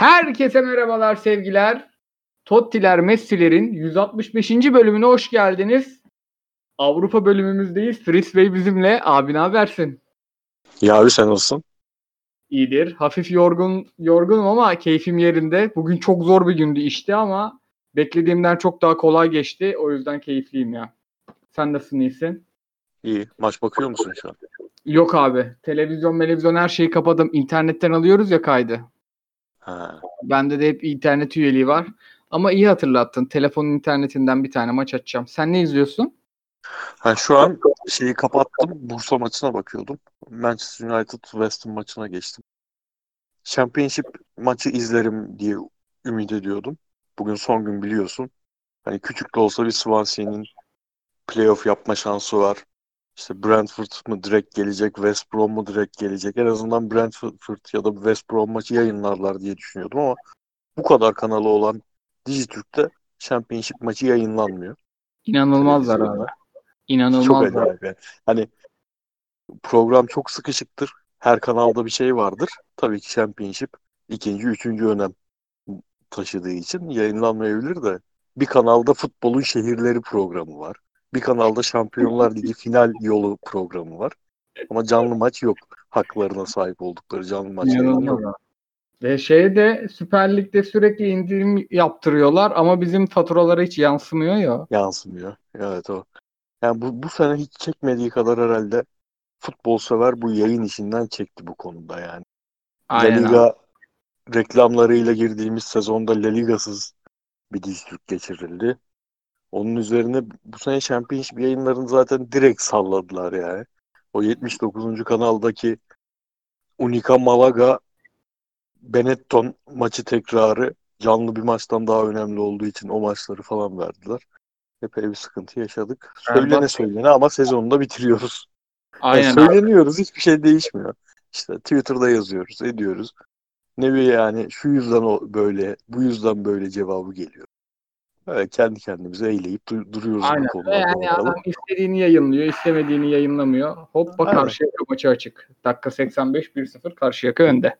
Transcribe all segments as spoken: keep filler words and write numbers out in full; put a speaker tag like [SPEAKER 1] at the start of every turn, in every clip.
[SPEAKER 1] Herkese merhabalar sevgiler. Tottiler Messi'lerin yüz altmış beşinci bölümüne hoş geldiniz. Avrupa bölümümüzdeyiz. Fritz Bey bizimle. Abi ne habersin?
[SPEAKER 2] Ya abi sen nasılsın?
[SPEAKER 1] İyidir. Hafif yorgun yorgunum ama keyfim yerinde. Bugün çok zor bir gündü işte ama beklediğimden çok daha kolay geçti. O yüzden keyifliyim ya. Sen nasılsın, iyisin?
[SPEAKER 2] İyi. Maç bakıyor musun şu an?
[SPEAKER 1] Yok abi. Televizyon, televizyon her şeyi kapadım. İnternetten alıyoruz ya kaydı.
[SPEAKER 2] Ha.
[SPEAKER 1] Bende de hep internet üyeliği var. Ama iyi hatırlattın. Telefonun internetinden bir tane maç açacağım. Sen ne izliyorsun?
[SPEAKER 2] Ha, şu an şeyi kapattım. Bursa maçına bakıyordum. Manchester United West Ham maçına geçtim. Championship maçı izlerim diye ümit ediyordum. Bugün son gün biliyorsun. Hani küçük de olsa bir Swansea'nin playoff yapma şansı var. İşte Brentford mı direkt gelecek, West Brom mu direkt gelecek. En azından Brentford ya da West Brom maçı yayınlarlar diye düşünüyordum ama bu kadar kanalı olan Dijitürk'te Championship maçı yayınlanmıyor
[SPEAKER 1] İnanılmazlar
[SPEAKER 2] televizyonda.
[SPEAKER 1] abi.
[SPEAKER 2] Çok
[SPEAKER 1] İnanılmazlar.
[SPEAKER 2] acayip yani. Hani program çok sıkışıktır. Her kanalda bir şey vardır. Tabii ki Championship ikinci, üçüncü önem taşıdığı için yayınlanmayabilir de bir kanalda futbolun şehirleri programı var. Bir kanalda Şampiyonlar Ligi final yolu programı var. Ama canlı maç yok. Haklarına sahip oldukları canlı maç yayını yok.
[SPEAKER 1] İnanılmaz abi. Ve şeyde Süper Lig'de sürekli indirim yaptırıyorlar ama bizim faturalara hiç yansımıyor ya.
[SPEAKER 2] Yansımıyor. Evet o. Yani bu, bu sene hiç çekmediği kadar herhalde futbol sever bu yayın işinden çekti bu konuda yani. La
[SPEAKER 1] Aynen abi.
[SPEAKER 2] Liga reklamlarıyla girdiğimiz sezonda La Liga'sız bir dijitürk geçirildi. Onun üzerine bu sene Championship yayınlarını zaten direkt salladılar yani. O yetmiş dokuzuncu kanaldaki Unica Malaga Benetton maçı tekrarı canlı bir maçtan daha önemli olduğu için o maçları falan verdiler. Epey bir sıkıntı yaşadık. Söylene
[SPEAKER 1] Berbat.
[SPEAKER 2] söylene ama sezonu da bitiriyoruz. Yani
[SPEAKER 1] Aynen abi.
[SPEAKER 2] söyleniyoruz, hiçbir şey değişmiyor. İşte Twitter'da yazıyoruz, ediyoruz. Ne bir yani şu yüzden o böyle, bu yüzden böyle cevabı geliyor. Böyle kendi kendimize eğleyip du- duruyoruz bu
[SPEAKER 1] Aynen. Ve
[SPEAKER 2] konularda
[SPEAKER 1] yani adam
[SPEAKER 2] bakalım.
[SPEAKER 1] istediğini yayınlıyor, istemediğini yayınlamıyor. Hoppa
[SPEAKER 2] Aynen.
[SPEAKER 1] Karşıyaka maçı açık. Dakika seksen beş bir sıfır Karşıyaka önde.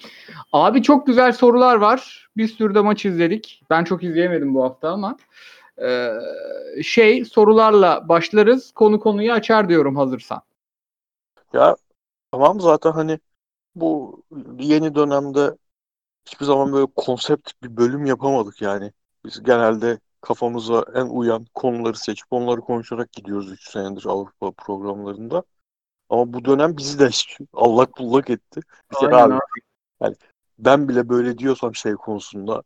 [SPEAKER 1] Abi çok güzel sorular var. Bir sürü de maç izledik. Ben çok izleyemedim bu hafta ama ee, şey sorularla başlarız. Konu konuyu açar diyorum hazırsan.
[SPEAKER 2] Ya tamam, zaten hani bu yeni dönemde hiçbir zaman böyle konsept bir bölüm yapamadık yani. Biz genelde kafamıza en uyan konuları seçip onları konuşarak gidiyoruz üç senedir Avrupa programlarında. Ama bu dönem bizi de allak bullak etti. Bir kere
[SPEAKER 1] Aynen
[SPEAKER 2] abi,
[SPEAKER 1] abi.
[SPEAKER 2] yani ben bile böyle diyorsam şey konusunda,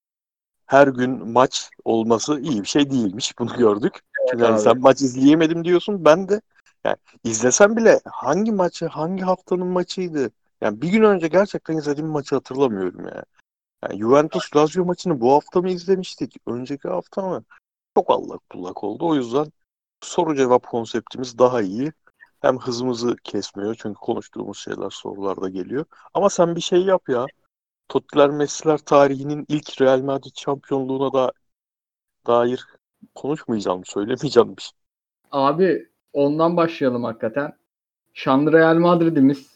[SPEAKER 2] her gün maç olması iyi bir şey değilmiş. Bunu gördük. Çünkü
[SPEAKER 1] Evet
[SPEAKER 2] hani
[SPEAKER 1] abi.
[SPEAKER 2] sen maç izleyemedim diyorsun. Ben de yani izlesem bile hangi maçı, hangi haftanın maçıydı? Yani bir gün önce gerçekten izlediğim maçı hatırlamıyorum ya. Yani Juventus Lazio maçını bu hafta mı izlemiştik? Önceki hafta mı? Çok allak bullak oldu. O yüzden soru cevap konseptimiz daha iyi. Hem hızımızı kesmiyor çünkü konuştuğumuz şeyler sorularda geliyor. Ama sen bir şey yap ya. Tottiler Messi'ler tarihinin ilk Real Madrid şampiyonluğuna da dair konuşmayacağım, söylemeyeceğim bir şey.
[SPEAKER 1] Abi ondan başlayalım hakikaten. Şanlı Real Madrid'imiz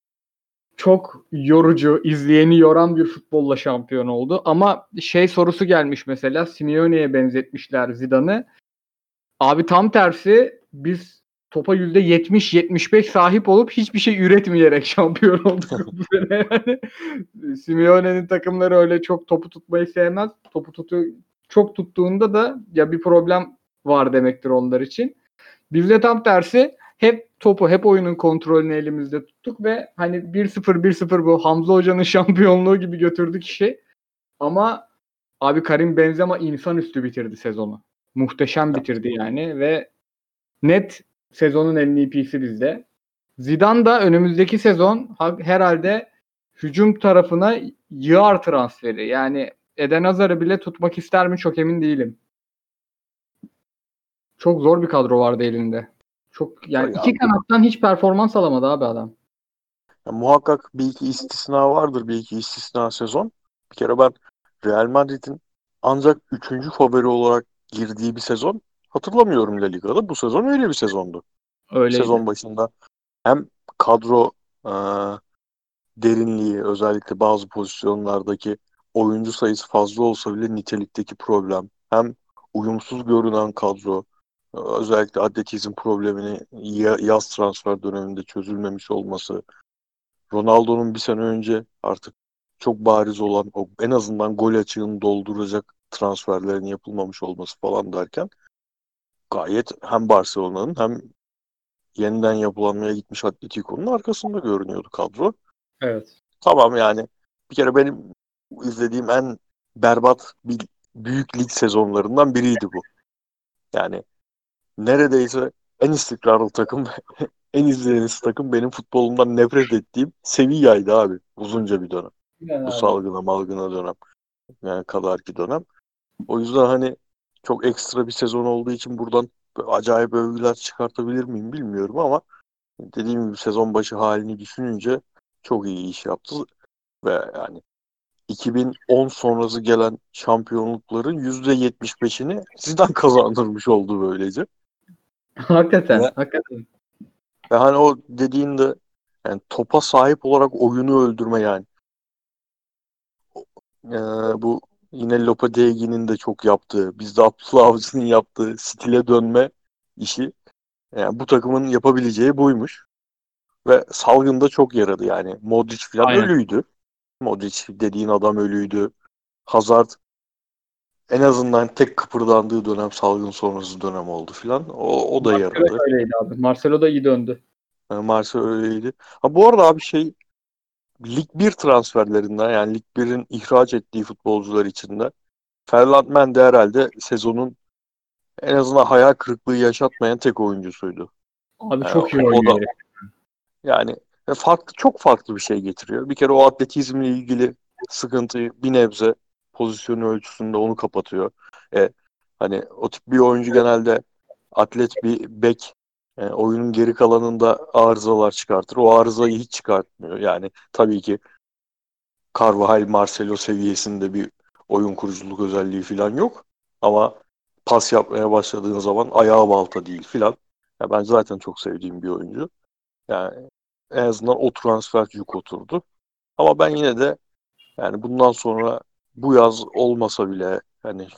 [SPEAKER 1] çok yorucu, izleyeni yoran bir futbolla şampiyon oldu. Ama şey sorusu gelmiş mesela, Simeone'ye benzetmişler Zidane'ı. Abi tam tersi, biz topa yüzde yetmiş yetmiş beş sahip olup hiçbir şey üretmeyerek şampiyon olduk bu sene yani. Simeone'nin takımları öyle çok topu tutmayı sevmez. Topu tutu çok tuttuğunda da ya bir problem var demektir onlar için. Biz de tam tersi hep topu, hep oyunun kontrolünü elimizde tuttuk ve hani bir sıfır bir sıfır bu Hamza Hoca'nın şampiyonluğu gibi götürdük işi. Ama abi Karim Benzema insanüstü bitirdi sezonu. Muhteşem bitirdi yani ve net sezonun M V P'si bizde. Zidane da önümüzdeki sezon herhalde hücum tarafına yığar transferi. Yani Eden Hazar'ı bile tutmak ister mi çok emin değilim. Çok zor bir kadro vardı elinde. Çok yani
[SPEAKER 2] Ya,
[SPEAKER 1] iki kanattan hiç performans alamadı abi adam.
[SPEAKER 2] ya muhakkak bir iki istisna vardır, bir iki istisna sezon. Bir kere ben Real Madrid'in ancak üçüncü favori olarak girdiği bir sezon hatırlamıyorum La Liga'da. Bu sezon öyle bir sezondu.
[SPEAKER 1] Öyleydi.
[SPEAKER 2] Sezon başında hem kadro e, derinliği, özellikle bazı pozisyonlardaki oyuncu sayısı fazla olsa bile nitelikteki problem. Hem uyumsuz görünen kadro, özellikle atletizm problemini ya- yaz transfer döneminde çözülmemiş olması, Ronaldo'nun bir sene önce artık çok bariz olan o en azından gol açığını dolduracak transferlerin yapılmamış olması falan derken gayet hem Barcelona'nın hem yeniden yapılanmaya gitmiş Atletico'nun arkasında görünüyordu kadro.
[SPEAKER 1] Evet.
[SPEAKER 2] Tamam yani bir kere benim izlediğim en berbat bir büyük lig sezonlarından biriydi bu. Yani neredeyse en istikrarlı takım, en izlenisi takım benim futbolumdan nefret ettiğim Sevilla'ydı abi uzunca bir dönem.
[SPEAKER 1] Aynen
[SPEAKER 2] Bu
[SPEAKER 1] abi.
[SPEAKER 2] salgına malgına dönem yani kadarki dönem. O yüzden hani çok ekstra bir sezon olduğu için buradan böyle acayip övgüler çıkartabilir miyim bilmiyorum ama dediğim gibi sezon başı halini düşününce çok iyi iş yaptı ve yani iki bin on sonrası gelen şampiyonlukların yüzde yetmiş beşini Zidane kazandırmış oldu böylece.
[SPEAKER 1] Hakikaten.
[SPEAKER 2] Ve,
[SPEAKER 1] Hakikaten.
[SPEAKER 2] ve hani o dediğinde yani topa sahip olarak oyunu öldürme yani. Ee, bu yine Lopetegui'nin de çok yaptığı, bizde Abdullah Avcı'nın yaptığı stile dönme işi. Yani bu takımın yapabileceği buymuş. Ve salgında çok yaradı yani. Modric falan
[SPEAKER 1] Aynen.
[SPEAKER 2] ölüydü. Modric dediğin adam ölüydü. Hazard en azından tek kıpırdandığı dönem salgın sonrası dönem oldu filan. O, o da
[SPEAKER 1] Marcelo
[SPEAKER 2] yaradı.
[SPEAKER 1] öyleydi abi. Marcelo da iyi döndü.
[SPEAKER 2] Yani Marcelo öyleydi. Ha bu arada abi şey Lig bir transferlerinden yani Lig birin ihraç ettiği futbolcular içinde Ferland Mendy herhalde sezonun en azından hayal kırıklığı yaşatmayan tek oyuncusuydu.
[SPEAKER 1] Abi
[SPEAKER 2] Yani
[SPEAKER 1] çok iyi
[SPEAKER 2] o
[SPEAKER 1] oynuyor
[SPEAKER 2] da
[SPEAKER 1] herif.
[SPEAKER 2] yani farklı çok farklı bir şey getiriyor. Bir kere o atletizmle ilgili sıkıntıyı bir nebze pozisyonu ölçüsünde onu kapatıyor. E, hani o tip bir oyuncu genelde atlet bir bek e, oyunun geri kalanında arızalar çıkartır. O arızayı hiç çıkartmıyor. Yani tabii ki Carvajal, Marcelo seviyesinde bir oyun kuruculuk özelliği falan yok. Ama pas yapmaya başladığın zaman ayağı balta değil filan. Ya ben zaten çok sevdiğim bir oyuncu. Yani en azından o transfer yük oturdu. Ama ben yine de yani bundan sonra bu yaz olmasa bile hani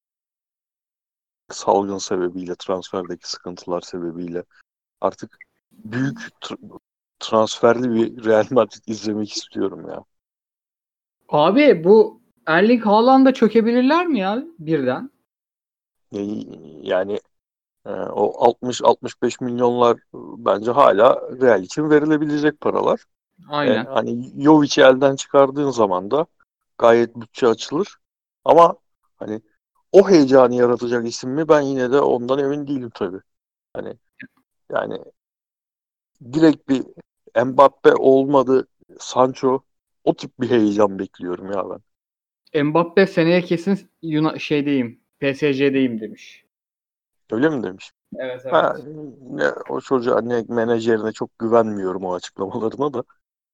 [SPEAKER 2] salgın sebebiyle, transferdeki sıkıntılar sebebiyle artık büyük tr- transferli bir Real Madrid izlemek istiyorum ya.
[SPEAKER 1] Abi bu Erling Haaland'a çökebilirler mi ya birden?
[SPEAKER 2] Yani, yani e, o altmış altmış beş milyonlar e, bence hala Real için verilebilecek paralar. E,
[SPEAKER 1] Aynen.
[SPEAKER 2] hani Jovic'i elden çıkardığın zaman da gayet bütçe açılır. Ama hani o heyecanı yaratacak isim mi ben yine de ondan emin değilim tabii. Hani yani direkt bir Mbappe olmadı Sancho o tip bir heyecan bekliyorum ya ben.
[SPEAKER 1] Mbappe seneye kesin Yuna şeydeyim. P S G'deyim demiş.
[SPEAKER 2] Öyle mi demiş?
[SPEAKER 1] Evet,
[SPEAKER 2] Ha,
[SPEAKER 1] evet.
[SPEAKER 2] ne, o çocuğa ne menajerine çok güvenmiyorum o açıklamalarına da.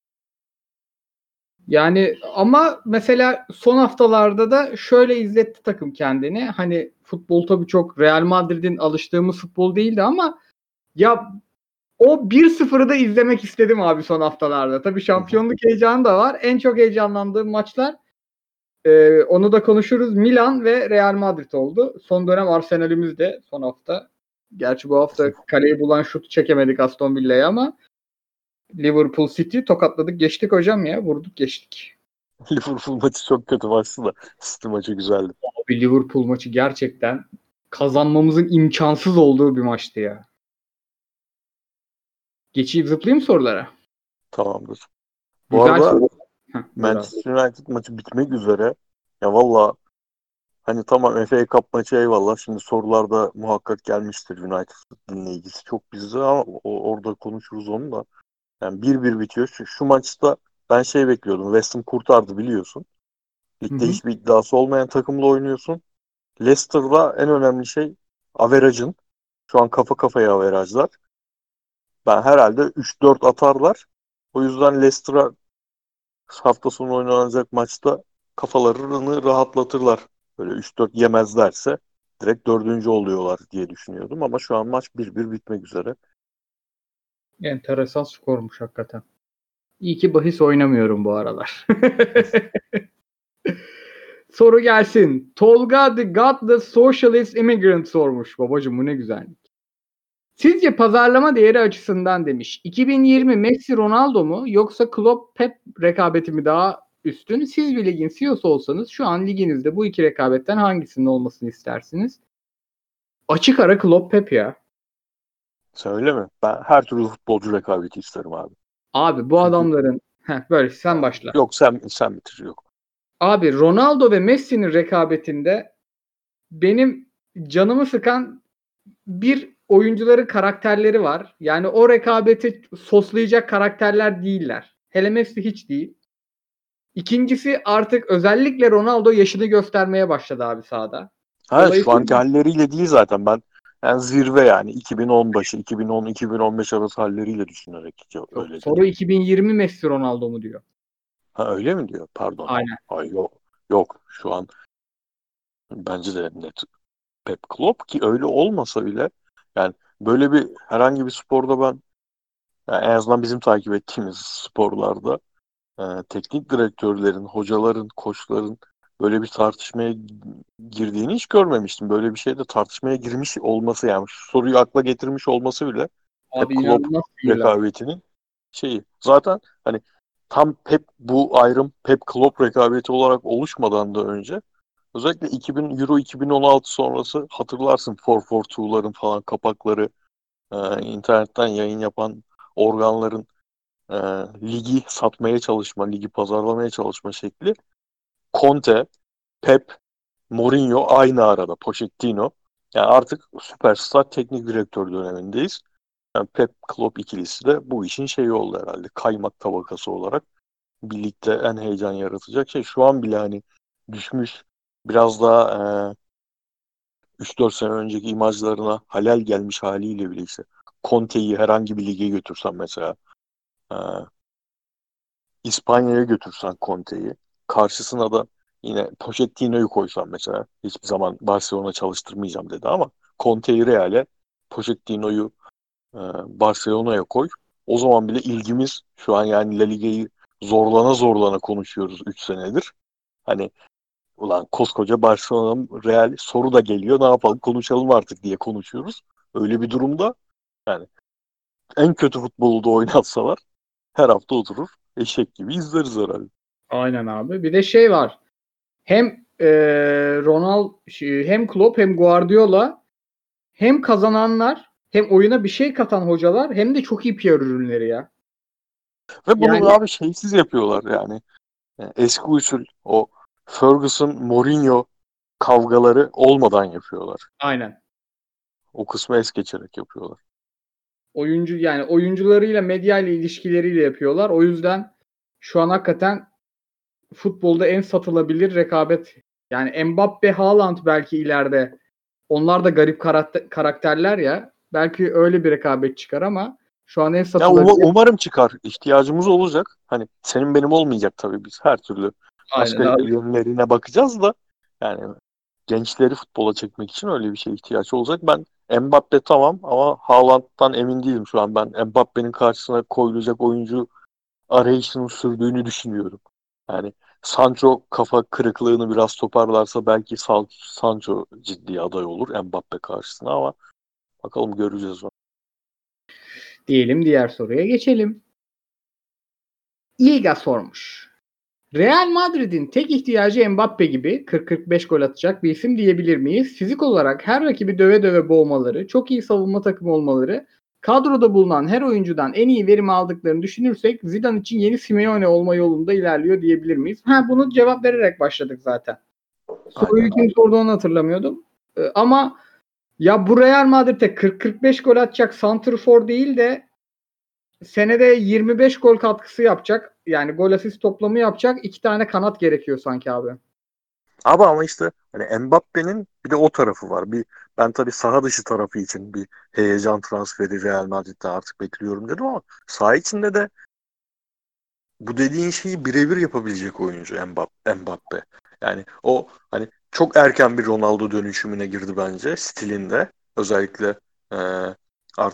[SPEAKER 1] Yani ama mesela son haftalarda da şöyle izletti takım kendini. Hani futbol tabii çok Real Madrid'in alıştığımız futbol değildi ama ya o bir sıfırı da izlemek istedim abi son haftalarda. Tabii
[SPEAKER 2] Hı hı.
[SPEAKER 1] şampiyonluk heyecanı da var. En çok heyecanlandığım maçlar e, onu da konuşuruz. Milan ve Real Madrid oldu. Son dönem Arsenal'imiz de son hafta. Gerçi bu hafta kaleyi bulan şut çekemedik Aston Villa'ya ama Liverpool City tokatladık geçtik hocam ya. Vurduk geçtik.
[SPEAKER 2] Liverpool maçı çok kötü maçtı da City maçı güzeldi.
[SPEAKER 1] Abi Liverpool maçı gerçekten kazanmamızın imkansız olduğu bir maçtı ya. Geçeyim zıplayayım sorulara.
[SPEAKER 2] Tamamdır. Bu
[SPEAKER 1] Güzel
[SPEAKER 2] arada
[SPEAKER 1] soru. Heh, buyur abi.
[SPEAKER 2] Manchester United maçı bitmek üzere. Ya valla hani tamam F A Cup maçı eyvallah. Şimdi sorularda muhakkak gelmiştir United dinleyicisi. Çok bizde ama o- orada konuşuruz onu da. Yani bir bir bitiyor. Şu, şu maçta ben şey bekliyordum. West Ham kurtardı biliyorsun.
[SPEAKER 1] Hı
[SPEAKER 2] Ligde
[SPEAKER 1] hı.
[SPEAKER 2] hiçbir iddiası olmayan takımla oynuyorsun. Leicester'da en önemli şey average'ın. Şu an kafa kafaya averajlar. Ben herhalde üç dört atarlar. O yüzden Leicester'a hafta sonu oynanacak maçta kafalarını rahatlatırlar. Böyle üç dört yemezlerse direkt dördüncü oluyorlar diye düşünüyordum. Ama şu an maç bir bir bitmek üzere.
[SPEAKER 1] Enteresan skormuş hakikaten. İyi ki bahis oynamıyorum bu aralar. Soru gelsin. Tolga the Godless Socialist Immigrant sormuş. Babacım bu ne güzellik. Sizce pazarlama değeri açısından demiş. iki bin yirmi Messi Ronaldo mu yoksa Klopp Pep rekabeti mi daha üstün? Siz bir ligin C E O'su olsanız şu an liginizde bu iki rekabetten hangisinin olmasını istersiniz? Açık ara Klopp Pep ya.
[SPEAKER 2] Söyle mi? Ben her türlü futbolcu rekabeti isterim abi.
[SPEAKER 1] Abi bu
[SPEAKER 2] Çünkü
[SPEAKER 1] adamların heh, böyle sen başla.
[SPEAKER 2] yok sen sen bitir yok.
[SPEAKER 1] Abi Ronaldo ve Messi'nin rekabetinde benim canımı sıkan bir oyuncuların karakterleri var. Yani o rekabeti soslayacak karakterler değiller. Hele Messi hiç değil. İkincisi artık özellikle Ronaldo yaşını göstermeye başladı abi sahada.
[SPEAKER 2] Ha şu
[SPEAKER 1] Dolayısıyla
[SPEAKER 2] anki halleriyle değil zaten ben yani zirve yani iki bin on başı iki bin on iki bin on beş arası halleriyle düşünerek
[SPEAKER 1] yok,
[SPEAKER 2] öyle
[SPEAKER 1] soru
[SPEAKER 2] dedim.
[SPEAKER 1] iki bin yirmi Messi Ronaldo mu diyor.
[SPEAKER 2] Ha öyle mi diyor? Pardon.
[SPEAKER 1] Aynen.
[SPEAKER 2] Ay yok. Yok şu an bence de net Pep Klopp ki öyle olmasa bile yani böyle bir herhangi bir sporda ben yani en azından bizim takip ettiğimiz sporlarda e, teknik direktörlerin, hocaların, koçların böyle bir tartışmaya girdiğini hiç görmemiştim. Böyle bir şeyde tartışmaya girmiş olması yani şu soruyu akla getirmiş olması bile Pep
[SPEAKER 1] Abi
[SPEAKER 2] Klopp
[SPEAKER 1] inanılmaz sinirler.
[SPEAKER 2] rekabetinin şeyi. Zaten hani tam Pep bu ayrım Pep Klopp rekabeti olarak oluşmadan da önce özellikle iki bin Euro iki bin on altı sonrası hatırlarsın dört dört iki'ların falan kapakları e, internetten yayın yapan organların e, ligi satmaya çalışma, ligi pazarlamaya çalışma şekli. Conte, Pep, Mourinho aynı arada. Pochettino. Yani artık süperstar teknik direktör dönemindeyiz. Yani Pep Klopp ikilisi de bu işin şeyi oldu herhalde. Kaymak tabakası olarak birlikte en heyecan yaratacak şey. Şu an bile hani düşmüş biraz daha e, üç dört sene önceki imajlarına halel gelmiş haliyle bile işte Conte'yi herhangi bir lige götürsen mesela e, İspanya'ya götürsen Conte'yi karşısına da yine Pochettino'yu koysan mesela hiçbir zaman Barcelona çalıştırmayacağım dedi ama Conte'yi Real'e Pochettino'yu e, Barcelona'ya koy. O zaman bile ilgimiz şu an yani La Liga'yı zorlana zorlana konuşuyoruz üç senedir. Hani ulan koskoca Barcelona Real soru da geliyor ne yapalım konuşalım artık diye konuşuyoruz. Öyle bir durumda yani en kötü futbolu da oynatsalar her hafta oturur eşek gibi izleriz herhalde.
[SPEAKER 1] Aynen abi. Bir de şey var. Hem e, Ronald şey, hem Klopp hem Guardiola hem kazananlar hem oyuna bir şey katan hocalar hem de çok iyi P R ürünleri ya.
[SPEAKER 2] Ve bunu
[SPEAKER 1] Yani
[SPEAKER 2] abi şeysiz yapıyorlar yani. Yani eski usul o Ferguson Mourinho kavgaları olmadan yapıyorlar.
[SPEAKER 1] aynen.
[SPEAKER 2] O kısmı es geçerek yapıyorlar.
[SPEAKER 1] Oyuncu yani oyuncularıyla medyayla ilişkileriyle yapıyorlar. O yüzden şu an hakikaten futbolda en satılabilir rekabet. Yani Mbappe, Haaland belki ileride. Onlar da garip karakter, karakterler ya. Belki öyle bir rekabet çıkar ama şu an en
[SPEAKER 2] Ya um-
[SPEAKER 1] satılabilir.
[SPEAKER 2] umarım çıkar. İhtiyacımız olacak. Hani senin benim olmayacak tabii biz her türlü
[SPEAKER 1] Aynen
[SPEAKER 2] başka
[SPEAKER 1] abi.
[SPEAKER 2] yönlerine bakacağız da yani gençleri futbola çekmek için öyle bir şeye ihtiyaç olacak. Ben Mbappe tamam ama Haaland'dan emin değilim şu an. Ben Mbappe'nin karşısına koyulacak oyuncu arayışının sürdüğünü düşünüyorum. Yani Sancho kafa kırıklığını biraz toparlarsa belki San- Sancho ciddi aday olur Mbappe karşısına ama bakalım göreceğiz onu.
[SPEAKER 1] Diyelim diğer soruya geçelim. İlga sormuş. Real Madrid'in tek ihtiyacı Mbappe gibi kırk kırk beş gol atacak bir isim diyebilir miyiz? Fizik olarak her rakibi döve döve boğmaları, çok iyi savunma takımı olmaları, kadroda bulunan her oyuncudan en iyi verimi aldıklarını düşünürsek Zidane için yeni Simeone olma yolunda ilerliyor diyebilir miyiz? Ha bunu cevap vererek başladık zaten. Soruyu
[SPEAKER 2] Aynen
[SPEAKER 1] kim
[SPEAKER 2] abi.
[SPEAKER 1] sordu onu hatırlamıyordum. Ee, ama ya bu Real Madrid'e kırk kırk beş gol atacak santrfor değil de senede yirmi beş gol katkısı yapacak. Yani gol asist toplamı yapacak. iki tane kanat gerekiyor sanki abi.
[SPEAKER 2] Abi ama işte hani Mbappe'nin bir de o tarafı var. Bir ben tabii saha dışı tarafı için bir heyecan transferi Real Madrid'de artık bekliyorum dedim ama saha içinde de bu dediğin şeyi birebir yapabilecek oyuncu Mbappe. Mbappe. Yani o hani çok erken bir Ronaldo dönüşümüne girdi bence stilinde. Özellikle e, artık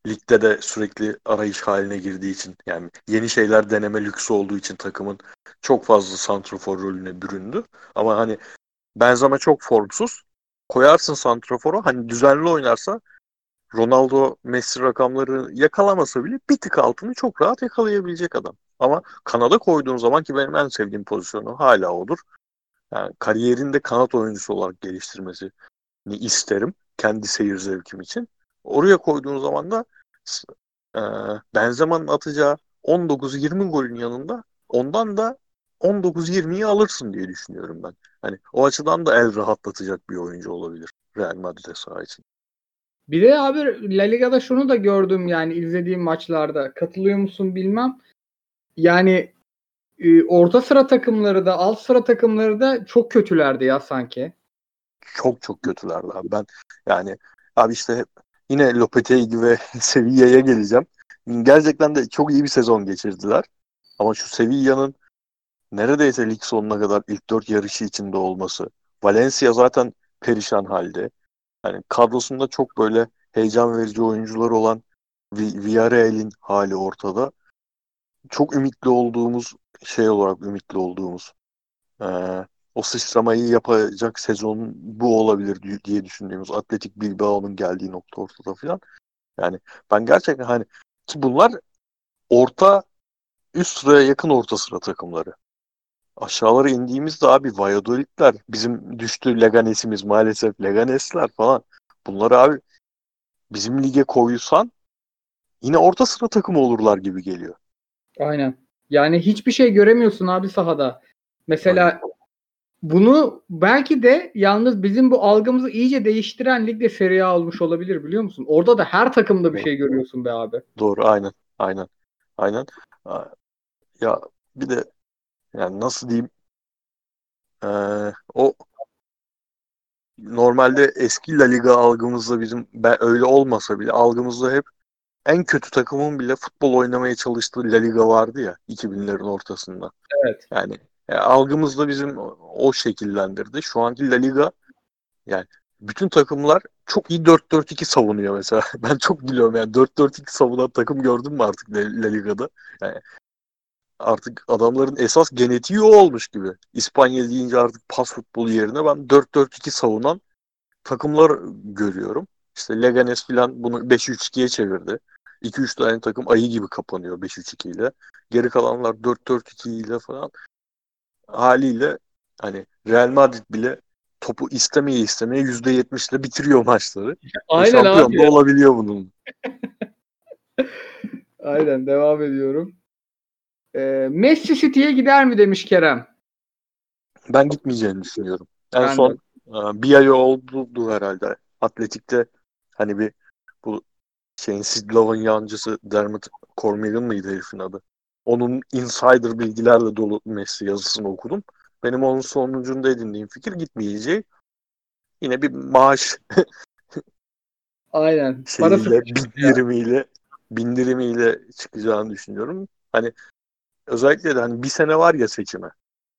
[SPEAKER 2] ligde de sürekli arayış haline girdiği için, yani yeni şeyler deneme lüksü olduğu için takımın çok fazla santrafor rolüne büründü. Ama hani Benzema çok formsuz. Koyarsın santrafora, hani düzenli oynarsa Ronaldo, Messi rakamları yakalamasa bile bir tık altını çok rahat yakalayabilecek adam. Ama kanada koyduğun zaman, ki benim en sevdiğim pozisyonu hala odur. Yani kariyerinde kanat oyuncusu olarak geliştirmesini isterim. Kendi seyir zevkim için. Oraya koyduğun zaman da e, Benzema'nın atacağı on dokuz yirmi golün yanında ondan da on dokuz yirmiyi alırsın diye düşünüyorum ben. Hani o açıdan da el rahatlatacak bir oyuncu olabilir Real Madrid'e saha için.
[SPEAKER 1] Bir de abi La Liga'da şunu da gördüm, yani izlediğim maçlarda. Katılıyor musun bilmem. Yani e, orta sıra takımları da alt sıra takımları da çok kötülerdi ya sanki.
[SPEAKER 2] Çok çok kötülerdi abi. Ben yani abi işte hep yine Lopetegui ve Sevilla'ya geleceğim. Gerçekten de çok iyi bir sezon geçirdiler. Ama şu Sevilla'nın neredeyse lig sonuna kadar ilk dört yarışı içinde olması. Valencia zaten perişan halde. Yani kadrosunda çok böyle heyecan verici oyuncular olan Vi- Villarreal'in hali ortada. Çok ümitli olduğumuz şey olarak ümitli olduğumuz ee, o sıçramayı yapacak sezon bu olabilir di- diye düşündüğümüz Atletik Bilbao'nun geldiği nokta ortada falan. Yani ben gerçekten hani, ki bunlar orta üst sıraya yakın orta sıra takımları. Aşağılara indiğimizde abi Valladolidler, bizim düştü Leganes'imiz maalesef, Leganes'ler falan. Bunları abi bizim lige koysan yine orta sıra takımı olurlar gibi geliyor.
[SPEAKER 1] Aynen. Yani hiçbir şey göremiyorsun abi sahada. Mesela
[SPEAKER 2] Aynen.
[SPEAKER 1] bunu belki de yalnız bizim bu algımızı iyice değiştiren lig de Serie A olmuş olabilir, biliyor musun? Orada da her takımda bir
[SPEAKER 2] Doğru.
[SPEAKER 1] şey görüyorsun be abi.
[SPEAKER 2] Doğru, aynen. Aynen. Aynen. Aa, Ya bir de yani nasıl diyeyim, ee, o normalde eski La Liga algımızda, bizim ben öyle olmasa bile algımızda hep en kötü takımın bile futbol oynamaya çalıştığı La Liga vardı ya iki binlerin ortasında.
[SPEAKER 1] Evet.
[SPEAKER 2] Yani e, algımızda bizim o, o şekillendirdi. Şu anki La Liga, yani bütün takımlar çok iyi dört dört iki savunuyor mesela. Ben çok biliyorum yani, dört dört iki savunan takım gördün mü artık La, La Liga'da? Yani artık adamların esas genetiği o olmuş gibi. İspanya deyince artık pas futbolu yerine ben dört dört iki savunan takımlar görüyorum. İşte Leganes falan bunu beş üç ikiye çevirdi. iki üç tane takım ayı gibi kapanıyor beş üç iki ile. Geri kalanlar dört dört iki ile falan. Haliyle hani Real Madrid bile topu istemeye istemeye yüzde yetmiş ile bitiriyor maçları. Ve
[SPEAKER 1] Aynen abi
[SPEAKER 2] şampiyon da
[SPEAKER 1] ya.
[SPEAKER 2] olabiliyor bunun.
[SPEAKER 1] Aynen, devam ediyorum. Ee, Messi City'ye gider mi demiş Kerem.
[SPEAKER 2] Ben gitmeyeceğini düşünüyorum. En
[SPEAKER 1] Ben de.
[SPEAKER 2] son e, bir ay oldu herhalde. Atletik'te hani bir, bu şeyin, Sidlov'un yancısı Dermot Cormier mıydı herifin adı? Onun insider bilgilerle dolu Messi yazısını okudum. Benim onun sonucunda edindiğim fikir gitmeyeceği. Yine bir maaş
[SPEAKER 1] Aynen. Parası
[SPEAKER 2] şeyiyle,
[SPEAKER 1] kaçırıyor.
[SPEAKER 2] bindirimiyle bindirimiyle çıkacağını düşünüyorum. Hani özellikle de hani bir sene var ya seçime.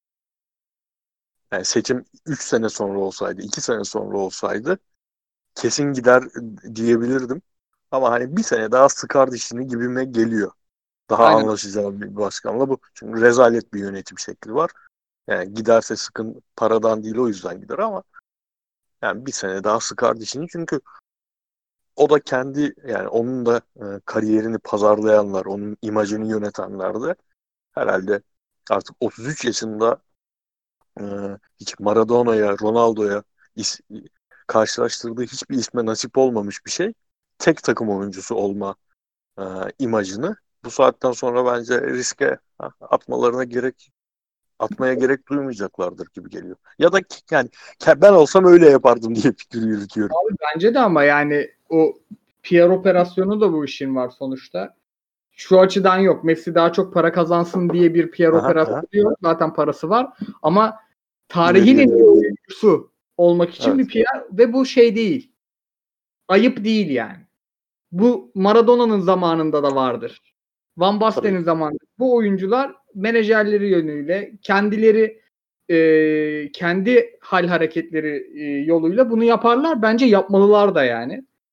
[SPEAKER 2] Yani seçim üç sene sonra olsaydı, iki sene sonra olsaydı kesin gider diyebilirdim. Ama hani bir sene daha sıkar dişini gibime geliyor. Daha
[SPEAKER 1] Aynen.
[SPEAKER 2] anlaşacağım bir başkanla bu. Çünkü rezalet bir yönetim şekli var. Yani giderse sıkın, paradan değil o yüzden gider, ama yani bir sene daha sıkar dişini, çünkü o da kendi, yani onun da e, kariyerini pazarlayanlar, onun imajını yönetenler de herhalde artık otuz üç yaşında e, hiç Maradona'ya, Ronaldo'ya is, karşılaştırdığı hiçbir isme nasip olmamış bir şey. Tek takım oyuncusu olma e, imajını bu saatten sonra bence riske ha, atmalarına gerek atmaya gerek duymayacaklardır gibi geliyor. Ya da ki- yani ke- ben olsam öyle yapardım diye fikir yürütüyorum.
[SPEAKER 1] Abi bence de, ama yani o P R operasyonu da bu işin var sonuçta. Şu açıdan yok. Messi daha çok para kazansın diye bir P R
[SPEAKER 2] Aha, aha.
[SPEAKER 1] operasyonu yok. Zaten parası var. Ama tarihin
[SPEAKER 2] İleriye
[SPEAKER 1] en iyi
[SPEAKER 2] dönük.
[SPEAKER 1] oyuncusu olmak için
[SPEAKER 2] Evet.
[SPEAKER 1] bir P R, ve bu şey değil. Ayıp değil yani. Bu Maradona'nın zamanında da vardır. Van
[SPEAKER 2] Tabii.
[SPEAKER 1] Basten'in zamanında. Bu oyuncular menajerleri yönüyle kendileri e, kendi hal hareketleri e, yoluyla bunu yaparlar. Bence yapmalılar da yani.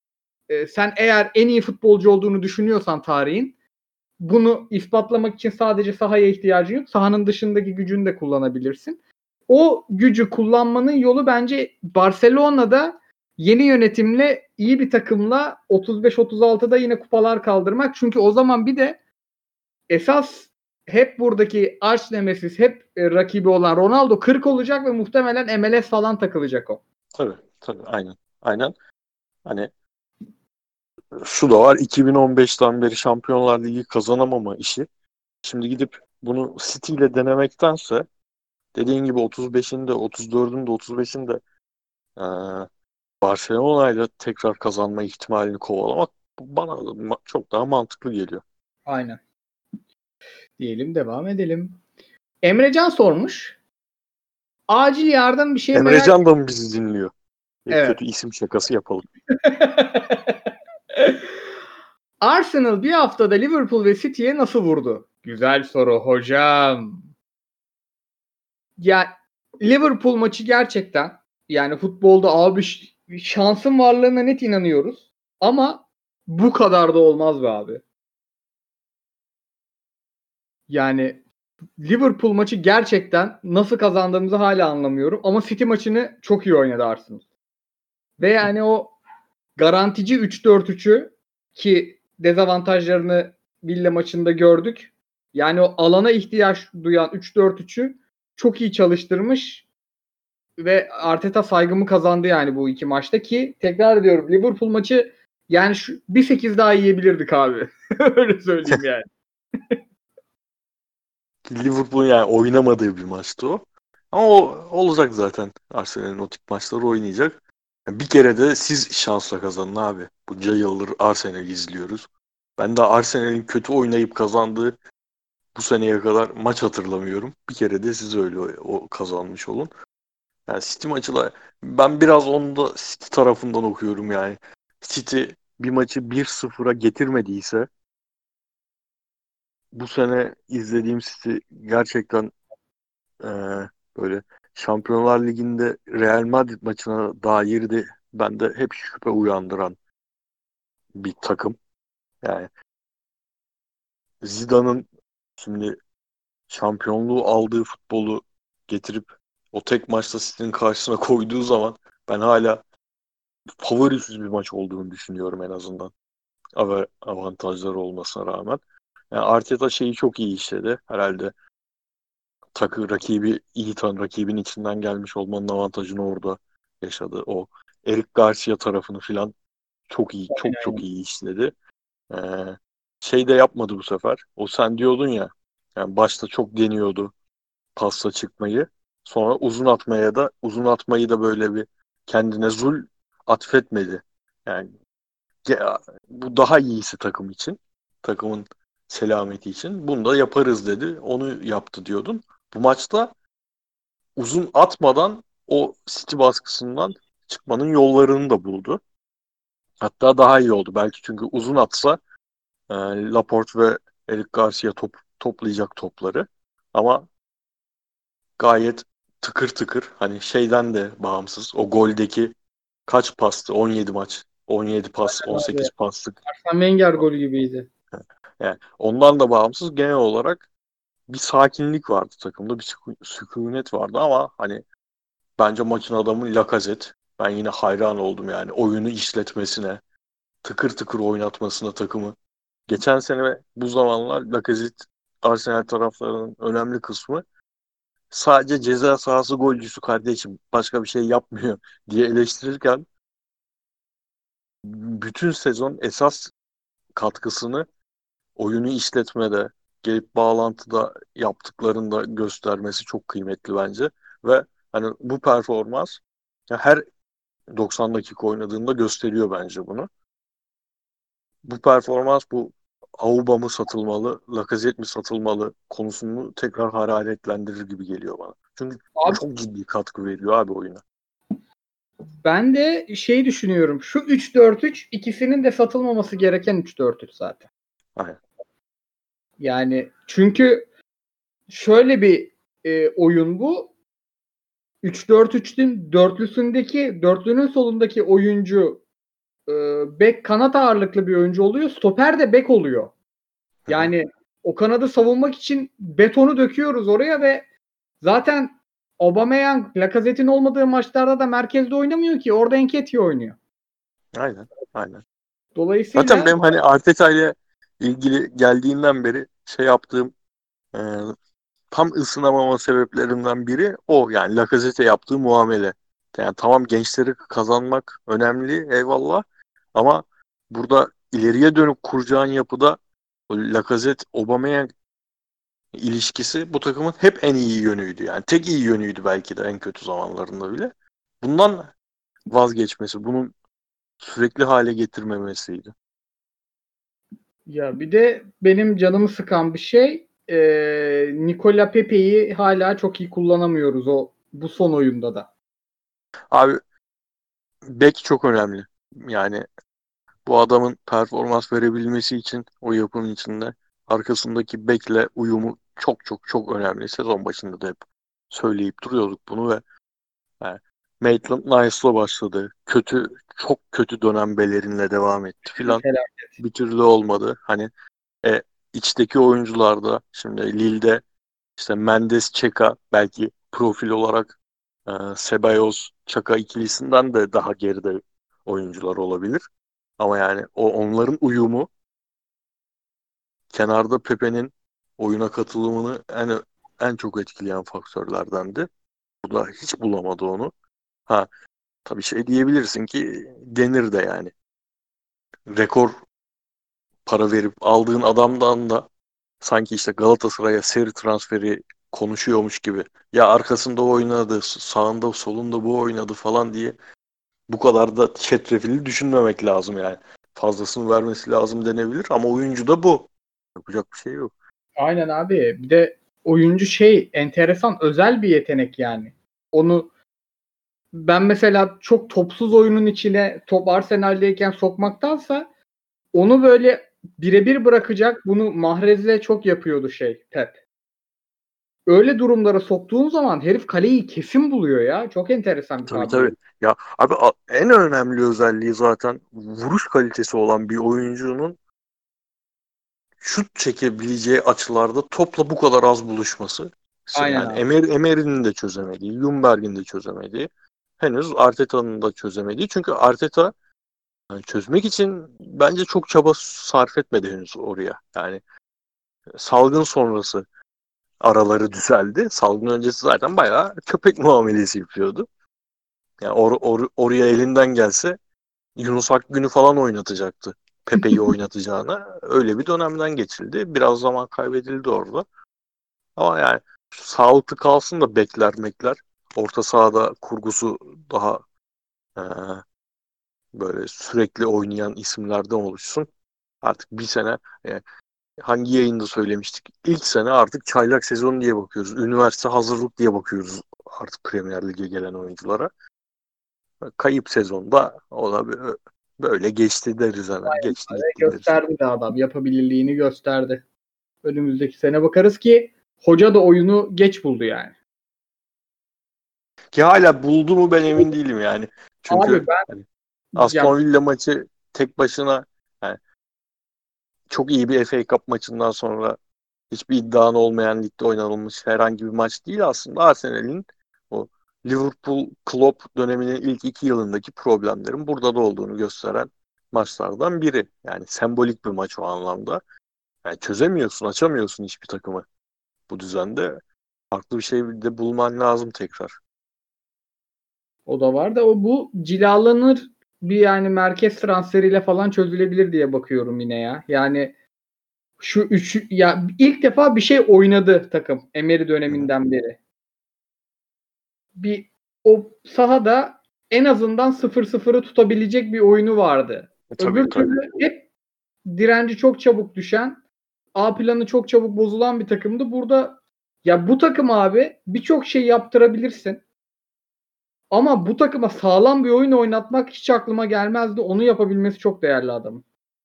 [SPEAKER 1] e, sen eğer en iyi futbolcu olduğunu düşünüyorsan tarihin, bunu ispatlamak için sadece sahaya ihtiyacın yok. Sahanın dışındaki gücünü de kullanabilirsin. O gücü kullanmanın yolu bence Barcelona'da yeni yönetimle, iyi bir takımla otuz beş otuz altıda yine kupalar kaldırmak. Çünkü o zaman bir de esas hep buradaki arch nemesis, hep e, rakibi olan Ronaldo kırk olacak ve muhtemelen M L S falan takılacak o.
[SPEAKER 2] Tabii tabii aynen. Aynen. Hani şu da var, iki bin on beşten beri Şampiyonlar Ligi kazanamama işi. Şimdi gidip bunu City ile denemektense dediğin gibi otuz beşinde, otuz dördünde, otuz beşinde e, Barcelona ile tekrar kazanma ihtimalini kovalamak bana ma- çok daha mantıklı geliyor.
[SPEAKER 1] Aynen. Diyelim, devam edelim. Emrecan sormuş. Acil yardım bir şey merak...
[SPEAKER 2] Emrecan da mı bizi dinliyor? Bir
[SPEAKER 1] Evet.
[SPEAKER 2] kötü isim şakası yapalım.
[SPEAKER 1] Arsenal bir haftada Liverpool ve City'ye nasıl vurdu? Güzel soru hocam. Ya Liverpool maçı gerçekten, yani futbolda abi şansın varlığına net inanıyoruz. Ama bu kadar da olmaz be abi. Yani Liverpool maçı gerçekten nasıl kazandığımızı hala anlamıyorum. Ama City maçını çok iyi oynadı Arsenal. Ve yani o garantici üç dört üçü, ki dezavantajlarını Villa maçında gördük. Yani o alana ihtiyaç duyan üç dört üçü çok iyi çalıştırmış ve Arteta saygımı kazandı yani bu iki maçta, ki tekrar ediyorum, Liverpool maçı yani şu bir sekiz daha yiyebilirdik abi. Öyle söyleyeyim yani.
[SPEAKER 2] Liverpool'un yani oynamadığı bir maçtı o. Ama o olacak zaten. Arsenal'in o tip maçları oynayacak. Yani bir kere de siz şansla kazanın abi. Bunca yıldır Arsenal'i izliyoruz. Ben de Arsenal'in kötü oynayıp kazandığı bu seneye kadar maç hatırlamıyorum. Bir kere de siz öyle o, o kazanmış olun. Yani City maçıyla ben biraz onu da City tarafından okuyorum yani. City bir maçı bir sıfıra getirmediyse bu sene izlediğim City gerçekten e, böyle Şampiyonlar Ligi'nde Real Madrid maçına dair de bende hep şüphe uyandıran bir takım. Yani Zidane'ın şimdi şampiyonluğu aldığı futbolu getirip o tek maçta City'nin karşısına koyduğu zaman ben hala favorisiz bir maç olduğunu düşünüyorum en azından. Av- avantajları olmasına rağmen. Yani Arteta şeyi çok iyi işledi. Herhalde takı rakibi iyi tan rakibin içinden gelmiş olmanın avantajını orada yaşadı. O Eric Garcia tarafını filan çok iyi, çok çok iyi işledi. Ee, şey de yapmadı bu sefer. O sen diyordun ya, yani başta çok deniyordu pasta çıkmayı. Sonra uzun atmaya da uzun atmayı da böyle bir kendine zul atfetmedi. Yani ya, bu daha iyisi takım için. Takımın selameti için. Bunu da yaparız dedi. Onu yaptı diyordun. Bu maçta uzun atmadan o City baskısından çıkmanın yollarını da buldu. Hatta daha iyi oldu. Belki çünkü uzun atsa e, Laporte ve Eric Garcia top, toplayacak topları. Ama gayet tıkır tıkır, hani şeyden de bağımsız. O goldeki kaç pastı? on yedi maç. on yedi pas, on sekiz paslık.
[SPEAKER 1] Arsene Wenger golü gibiydi.
[SPEAKER 2] Yani ondan da bağımsız genel olarak bir sakinlik vardı takımda. Bir sükun- sükunet vardı ama hani bence maçın adamı Lacazette. Ben yine hayran oldum yani. Oyunu işletmesine, tıkır tıkır oynatmasına takımı. Geçen sene bu zamanlar Lacazette Arsenal taraftarının önemli kısmı sadece ceza sahası golcüsü kardeşim, başka bir şey yapmıyor diye eleştirirken bütün sezon esas katkısını oyunu işletmede, gelip bağlantıda yaptıklarını da göstermesi çok kıymetli bence. Ve hani bu performans ya her doksan dakika oynadığında gösteriyor bence bunu. Bu performans, bu Auba mı satılmalı, Lacazette mi satılmalı konusunu tekrar hararetlendirir gibi geliyor bana. Çünkü
[SPEAKER 1] Abi,
[SPEAKER 2] çok ciddi katkı veriyor abi oyuna.
[SPEAKER 1] ben de şey düşünüyorum. Şu üç dört üç ikisinin de satılmaması gereken üç dört üç zaten.
[SPEAKER 2] Aynen.
[SPEAKER 1] Yani çünkü şöyle bir e, oyun bu. üç dört üçün dörtlüsündeki, dörtlünün solundaki oyuncu e, bek kanat ağırlıklı bir oyuncu oluyor. Stoper de bek oluyor. Yani o kanadı savunmak için betonu döküyoruz oraya ve zaten Aubameyang, Lacazette'in olmadığı maçlarda da merkezde oynamıyor ki. Orada Nketiah oynuyor.
[SPEAKER 2] Aynen. Aynen.
[SPEAKER 1] Dolayısıyla
[SPEAKER 2] Zaten benim hani Arteta ile ilgili geldiğinden beri şey yaptığım e, tam ısınamama sebeplerinden biri o. Yani Lacazette yaptığı muamele. Yani tamam, gençleri kazanmak önemli, eyvallah. Ama burada ileriye dönüp kuracağın yapıda o Lacazette Aubameyang ilişkisi bu takımın hep en iyi yönüydü. Yani tek iyi yönüydü belki de en kötü zamanlarında bile. Bundan vazgeçmesi, bunun sürekli hale getirmemesiydi.
[SPEAKER 1] ya bir de benim canımı sıkan bir şey e, Nicola Pepe'yi hala çok iyi kullanamıyoruz o bu son oyunda da.
[SPEAKER 2] Abi, bek çok önemli. Yani bu adamın performans verebilmesi için o yapının içinde arkasındaki bekle uyumu çok çok çok önemli. Sezon başında da hep söyleyip duruyorduk bunu ve yani Maitland-Nice'la başladı. Kötü, çok kötü dönem belerinle devam etti filan.
[SPEAKER 1] Felaket.
[SPEAKER 2] Bir türlü olmadı. Hani e, içteki oyuncularda şimdi Lille'de işte Mendes, Çeka belki profil olarak e, Ceballos, Çaka ikilisinden de daha geride oyuncular olabilir. Ama yani o onların uyumu kenarda Pepe'nin oyuna katılımını en en çok etkileyen faktörlerdendi. Bu da hiç bulamadı onu. Ha, tabii şey diyebilirsin ki denir de yani. Rekor para verip aldığın adamdan da sanki işte Galatasaray'a seri transferi konuşuyormuş gibi. Ya arkasında o oynadı, sağında solunda bu oynadı falan diye bu kadar da çetrefilli düşünmemek lazım yani. Fazlasını vermesi lazım denebilir ama oyuncu da bu. Yapacak bir şey yok.
[SPEAKER 1] Aynen abi. Bir de oyuncu şey enteresan özel bir yetenek yani. Onu ben mesela çok topsuz oyunun içine top Arsenal'deyken sokmaktansa onu böyle birebir bırakacak bunu Mahrez'le çok yapıyordu şey Pep. Öyle durumlara soktuğun zaman herif kaleyi kesin buluyor ya. Çok enteresan bir
[SPEAKER 2] Tabii tabii.
[SPEAKER 1] kabiliyet.
[SPEAKER 2] Ya abi, a- en önemli özelliği zaten vuruş kalitesi olan bir oyuncunun şut çekebileceği açılarda topla bu kadar az buluşması.
[SPEAKER 1] Aynen
[SPEAKER 2] Yani
[SPEAKER 1] abi.
[SPEAKER 2] Emer, Emery'nin de çözemediği, Ljungberg'in de çözemediği, henüz Arteta'nın da çözemediği. Çünkü Arteta yani çözmek için bence çok çaba sarf etmedi henüz oraya. Yani salgın sonrası araları düzeldi. Salgın öncesi zaten bayağı köpek muamelesi yapıyordu. Yani or, or, oraya elinden gelse Yunus Akgün'ü falan oynatacaktı. Pepe'yi oynatacağına. Öyle bir dönemden geçildi. Biraz zaman kaybedildi orada. Ama yani sağlıklı kalsın da bekler mekler. Orta sahada kurgusu daha e, böyle sürekli oynayan isimlerden oluşsun. Artık bir sene e, hangi yayında söylemiştik? İlk sene artık çaylak sezon diye bakıyoruz. Üniversite hazırlık diye bakıyoruz artık Premier Lig'e gelen oyunculara. Kayıp sezonda o da bö- böyle geçti deriz hemen. Geçti
[SPEAKER 1] Ve
[SPEAKER 2] gitti deriz.
[SPEAKER 1] gösterdi de adam. Yapabilirliğini gösterdi. Önümüzdeki sene bakarız ki hoca da oyunu geç buldu yani.
[SPEAKER 2] Ki hala buldu mu ben emin değilim yani.
[SPEAKER 1] Abi
[SPEAKER 2] Çünkü
[SPEAKER 1] ben
[SPEAKER 2] hani
[SPEAKER 1] ya
[SPEAKER 2] Aston Villa maçı tek başına yani çok iyi bir F A Cup maçından sonra hiçbir iddian olmayan ligde oynanılmış herhangi bir maç değil aslında. Arsenal'in o Liverpool Klopp döneminin ilk iki yılındaki problemlerin burada da olduğunu gösteren maçlardan biri. Yani sembolik bir maç o anlamda. Yani çözemiyorsun, açamıyorsun hiçbir takımı bu düzende. Farklı bir şey de bulman lazım tekrar.
[SPEAKER 1] o da var da o bu cilalanır bir yani merkez transferiyle falan çözülebilir diye bakıyorum yine ya. Yani şu üç ya ilk defa bir şey oynadı takım Emery
[SPEAKER 2] Hı hı.
[SPEAKER 1] döneminden beri. Bir o sahada en azından sıfır sıfırı tutabilecek bir oyunu vardı.
[SPEAKER 2] E, tabii
[SPEAKER 1] Öbür
[SPEAKER 2] tabii.
[SPEAKER 1] türlü hep direnci çok çabuk düşen, A planı çok çabuk bozulan bir takımdı. Burada ya bu takım abi birçok şey yaptırabilirsin. Ama bu takıma sağlam bir oyun oynatmak hiç aklıma gelmezdi. Onu yapabilmesi çok değerli adamın.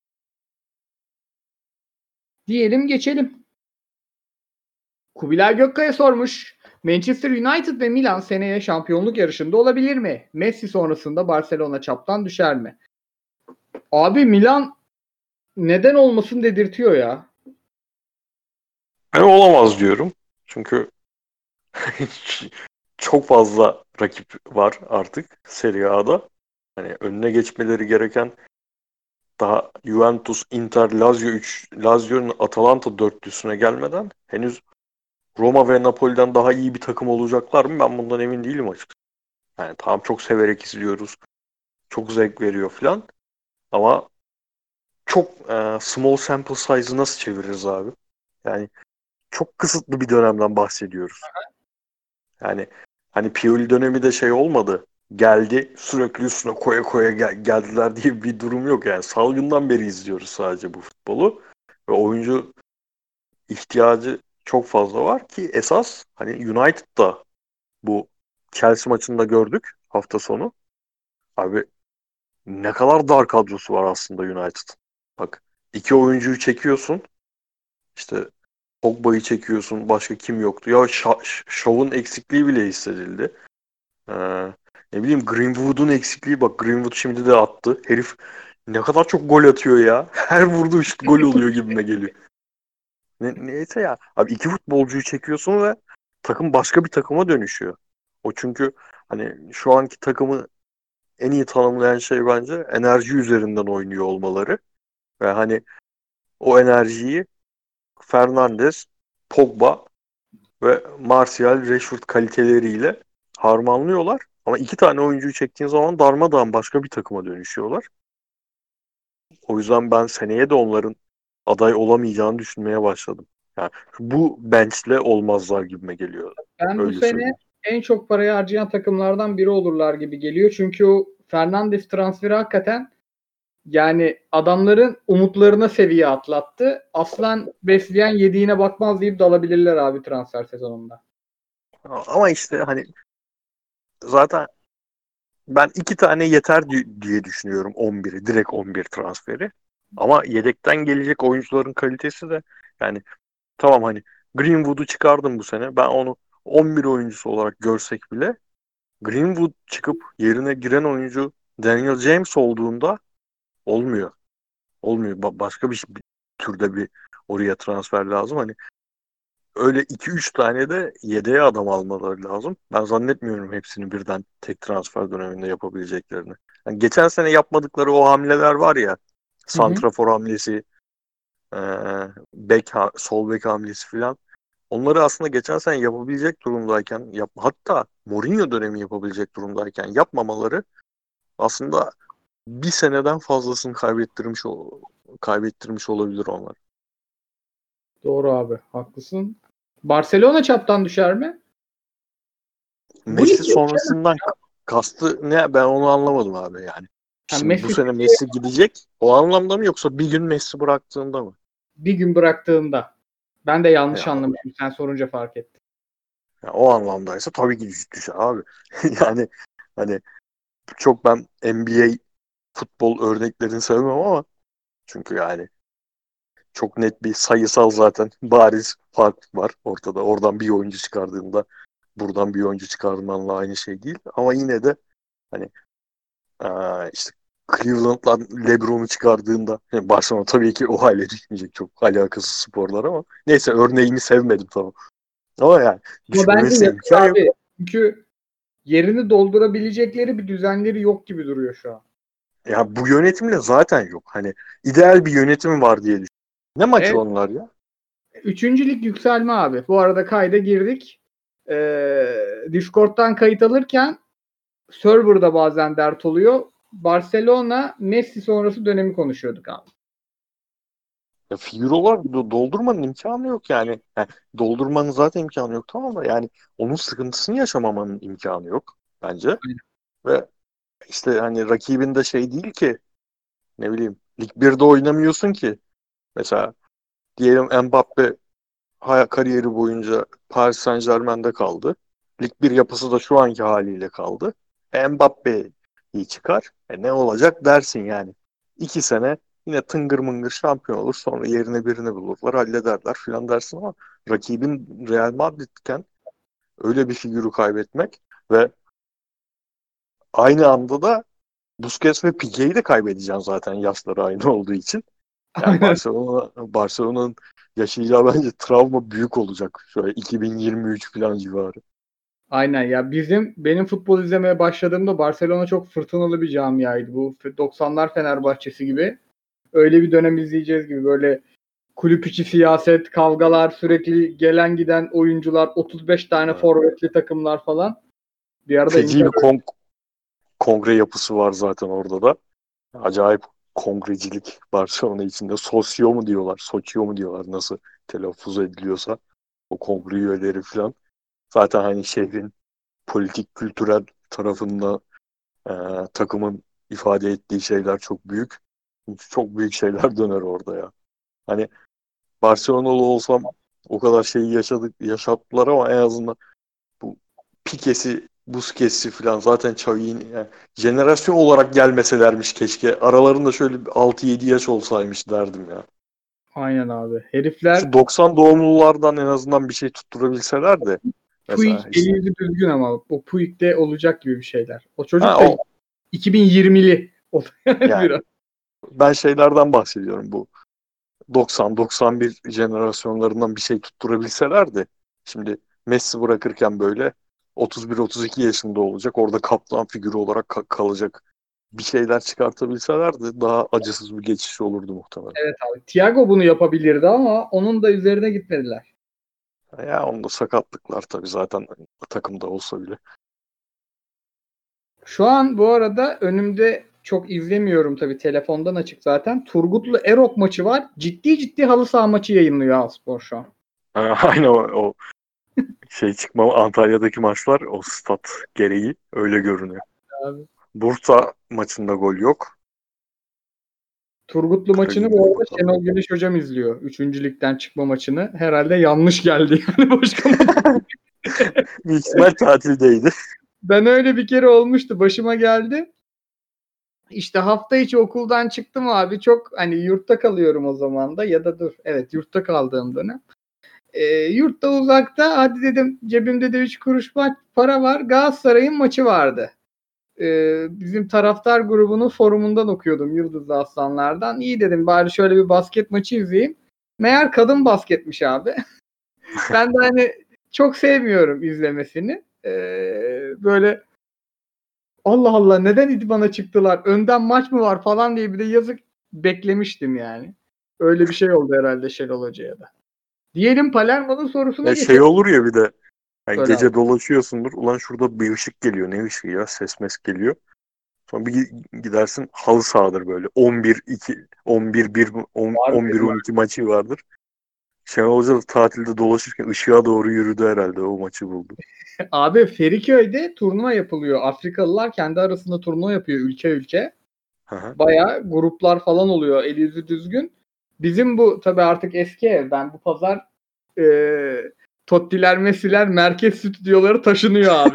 [SPEAKER 1] Diyelim geçelim. Kubilay Gökkaya sormuş. Manchester United ve Milan seneye şampiyonluk yarışında olabilir mi? Messi sonrasında Barcelona çaptan düşer mi? Abi Milan neden olmasın dedirtiyor ya.
[SPEAKER 2] Ben olamaz diyorum. Çünkü çok fazla rakip var artık Serie A'da. Hani önüne geçmeleri gereken daha Juventus, Inter, Lazio üç, Lazio'nun Atalanta dörtlüsüne gelmeden henüz Roma ve Napoli'den daha iyi bir takım olacaklar mı? Ben bundan emin değilim açıkçası. Yani tamam çok severek izliyoruz. Çok zevk veriyor falan. Ama çok e, small sample size'ı nasıl çeviririz abi? Yani çok kısıtlı bir dönemden bahsediyoruz. Yani hani Pioli dönemi de şey olmadı. Geldi sürekli üstüne koya koya gel- geldiler diye bir durum yok. Yani salgından beri izliyoruz sadece bu futbolu. Ve oyuncu ihtiyacı çok fazla var ki esas hani United'da bu Chelsea maçında gördük hafta sonu. Abi ne kadar dar kadrosu var aslında United. Bak iki oyuncuyu çekiyorsun. İşte Pogba'yı çekiyorsun. Başka kim yoktu? Ya Ş- Shaw'un eksikliği bile hissedildi. Ee, ne bileyim Greenwood'un eksikliği bak Greenwood şimdi de attı. Herif ne kadar çok gol atıyor ya. Her vurduğu şut gol oluyor gibime geliyor. Ne, neyse ya. Abi iki futbolcuyu çekiyorsun ve takım başka bir takıma dönüşüyor. O çünkü hani şu anki takımı en iyi tanımlayan şey bence enerji üzerinden oynuyor olmaları. Ve hani o enerjiyi Fernandes, Pogba ve Martial, Rashford kaliteleriyle harmanlıyorlar. Ama iki tane oyuncuyu çektiğin zaman darmadağın başka bir takıma dönüşüyorlar. O yüzden ben seneye de onların aday olamayacağını düşünmeye başladım. Yani bu bench'le olmazlar gibime geliyor.
[SPEAKER 1] Ben bu
[SPEAKER 2] Öyle
[SPEAKER 1] sene
[SPEAKER 2] söyleyeyim.
[SPEAKER 1] en çok parayı harcayan takımlardan biri olurlar gibi geliyor. Çünkü o Fernandes transferi hakikaten yani adamların umutlarına seviye atlattı. Aslan besleyen yediğine bakmaz deyip dalabilirler abi transfer sezonunda.
[SPEAKER 2] Ama işte hani zaten ben iki tane yeter diye düşünüyorum on biri. Direkt on bir transferi. Ama yedekten gelecek oyuncuların kalitesi de yani tamam hani Greenwood'u çıkardım bu sene. Ben onu on bir oyuncusu olarak görsek bile Greenwood çıkıp yerine giren oyuncu Daniel James olduğunda olmuyor. Olmuyor. Ba- başka bir, şey- bir türde bir oraya transfer lazım. Hani öyle iki üç tane de yedeğe adam almaları lazım. Ben zannetmiyorum hepsini birden tek transfer döneminde yapabileceklerini. Yani geçen sene yapmadıkları o hamleler var ya,
[SPEAKER 1] Hı hı.
[SPEAKER 2] santrafor hamlesi, e, bek ha- sol bek hamlesi falan. Onları aslında geçen sene yapabilecek durumdayken, yap hatta Mourinho dönemi yapabilecek durumdayken yapmamaları aslında bir seneden fazlasını kaybettirmiş o kaybettirmiş olabilir onlar.
[SPEAKER 1] Doğru abi. Haklısın. Barcelona çaptan düşer mi? Bu
[SPEAKER 2] Messi
[SPEAKER 1] ligde düşemez.
[SPEAKER 2] sonrasından k- kastı ne ben onu anlamadım abi yani.
[SPEAKER 1] Yani
[SPEAKER 2] Şimdi bu
[SPEAKER 1] Messi
[SPEAKER 2] sene Messi gidecek o anlamda mı yoksa bir gün Messi bıraktığında mı?
[SPEAKER 1] bir gün bıraktığında. Ben de yanlış
[SPEAKER 2] Ya,
[SPEAKER 1] anlamışım. Sen sorunca fark ettim.
[SPEAKER 2] ya o anlamdaysa tabii ki düş- düşer abi. Yani hani çok ben N B A futbol örneklerini sevmem ama çünkü yani çok net bir sayısal zaten bariz fark var ortada. Oradan bir oyuncu çıkardığında buradan bir oyuncu çıkarmanla aynı şey değil. Ama yine de hani aa, işte Cleveland'dan LeBron'u çıkardığında yani Barcelona tabii ki o hale düşmeyecek çok alakasız sporlar ama neyse örneğini sevmedim tamam. Ama yani
[SPEAKER 1] Ama bence
[SPEAKER 2] düşmemesi
[SPEAKER 1] yakın
[SPEAKER 2] imkan yok.
[SPEAKER 1] abi. Çünkü yerini doldurabilecekleri bir düzenleri yok gibi duruyor şu an.
[SPEAKER 2] Ya bu yönetimle zaten yok. Hani ideal bir yönetim var diye düşün. Ne maçı
[SPEAKER 1] Evet.
[SPEAKER 2] onlar ya?
[SPEAKER 1] Üçüncü lig yükselme abi. Bu arada kayda girdik. Ee, Discord'dan kayıt alırken serverda bazen dert oluyor. Barcelona Messi sonrası dönemi konuşuyorduk abi.
[SPEAKER 2] Ya figür olarak do- doldurmanın imkanı yok yani. Yani doldurmanın zaten imkanı yok tamam da yani onun sıkıntısını yaşamamanın imkanı yok bence. Ve işte hani rakibin de şey değil ki ne bileyim Lig birde oynamıyorsun ki. Mesela diyelim Mbappe hay- kariyeri boyunca Paris Saint-Germain'de kaldı. Lig bir yapısı da şu anki haliyle kaldı. E, Mbappe'yi çıkar. E, ne olacak dersin yani. İki sene yine tıngır mıngır şampiyon olur. Sonra yerine birini bulurlar, hallederler filan dersin ama rakibin Real Madrid'ken öyle bir figürü kaybetmek ve aynı anda da Busquets ve Piqué'yi de kaybedeceksin zaten yaşları aynı olduğu için. Yani Barcelona, Barcelona'nın yaşayacağı bence travma büyük olacak. Şöyle iki bin yirmi üç falan civarı.
[SPEAKER 1] Aynen ya, bizim benim futbol izlemeye başladığımda Barcelona çok fırtınalı bir camiaydı. Bu doksanlar Fenerbahçesi gibi. Öyle bir dönem izleyeceğiz gibi, böyle kulüp içi siyaset, kavgalar, sürekli gelen giden oyuncular, otuz beş tane
[SPEAKER 2] Evet.
[SPEAKER 1] forvetli takımlar falan. Bir arada
[SPEAKER 2] Feci
[SPEAKER 1] Inter
[SPEAKER 2] bir kon- kongre yapısı var zaten orada da. Acayip kongrecilik Barcelona içinde. Sosyo mu diyorlar, soçyo mu diyorlar, nasıl telaffuz ediliyorsa. O kongre üyeleri falan. Zaten hani şehrin politik, kültürel tarafında e, takımın ifade ettiği şeyler çok büyük. Çok büyük şeyler döner orada ya. Hani Barcelonalı olsam o kadar şeyi yaşadık, yaşattılar ama en azından bu Pique'si, Busquets'i falan zaten Xavi'nin yani jenerasyon olarak gelmeselermiş keşke. Aralarında şöyle altı yedi yaş olsaymış derdim ya.
[SPEAKER 1] aynen abi. Herifler
[SPEAKER 2] Şu doksan doğumlulardan en azından bir şey tutturabilseler de mesela
[SPEAKER 1] Puig eli
[SPEAKER 2] işte.
[SPEAKER 1] yüzü düzgün ama o Puig'de olacak gibi bir şeyler. O çocuk
[SPEAKER 2] Ha,
[SPEAKER 1] da
[SPEAKER 2] o,
[SPEAKER 1] iki bin yirmili. O da yani
[SPEAKER 2] yani
[SPEAKER 1] biraz.
[SPEAKER 2] ben şeylerden bahsediyorum, bu doksan doksan bir jenerasyonlarından bir şey tutturabilseler de şimdi Messi bırakırken böyle otuz bir otuz iki yaşında olacak. Orada kaplan figürü olarak ka- kalacak. Bir şeyler çıkartabilseler de daha acısız bir geçiş olurdu muhtemelen.
[SPEAKER 1] Evet abi. Thiago bunu yapabilirdi ama onun da üzerine gitmediler.
[SPEAKER 2] Ya onda sakatlıklar tabii zaten takımda olsa bile.
[SPEAKER 1] Şu an bu arada önümde, çok izlemiyorum tabii, telefondan açık zaten, Turgutlu Erok maçı var. Ciddi ciddi halı saha maçı yayınlıyor A-Spor şu an.
[SPEAKER 2] Aynı o, o şey çıkma Antalya'daki maçlar o stat gereği öyle görünüyor.
[SPEAKER 1] Abi.
[SPEAKER 2] Bursa maçında gol yok.
[SPEAKER 1] Turgutlu maçını bu
[SPEAKER 2] Karagümrük
[SPEAKER 1] arada
[SPEAKER 2] bakalım.
[SPEAKER 1] Şenol Güneş hocam izliyor. Üçüncü ligden çıkma maçını. Herhalde yanlış geldi yani başka maç.
[SPEAKER 2] Büyük ihtimal tatildeydi.
[SPEAKER 1] Ben öyle bir kere olmuştu. Başıma geldi. İşte hafta içi okuldan çıktım abi. Çok hani yurtta kalıyorum o zaman da, ya da dur. Evet, yurtta kaldığım dönem. E, yurtta uzakta, hadi dedim, cebimde de üç kuruş para var. Galatasaray'ın maçı vardı. E, bizim taraftar grubunun forumundan okuyordum, Yıldızlı Aslanlar'dan. İyi dedim, bari şöyle bir basket maçı izleyeyim. Meğer kadın basketmiş abi. Ben de hani çok sevmiyorum izlemesini. E, böyle Allah Allah, neden idmana çıktılar? Önden maç mı var falan diye bir de yazık beklemiştim yani. Öyle bir şey oldu herhalde Şenol Hoca'ya da. Diyelim Palermo'nun sorusuna
[SPEAKER 2] Ya şey
[SPEAKER 1] geçelim.
[SPEAKER 2] olur ya bir de yani
[SPEAKER 1] Söyle abi.
[SPEAKER 2] gece dolaşıyorsundur. Ulan şurada bir ışık geliyor. Ne ışığı ya? Ses mes geliyor. Sonra bir gidersin halı sahadır böyle. on bir iki on bir bir
[SPEAKER 1] Var
[SPEAKER 2] on bir
[SPEAKER 1] benim.
[SPEAKER 2] on iki maçı vardır. Şenol Hoca da tatilde dolaşırken ışığa doğru yürüdü herhalde. O maçı buldu.
[SPEAKER 1] Abi Feriköy'de turnuva yapılıyor. Afrikalılar kendi arasında turnuva yapıyor ülke ülke.
[SPEAKER 2] Hı hı.
[SPEAKER 1] Bayağı gruplar falan oluyor. Eli yüzü düzgün. Bizim bu tabii artık eski ev. Ben bu pazar e, Tottiler, Messi'ler merkez stüdyoları taşınıyor abi.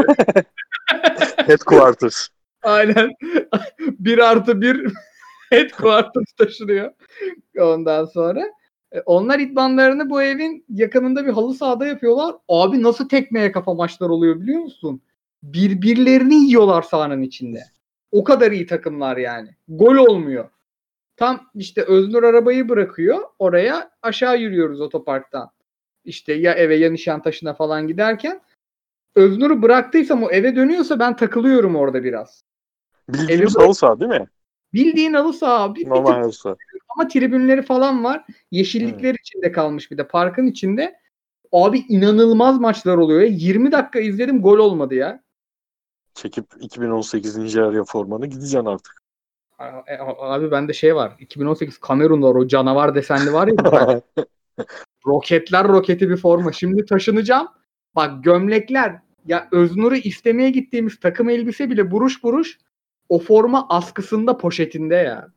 [SPEAKER 2] Headquarters.
[SPEAKER 1] Aynen. Bir artı bir headquarters taşınıyor. Ondan sonra. E, onlar idmanlarını bu evin yakınında bir halı sahada yapıyorlar. Abi nasıl tekmeye kafa maçlar oluyor biliyor musun? Birbirlerini yiyorlar sahanın içinde. O kadar iyi takımlar yani. Gol olmuyor. Tam işte Öznur arabayı bırakıyor oraya, aşağı yürüyoruz otoparktan. İşte ya eve ya Nişantaşı'na falan giderken. Öznur'u bıraktıysam o eve dönüyorsa ben takılıyorum orada biraz. Evi
[SPEAKER 2] Bildiğimiz halı saha değil mi?
[SPEAKER 1] bildiğin halı saha abi. Bir
[SPEAKER 2] Normal
[SPEAKER 1] tık
[SPEAKER 2] halı saha.
[SPEAKER 1] ama tribünleri falan var.
[SPEAKER 2] Hı.
[SPEAKER 1] Yeşillikler içinde kalmış, bir de parkın içinde. Abi inanılmaz maçlar oluyor. yirmi dakika izledim, gol olmadı ya.
[SPEAKER 2] Çekip iki bin on sekiz Nijerya formanı gideceksin artık.
[SPEAKER 1] E, abi bende şey var. iki bin on sekiz Kamerun var. O canavar desenli var ya bir tane. Roketler roketi bir forma. Şimdi taşınacağım. Bak gömlekler. Ya Öznur'u istemeye gittiğimiz takım elbise bile buruş buruş. O forma askısında, poşetinde ya.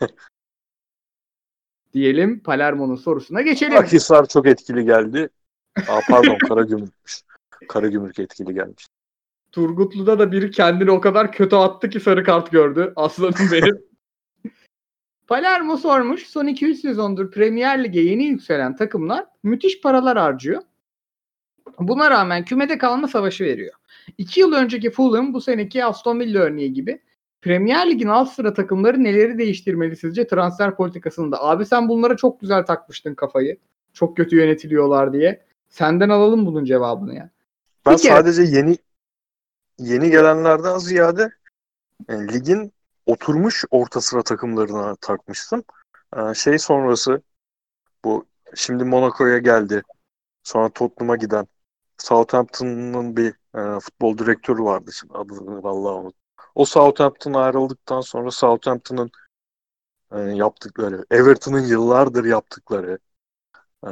[SPEAKER 1] Diyelim Palermo'nun sorusuna geçelim.
[SPEAKER 2] Akhisar çok etkili geldi. Aa, pardon, Karagümrük'müş. Karagümrük etkili gelmiş.
[SPEAKER 1] Turgutlu'da da biri kendini o kadar kötü attı ki sarı kart gördü. Aslanım benim. Palermo sormuş. Son iki üç sezondur Premier Lig'e yeni yükselen takımlar müthiş paralar harcıyor. Buna rağmen kümede kalma savaşı veriyor. iki yıl önceki Fulham, bu seneki Aston Villa örneği gibi Premier Lig'in alt sıra takımları neleri değiştirmeli sizce transfer politikasında? Abi sen bunlara çok güzel takmıştın kafayı. Çok kötü yönetiliyorlar diye. Senden alalım bunun cevabını ya.
[SPEAKER 2] Ben
[SPEAKER 1] Bir kere
[SPEAKER 2] sadece yeni yeni gelenlerden ziyade yani ligin oturmuş orta sıra takımlarına takmıştım. Ee, şey sonrası bu şimdi Monaco'ya geldi. Sonra Tottenham'a giden Southampton'ın bir e, futbol direktörü vardı, şimdi adını vallahi unuttum. O Southampton'a ayrıldıktan sonra Southampton'ın e, yaptıkları, Everton'ın yıllardır yaptıkları, e,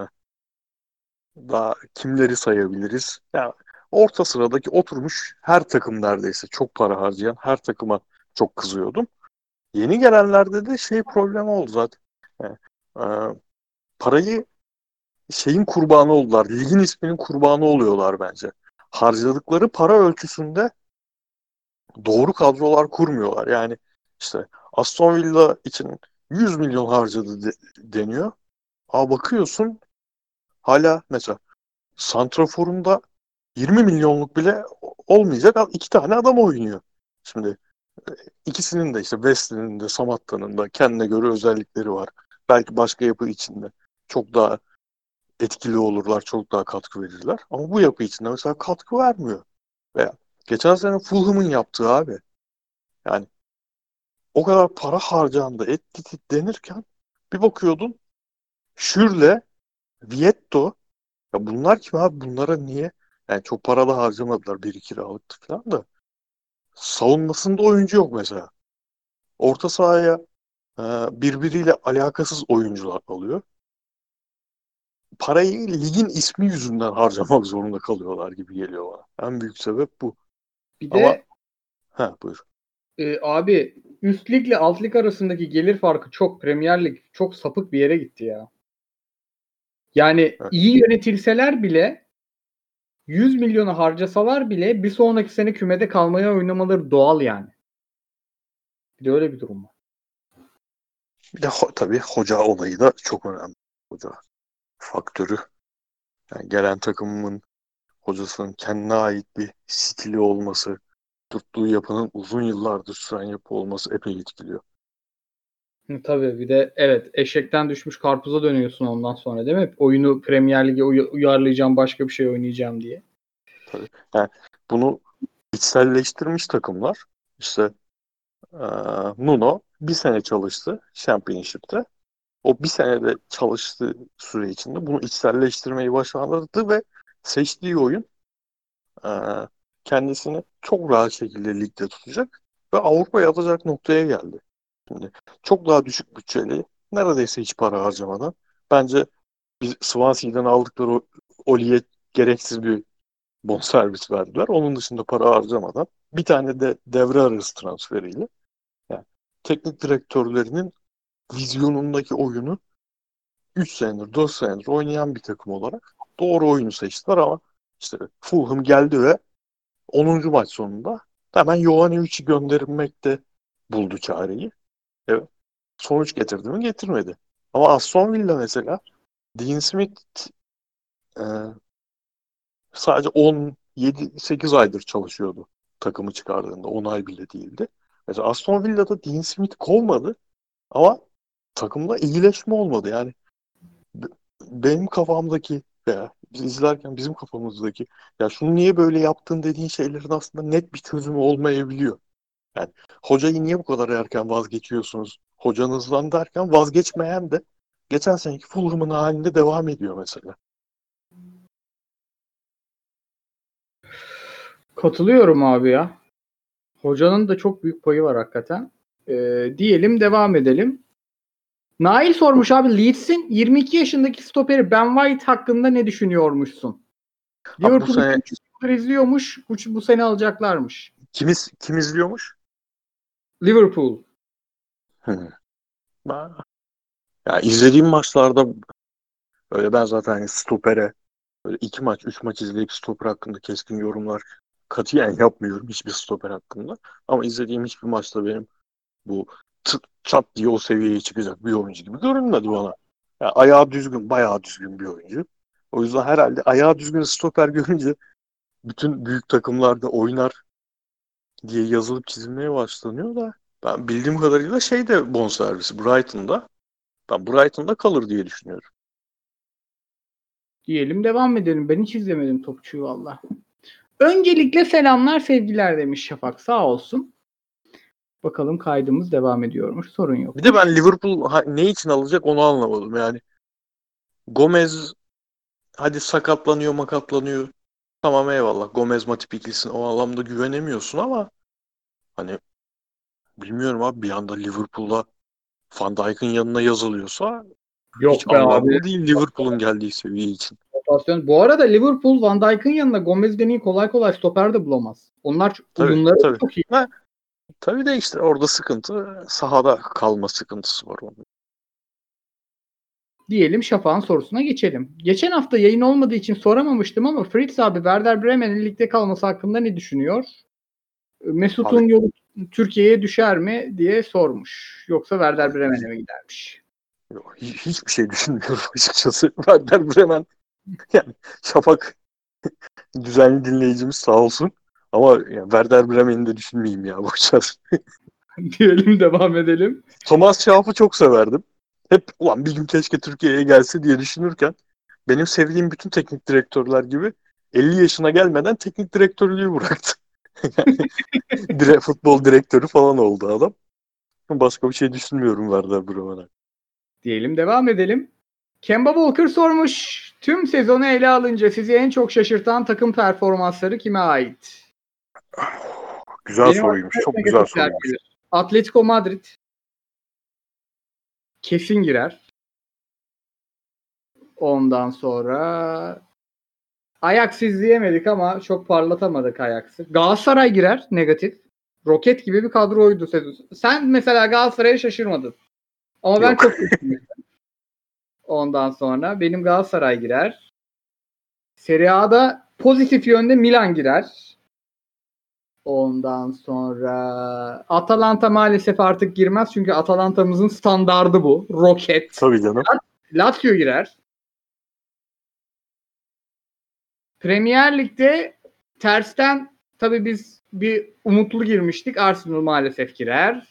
[SPEAKER 2] daha kimleri sayabiliriz? Yani orta sıradaki oturmuş her takım, neredeyse çok para harcayan her takıma çok kızıyordum. Yeni gelenlerde de şey problemi oldu zaten. Yani, e, parayı şeyin kurbanı oldular. Ligin isminin kurbanı oluyorlar bence. Harcadıkları para ölçüsünde doğru kadrolar kurmuyorlar. Yani işte Aston Villa için yüz milyon harcadı de- deniyor. Aa, bakıyorsun hala mesela santraforunda yirmi milyonluk bile olmayacak iki tane adam oynuyor. Şimdi ikisinin de işte Wesley'nin de Samatta'nın da kendine göre özellikleri var. Belki başka yapı içinde çok daha etkili olurlar, çok daha katkı verirler. Ama bu yapı içinde mesela katkı vermiyor. Veya geçen sene Fulham'ın yaptığı abi. Yani o kadar para harcandı, etti denirken bir bakıyordun Şürle, Vietto, ya bunlar kim abi? Bunlara niye? Yani çok para da harcamadılar. Bir iki kiralıktı falan da. Savunmasında oyuncu yok mesela. Orta sahaya e, birbiriyle alakasız oyuncular alıyor. Parayı ligin ismi yüzünden harcamak zorunda kalıyorlar gibi geliyor bana. En büyük sebep bu.
[SPEAKER 1] bir
[SPEAKER 2] Ama
[SPEAKER 1] de
[SPEAKER 2] ha buyur.
[SPEAKER 1] e, abi üst ligle alt lig arasındaki gelir farkı çok Premier Lig çok sapık bir yere gitti ya. Yani
[SPEAKER 2] Evet.
[SPEAKER 1] iyi yönetilseler bile yüz milyonu harcasalar bile bir sonraki sene kümede kalmaya oynamaları doğal yani. Bir de öyle bir durum var.
[SPEAKER 2] Bir de ho- tabii hoca olayı da çok önemli. Hoca faktörü. Yani gelen takımın hocasının kendine ait bir stili olması, tuttuğu yapının uzun yıllardır süren yapı olması epey etkiliyor.
[SPEAKER 1] Hı, tabii bir de evet eşekten düşmüş karpuza dönüyorsun ondan sonra değil mi? Oyunu Premier Lig'e uy- uyarlayacağım başka bir şey oynayacağım diye.
[SPEAKER 2] Tabii. Yani bunu içselleştirmiş takımlar. İşte eee, Nuno bir sene çalıştı Championship'te. O bir senede çalıştığı süre içinde bunu içselleştirmeyi başardı ve seçtiği oyun eee, kendisini çok rahat şekilde ligde tutacak ve Avrupa'ya atacak noktaya geldi. Şimdi çok daha düşük bütçeli, neredeyse hiç para harcamadan bence biz Swansea'den aldıkları o Oli'ye gereksiz bir bonservis verdiler. Onun dışında para harcamadan bir tane de devre arası transferiyle yani teknik direktörlerinin vizyonundaki oyunu üç senedir, dört senedir oynayan bir takım olarak doğru oyunu seçtiler ama işte Fulham geldi ve onuncu maç sonunda hemen Jovanovic'i göndermekte buldu çareyi. Evet. Sonuç getirdi mi? Getirmedi. Ama Aston Villa mesela Dean Smith e, sadece on yedi sekiz aydır çalışıyordu takımı çıkardığında. on ay bile değildi. Mesela Aston Villa'da Dean Smith kovmadı ama takımda iyileşme olmadı. Yani b- benim kafamdaki veya biz izlerken bizim kafamızdaki ya şunu niye böyle yaptın dediğin şeylerin aslında net bir çözümü olmayabiliyor. Yani hocayı niye bu kadar erken vazgeçiyorsunuz? Hocanızdan derken vazgeçmeyen de geçen seneki Fulham'ın halinde devam ediyor mesela.
[SPEAKER 1] Katılıyorum abi ya. Hocanın da çok büyük payı var hakikaten. Ee, diyelim devam edelim. Nail sormuş abi Leeds'in yirmi iki yaşındaki stoperi Ben White hakkında ne düşünüyormuşsun?
[SPEAKER 2] Abi bu
[SPEAKER 1] Liverpool'u
[SPEAKER 2] sene
[SPEAKER 1] üç yıldır izliyormuş. Bu, bu sene alacaklarmış.
[SPEAKER 2] kim, iz- kim izliyormuş?
[SPEAKER 1] Liverpool.
[SPEAKER 2] Hı. Ben, ya izlediğim maçlarda öyle ben zaten hani stopere böyle iki maç, üç maç izleyip stoper hakkında keskin yorumlar katiyen yapmıyorum hiçbir stoper hakkında. Ama izlediğim hiçbir maçta benim bu tık çat diye o seviyeye çıkacak bir oyuncu gibi görünmedi bana. Yani ayağı düzgün, bayağı düzgün bir oyuncu. O yüzden herhalde ayağı düzgün stoper görünce bütün büyük takımlarda oynar diye yazılıp çizilmeye başlanıyor da ben bildiğim kadarıyla şey de bonservisi Brighton'da. Ben Brighton'da kalır diye düşünüyorum.
[SPEAKER 1] Diyelim devam edelim. Ben hiç izlemedim topçuyu valla. Öncelikle selamlar sevgiler demiş Şafak. Sağ olsun. Bakalım kaydımız devam ediyormuş. Sorun yok.
[SPEAKER 2] Bir de ben Liverpool ha- ne için alacak onu anlamadım. Yani Gomez hadi sakatlanıyor makatlanıyor. Tamam eyvallah. Gomez Matip ikilisine o anlamda güvenemiyorsun ama hani bilmiyorum abi bir anda Liverpool'da Van Dijk'ın yanına yazılıyorsa hiç
[SPEAKER 1] Yok be abi.
[SPEAKER 2] anlamlı değil Liverpool'un geldiği seviye için.
[SPEAKER 1] Rotasyon. Bu arada Liverpool Van Dijk'ın yanında Gomez'den iyi kolay kolay stoper de bulamaz. Onlar
[SPEAKER 2] Tabii
[SPEAKER 1] uyumları
[SPEAKER 2] tabii.
[SPEAKER 1] çok iyi.
[SPEAKER 2] Ha, tabii de işte orada sıkıntı sahada kalma sıkıntısı var onun.
[SPEAKER 1] Diyelim Şafak'ın sorusuna geçelim. Geçen hafta yayın olmadığı için soramamıştım ama Fritz abi Werder Bremen'in ligde kalması hakkında ne düşünüyor? Mesut'un
[SPEAKER 2] Abi
[SPEAKER 1] yolu Türkiye'ye düşer mi diye sormuş. Yoksa Werder
[SPEAKER 2] abi
[SPEAKER 1] Bremen'e mi gidermiş?
[SPEAKER 2] yok, hiç- hiçbir şey düşünmüyorum açıkçası. Werder Bremen yani Şafak düzenli dinleyicimiz sağ olsun. Ama ya, Werder Bremen'i de düşünmeyeyim ya boşver.
[SPEAKER 1] Diyelim devam edelim.
[SPEAKER 2] Thomas Schaaf'ı çok severdim. Hep ulan bir gün keşke Türkiye'ye gelse diye düşünürken benim sevdiğim bütün teknik direktörler gibi elli yaşına gelmeden teknik direktörlüğü bıraktı. Yani dire, futbol direktörü falan oldu adam. Başka bir şey düşünmüyorum Werder Bremen'e.
[SPEAKER 1] Diyelim devam edelim. Kemba Walker sormuş. Tüm sezonu ele alınca sizi en çok şaşırtan takım performansları kime ait?
[SPEAKER 2] Güzel
[SPEAKER 1] Benim
[SPEAKER 2] soruymuş.
[SPEAKER 1] aklıma hep
[SPEAKER 2] Çok güzel
[SPEAKER 1] negatifler
[SPEAKER 2] soruymuş.
[SPEAKER 1] gelir. Atletico Madrid kesin girer. Ondan sonra Ajax izleyemedik ama çok parlatamadık Ajax'ı. Galatasaray girer negatif. Roket gibi bir kadroydu sezon. Sen mesela Galatasaray'a şaşırmadın. Ama ben
[SPEAKER 2] Yok.
[SPEAKER 1] çok şaşırdım. Ondan sonra benim Galatasaray girer. Serie A'da pozitif yönde Milan girer. Ondan sonra Atalanta maalesef artık girmez. Çünkü Atalanta'mızın standardı bu. Roket.
[SPEAKER 2] Tabii canım.
[SPEAKER 1] Lazio girer. Premier Lig'de tersten tabii biz bir umutlu girmiştik. Arsenal maalesef girer.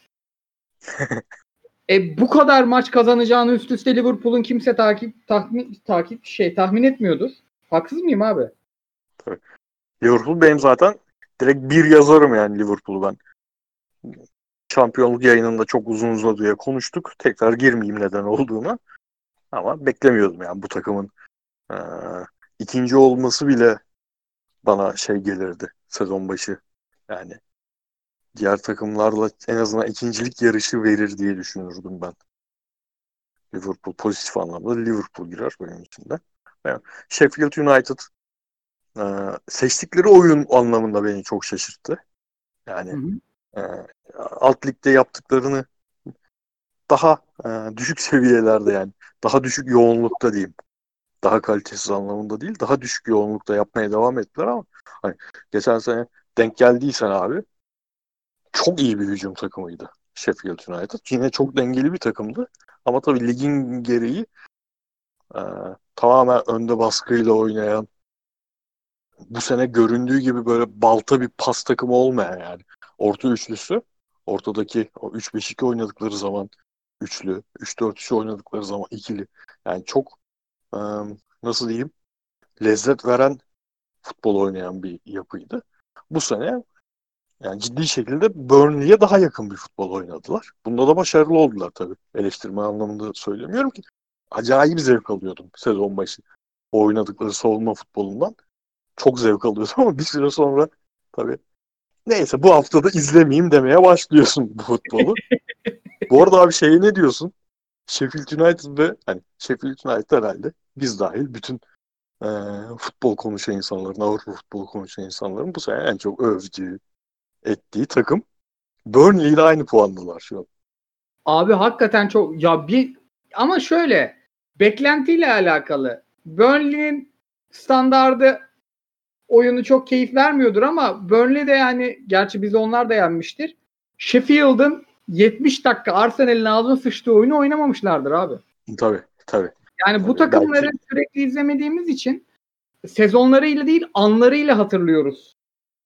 [SPEAKER 1] E bu kadar maç kazanacağını üst üste Liverpool'un kimse takip tahmin takip şey tahmin etmiyordur. Haksız mıyım abi?
[SPEAKER 2] Tabii. Liverpool benim zaten direkt bir yazarım yani Liverpool'u ben. Şampiyonluk yayınında çok uzun uzadıya konuştuk. Tekrar girmeyeyim neden olduğuna. Ama beklemiyordum yani bu takımın ee, ikinci olması bile bana şey gelirdi sezon başı. Yani diğer takımlarla en azından ikincilik yarışı verir diye düşünürdüm ben. Liverpool pozitif anlamda Liverpool girer benim için de. Yani Sheffield United e, seçtikleri oyun anlamında beni çok şaşırttı. Yani
[SPEAKER 1] Hı hı.
[SPEAKER 2] e, alt ligde yaptıklarını daha e, düşük seviyelerde yani daha düşük yoğunlukta diyeyim. Daha kalitesiz anlamında değil, daha düşük yoğunlukta yapmaya devam ettiler ama hani geçen sene denk geldiysen abi çok iyi bir hücum takımıydı Sheffield United. Yine çok dengeli bir takımdı. Ama tabii ligin gereği e, tamamen önde baskıyla oynayan bu sene göründüğü gibi böyle balta bir pas takımı olmayan yani. Orta üçlüsü ortadaki o üç beş iki oynadıkları zaman üçlü, üç dört üç oynadıkları zaman ikili. Yani çok e, nasıl diyeyim lezzet veren futbol oynayan bir yapıydı. Bu sene yani ciddi şekilde Burnley'e daha yakın bir futbol oynadılar. Bunda da başarılı oldular tabii. Eleştirme anlamında söylemiyorum ki. Acayip zevk alıyordum sezon başı. O oynadıkları savunma futbolundan. Çok zevk alıyordum ama bir süre sonra tabii neyse bu hafta da izlemeyeyim demeye başlıyorsun bu futbolu. Bu arada abi şeye ne diyorsun? Sheffield United ve hani Sheffield United herhalde biz dahil bütün e, futbol konuşan insanların, Avrupa futbolu konuşan insanların bu sene en çok övdüğü, ettiği takım. Burnley ile aynı puandalar şu an.
[SPEAKER 1] Abi hakikaten çok ya bir ama şöyle beklentiyle alakalı. Burnley'nin standardı oyunu çok keyif vermiyordur ama Burnley de yani gerçi bizi onlar da yenmiştir. Sheffield'ın yetmiş dakika Arsenal'in ağzına sıçtığı oyunu oynamamışlardır abi.
[SPEAKER 2] Tabii, tabii.
[SPEAKER 1] Yani bu
[SPEAKER 2] tabii.
[SPEAKER 1] takımları
[SPEAKER 2] Belki
[SPEAKER 1] sürekli izlemediğimiz için sezonlarıyla değil anlarıyla hatırlıyoruz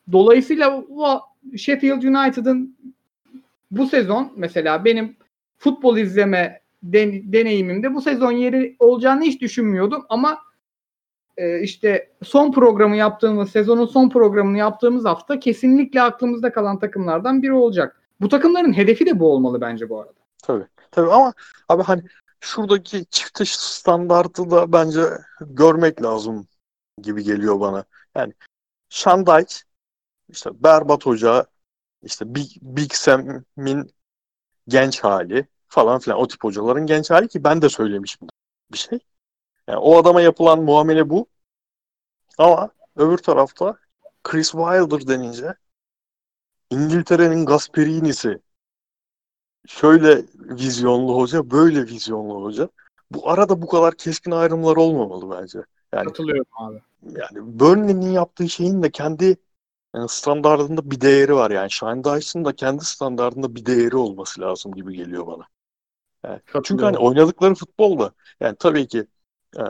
[SPEAKER 1] Dolayısıyla bu Sheffield United'ın bu sezon mesela benim futbol izleme den- deneyimimde bu sezon yeri olacağını hiç düşünmüyordum ama e, işte son programı yaptığımız, sezonun son programını yaptığımız hafta kesinlikle aklımızda kalan takımlardan biri olacak. Bu takımların hedefi de bu olmalı bence bu arada.
[SPEAKER 2] Tabii. Tabii ama abi hani şuradaki çift dış standartı da bence görmek lazım gibi geliyor bana. Yani Sean Dyche işte berbat hoca, işte Big, Big Sam'in genç hali falan filan, o tip hocaların genç hali ki ben de söylemişim bir şey. Yani o adama yapılan muamele bu. Ama öbür tarafta Chris Wilder denince İngiltere'nin Gasperini'si, şöyle vizyonlu hoca, böyle vizyonlu hoca. Bu arada bu kadar keskin ayrımlar olmamalı bence. Yani
[SPEAKER 1] Katılıyorum abi.
[SPEAKER 2] yani Burnley'nin yaptığı şeyin de kendi yani standardında bir değeri var. Yani Shine Dyche'ın da kendi standardında bir değeri olması lazım gibi geliyor bana. Yani çünkü hani
[SPEAKER 1] Katılıyorum.
[SPEAKER 2] oynadıkları futbolda yani tabii ki e,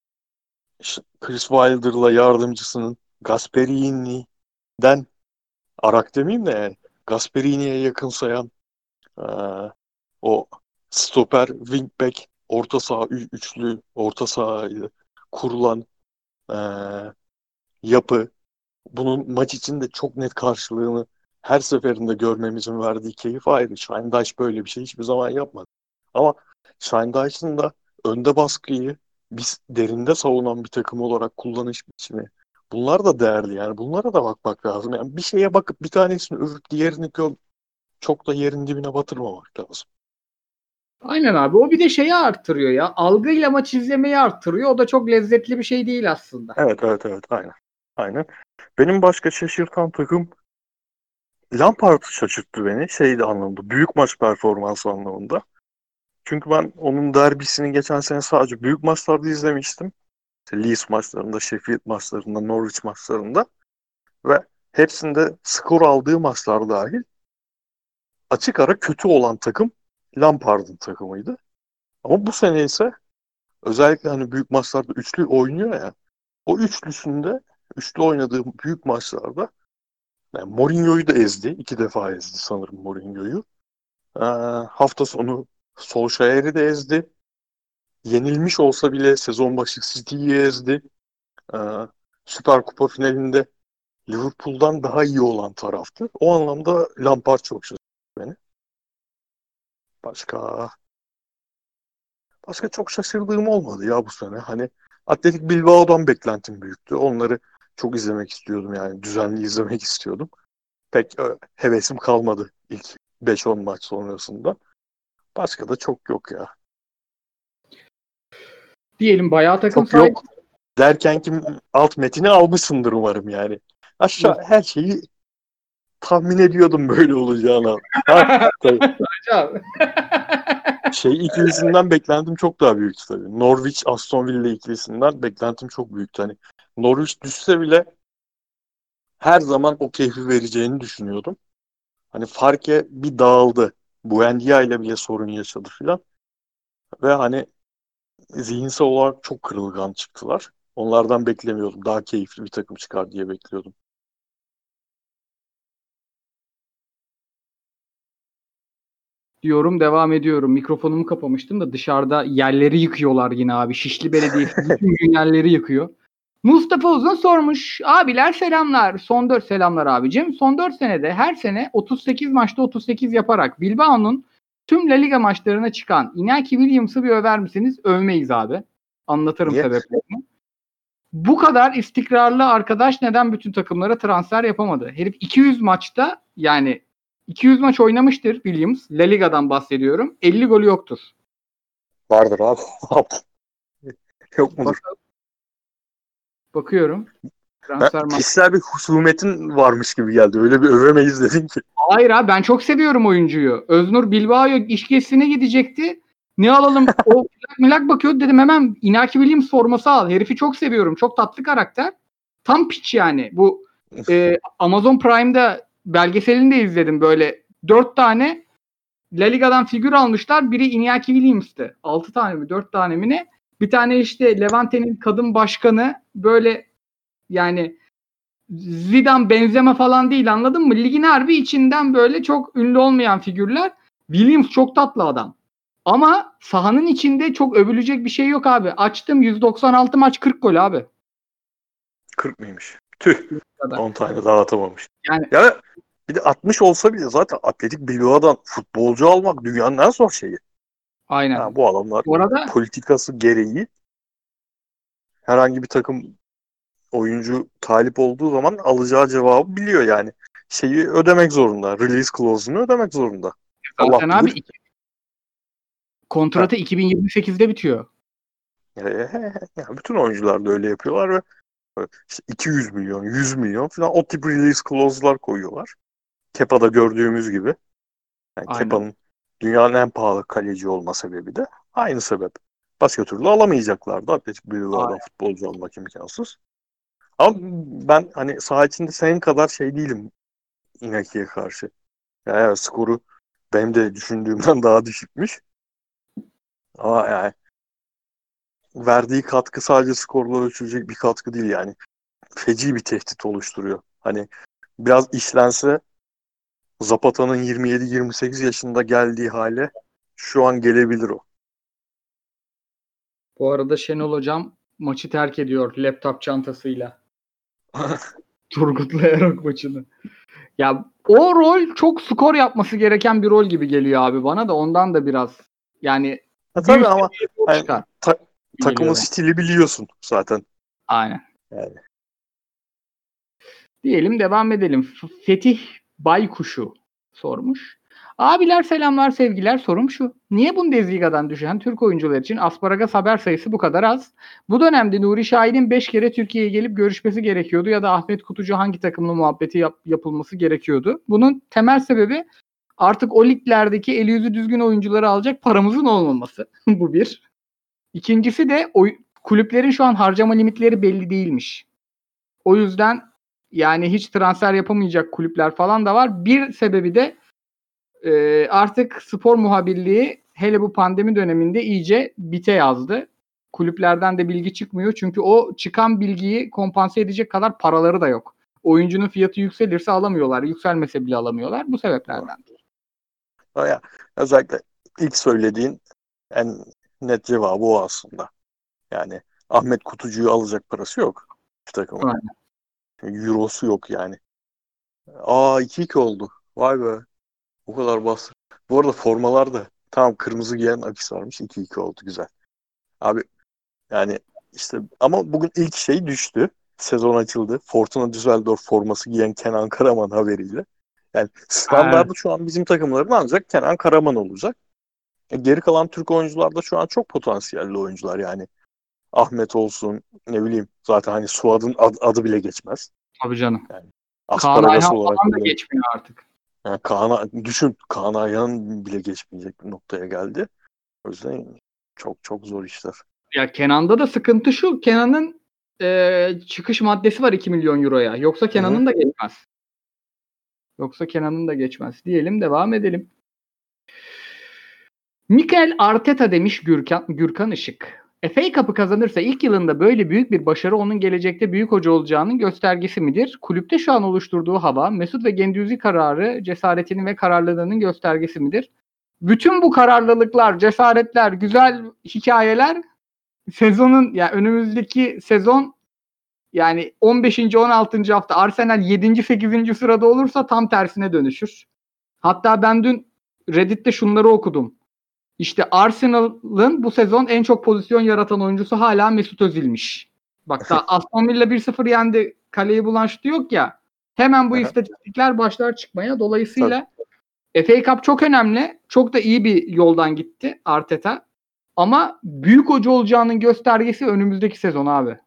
[SPEAKER 2] Chris Wilder'la yardımcısının Gasperini'den arak demeyeyim de yani Gasperini'ye yakınsayan e, o stoper, wingback, orta saha, ü- üçlü orta sahayı kurulan e, yapı, bunun maç içinde çok net karşılığını her seferinde görmemizin verdiği keyif ayrı. Shine Dyche böyle bir şey hiçbir zaman yapmadı. Ama Shine Dyche'ın da önde baskıyı biz derinde savunan bir takım olarak kullanış biçimi. Bunlar da değerli yani. Bunlara da bakmak lazım. Yani bir şeye bakıp bir tanesini övüp diğerini gör, çok da yerin dibine batırmamak lazım.
[SPEAKER 1] Aynen abi. O bir de şeyi arttırıyor ya. Algıyla maç izlemeyi arttırıyor. O da çok lezzetli bir şey değil aslında.
[SPEAKER 2] Evet, evet, evet. Aynen. Aynen. Benim başka şaşırtan takım Lampard şaşırttı beni. Şeydi anlamında. Büyük maç performansı anlamında. Çünkü ben onun derbisini geçen sene sadece büyük maçlarda izlemiştim. İşte Leeds maçlarında, Sheffield maçlarında, Norwich maçlarında ve hepsinde skor aldığı maçlar dahil açık ara kötü olan takım Lampard'ın takımıydı. Ama bu sene ise özellikle hani büyük maçlarda üçlü oynuyor ya. O üçlüsünde, üçlü oynadığı büyük maçlarda yani Mourinho'yu da ezdi. İki defa ezdi sanırım Mourinho'yu. Ee, hafta sonu Solskjaer'i de ezdi. Yenilmiş olsa bile sezon başı City'yi ezdi. Ee, Süper Kupa finalinde Liverpool'dan daha iyi olan taraftı. O anlamda Lampard çok şaşırttı beni. Başka başka çok şaşırdığım olmadı ya bu sene. Hani Atletik Bilbao'dan beklentim büyüktü. Onları çok izlemek istiyordum yani. Düzenli izlemek istiyordum. Pek e, hevesim kalmadı ilk beş on maç sonrasında. Başka da çok yok ya.
[SPEAKER 1] Diyelim bayağı takım
[SPEAKER 2] Çok
[SPEAKER 1] sahibi.
[SPEAKER 2] yok derken ki alt metini almışsındır umarım yani. Aşağı her şeyi tahmin ediyordum böyle olacağını. Ha, tabii.
[SPEAKER 1] Abi.
[SPEAKER 2] Şey ikilisinden beklentim çok daha büyüktü tabii. Norwich Aston Villa ikilisinden beklentim çok büyüktü. Hani Norwich düşse bile her zaman o keyfi vereceğini düşünüyordum. Hani Farke bir dağıldı. Buendia ile bile sorun yaşadı filan. Ve hani zihinsel olarak çok kırılgan çıktılar. Onlardan beklemiyordum. Daha keyifli bir takım çıkar diye bekliyordum.
[SPEAKER 1] Diyorum, devam ediyorum. Mikrofonumu kapamıştım da dışarıda yerleri yıkıyorlar yine abi. Şişli Belediyesi bütün gün yerleri yıkıyor. Mustafa Uzun sormuş. Abiler selamlar. Son dört selamlar abicim. Son dört senede her sene otuz sekiz maçta otuz sekiz yaparak Bilbao'nun tüm La Liga maçlarına çıkan Iñaki Williams'ı bir över misiniz? Övmeyiz abi. Anlatırım
[SPEAKER 2] Niye?
[SPEAKER 1] sebeplerini. Bu kadar istikrarlı arkadaş neden bütün takımlara transfer yapamadı? Herif iki yüz maçta, yani iki yüz maç oynamıştır Williams. La Liga'dan bahsediyorum. elli golü yoktur.
[SPEAKER 2] Vardır abi. Yok mudur?
[SPEAKER 1] Bak- bakıyorum.
[SPEAKER 2] Ben,
[SPEAKER 1] Transfer ma-
[SPEAKER 2] kişisel bir husumetin varmış gibi geldi. Öyle bir övemeyiz dedin ki.
[SPEAKER 1] Hayır abi, ben çok seviyorum oyuncuyu. Öznur Bilbao işgesine gidecekti. Ne alalım? O milak milak bakıyordu, dedim hemen Iñaki Williams forması al. Herifi çok seviyorum. Çok tatlı karakter. Tam piç yani. Bu e, Amazon Prime'da belgeselini de izledim böyle. Dört tane La Liga'dan figür almışlar. Biri Iñaki Williams'tı. Altı tane mi? Dört tane mi ne? Bir tane işte Levante'nin kadın başkanı, böyle yani Zidane, Benzema falan değil, anladın mı? Ligin harbi içinden böyle çok ünlü olmayan figürler. Williams çok tatlı adam. Ama sahanın içinde çok övülecek bir şey yok abi. Açtım yüz doksan altı maç kırk gol abi.
[SPEAKER 2] kırk mıymış? Tüh. on tane daha atamamış.
[SPEAKER 1] Yani
[SPEAKER 2] ya bir de altmış olsa bile zaten Atletik Bilbao'dan futbolcu almak dünyanın en zor şeyi.
[SPEAKER 1] aynen.
[SPEAKER 2] Ha, bu adamlar
[SPEAKER 1] Bu arada
[SPEAKER 2] politikası gereği herhangi bir takım oyuncu talip olduğu zaman alacağı cevabı biliyor yani. Şeyi ödemek zorunda. Release clause'unu ödemek zorunda. Allah
[SPEAKER 1] zaten
[SPEAKER 2] bilir.
[SPEAKER 1] abi iki, kontratı iki bin yirmi sekizde bitiyor.
[SPEAKER 2] Yani bütün oyuncular da öyle yapıyorlar ve işte iki yüz milyon, yüz milyon falan o tip release clause'lar koyuyorlar. Kepa'da gördüğümüz gibi. Yani
[SPEAKER 1] Aynen.
[SPEAKER 2] Kepa'nın dünyanın en pahalı kaleci olma sebebi de aynı sebep. Başka türlü alamayacaklardı. Atletik Bilbao'dan futbolcu almak imkansız. Ama ben hani saha içinde senin kadar şey değilim Inaki'ye karşı. Yani evet, skoru benim de düşündüğümden daha düşükmüş. Ama yani verdiği katkı sadece skorla ölçülecek bir katkı değil yani. Feci bir tehdit oluşturuyor. Hani biraz işlense Zapata'nın yirmi yedi yirmi sekiz yaşında geldiği hale şu an gelebilir o.
[SPEAKER 1] Bu arada Şenol Hocam maçı terk ediyor laptop çantasıyla. Turgut'la Erok maçını. Ya o rol çok skor yapması gereken bir rol gibi geliyor abi bana da, ondan da biraz yani
[SPEAKER 2] Ha, tabii ama hani,
[SPEAKER 1] çıkar.
[SPEAKER 2] ta- takımın stili biliyorsun zaten.
[SPEAKER 1] Aynen.
[SPEAKER 2] Yani.
[SPEAKER 1] Diyelim devam edelim. F- Fetih Baykuşu sormuş. Abiler selamlar sevgiler, sorum şu. Niye Bundesliga'dan düşen Türk oyuncular için asparagas haber sayısı bu kadar az? Bu dönemde Nuri Şahin'in beş kere Türkiye'ye gelip görüşmesi gerekiyordu ya da Ahmet Kutucu hangi takımla muhabbeti yap- yapılması gerekiyordu. Bunun temel sebebi artık o liglerdeki eli yüzü düzgün oyuncuları alacak paramızın olmaması. Bu bir. İkincisi de o, kulüplerin şu an harcama limitleri belli değilmiş. O yüzden yani hiç transfer yapamayacak kulüpler falan da var. Bir sebebi de e, artık spor muhabirliği hele bu pandemi döneminde iyice bite yazdı. Kulüplerden de bilgi çıkmıyor. Çünkü o çıkan bilgiyi kompanse edecek kadar paraları da yok. Oyuncunun fiyatı yükselirse alamıyorlar. Yükselmese bile alamıyorlar. Bu sebeplerden.
[SPEAKER 2] Ya, özellikle ilk söylediğin en net cevabı o aslında. Yani Ahmet Kutucu'yu alacak parası yok şu takımın.
[SPEAKER 1] Aynen.
[SPEAKER 2] Eurosu yok yani. Aa iki iki oldu. Vay be. O kadar bastı. Bu arada formalar da tamam kırmızı giyen Akis varmış. iki iki oldu güzel. Abi yani işte ama bugün ilk şey düştü. Sezon açıldı. Fortuna Düsseldorf forması giyen Kenan Karaman haberiyle. Yani standardı şu an bizim takımların ancak Kenan Karaman olacak. E, geri kalan Türk oyuncular da şu an çok potansiyelli oyuncular yani. Ahmet olsun ne bileyim zaten hani Suad'ın ad- adı bile geçmez.
[SPEAKER 1] Tabii canım.
[SPEAKER 2] Yani
[SPEAKER 1] Kaan
[SPEAKER 2] asparagas
[SPEAKER 1] Ayhan
[SPEAKER 2] olarak
[SPEAKER 1] falan da
[SPEAKER 2] bile
[SPEAKER 1] geçmiyor artık.
[SPEAKER 2] yani Kaan, düşün Kaan Ayhan bile geçmeyecek bir noktaya geldi. O yüzden çok çok zor işler.
[SPEAKER 1] Ya Kenan'da da sıkıntı şu. Kenan'ın e, çıkış maddesi var iki milyon euroya. Yoksa Kenan'ın
[SPEAKER 2] Hı-hı.
[SPEAKER 1] da geçmez. Yoksa Kenan'ın da geçmez. Diyelim devam edelim. Mikel Arteta demiş Gürkan, Gürkan Işık. F A Cup'ı kazanırsa ilk yılında böyle büyük bir başarı onun gelecekte büyük hoca olacağının göstergesi midir? Kulüpte şu an oluşturduğu hava, Mesut ve Gendüzi kararı cesaretinin ve kararlılığının göstergesi midir? Bütün bu kararlılıklar, cesaretler, güzel hikayeler sezonun yani önümüzdeki sezon yani on beşinci on altıncı hafta Arsenal yedinci sekizinci sırada olursa tam tersine dönüşür. Hatta ben dün Reddit'te şunları okudum. İşte Arsenal'ın bu sezon en çok pozisyon yaratan oyuncusu hala Mesut Özil'miş. Bak da Aston Villa bir sıfır yendi. Kaleyi bulaştı yok ya. Hemen bu istatistikler başlar çıkmaya. Dolayısıyla F A Cup çok önemli. Çok da iyi bir yoldan gitti Arteta. Ama büyük hoca olacağının göstergesi önümüzdeki sezon abi.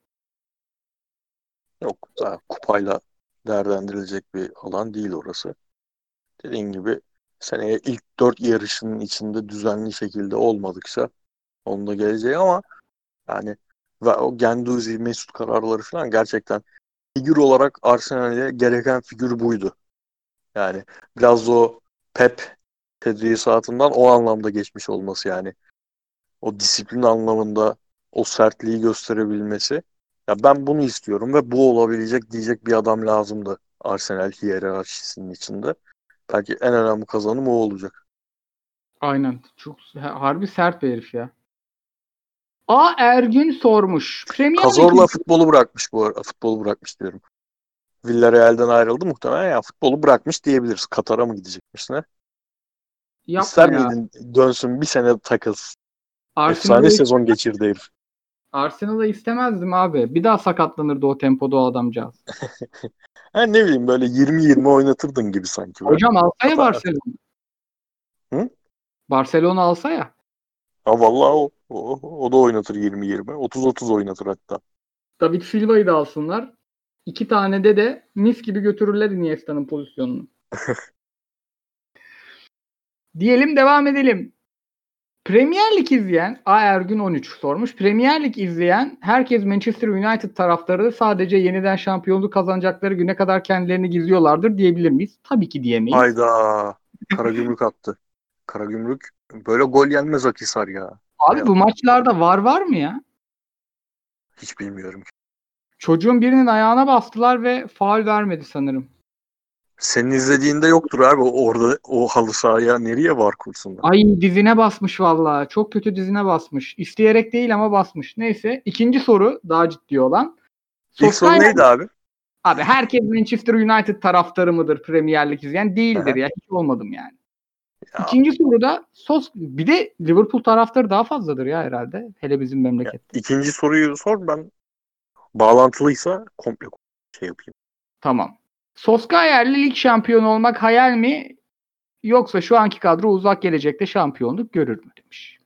[SPEAKER 2] Yok daha kupayla değerlendirilecek bir alan değil orası. Dediğin gibi seneye ilk dört yarışının içinde düzenli şekilde olmadıkça onun da geleceği ama yani ve o Guendouzi, Mesut kararları falan gerçekten figür olarak Arsenal'e gereken figür buydu. Yani biraz o Pep tedrisatından o anlamda geçmiş olması yani. O disiplin anlamında o sertliği gösterebilmesi Ya ben bunu istiyorum ve bu olabilecek diyecek bir adam lazımdı Arsenal hiyerarşisinin içinde. Belki en önemli kazanım o olacak.
[SPEAKER 1] Aynen. Çok harbi sert bir herif ya. A Ergün sormuş. Premier
[SPEAKER 2] Cazorla
[SPEAKER 1] Lig'in
[SPEAKER 2] futbolu bırakmış bu arada. Futbolu bırakmış diyorum. Villarreal'den ayrıldı muhtemelen ya. Futbolu bırakmış diyebiliriz. Katar'a mı gidecekmiş ne?
[SPEAKER 1] yapma
[SPEAKER 2] İster
[SPEAKER 1] ya.
[SPEAKER 2] miydin dönsün bir sene takılsın? Efsane
[SPEAKER 1] Arsenal'ı
[SPEAKER 2] sezon geçirdi herif.
[SPEAKER 1] Arsenal'ı istemezdim abi. Bir daha sakatlanırdı o tempoda o adamcağız.
[SPEAKER 2] Ha, ne bileyim böyle yirmi yirmi oynatırdın gibi sanki be.
[SPEAKER 1] Hocam alsa ya
[SPEAKER 2] Katar.
[SPEAKER 1] Barcelona.
[SPEAKER 2] Hı?
[SPEAKER 1] Barcelona alsa ya.
[SPEAKER 2] Ha vallahi o, o, o da oynatır yirmi yirmi. otuz otuz oynatır hatta.
[SPEAKER 1] David Silva'yı da alsınlar. İki tane de de mis gibi götürürler Iniesta'nın pozisyonunu. Diyelim devam edelim. Premier Lig izleyen A Ergün on üç sormuş. Premier Lig izleyen herkes Manchester United taraftarı sadece yeniden şampiyonluk kazanacakları güne kadar kendilerini gizliyorlardır diyebilir miyiz? Tabii ki diyemeyiz.
[SPEAKER 2] Hayda. Karagümrük attı. Karagümrük böyle gol yenmez Akhisar ya.
[SPEAKER 1] Abi bu
[SPEAKER 2] Hayatta.
[SPEAKER 1] maçlarda var var mı ya?
[SPEAKER 2] Hiç bilmiyorum.
[SPEAKER 1] Çocuğun birinin ayağına bastılar ve faul vermedi sanırım.
[SPEAKER 2] Senin izlediğinde yoktur abi. O- Orada o halı sahaya nereye var kursunlar?
[SPEAKER 1] Ay dizine basmış vallahi. Çok kötü dizine basmış. İsteyerek değil ama basmış. Neyse. İkinci soru daha ciddi olan.
[SPEAKER 2] İlk soru
[SPEAKER 1] Soskaya
[SPEAKER 2] neydi abi?
[SPEAKER 1] abi herkes Manchester United taraftarı mıdır Premier Lig izleyen? Değildir
[SPEAKER 2] Aha.
[SPEAKER 1] ya. Hiç olmadım yani.
[SPEAKER 2] Ya,
[SPEAKER 1] İkinci soruda Sos bir de Liverpool taraftarı daha fazladır ya herhalde. Hele bizim
[SPEAKER 2] ya,
[SPEAKER 1] memlekette.
[SPEAKER 2] ikinci soruyu sor, ben bağlantılıysa komple şey yapayım.
[SPEAKER 1] Tamam. Solskjaer'li lig şampiyonu olmak hayal mi? Yoksa şu anki kadro uzak gelecekte şampiyonluk görür mü demiş.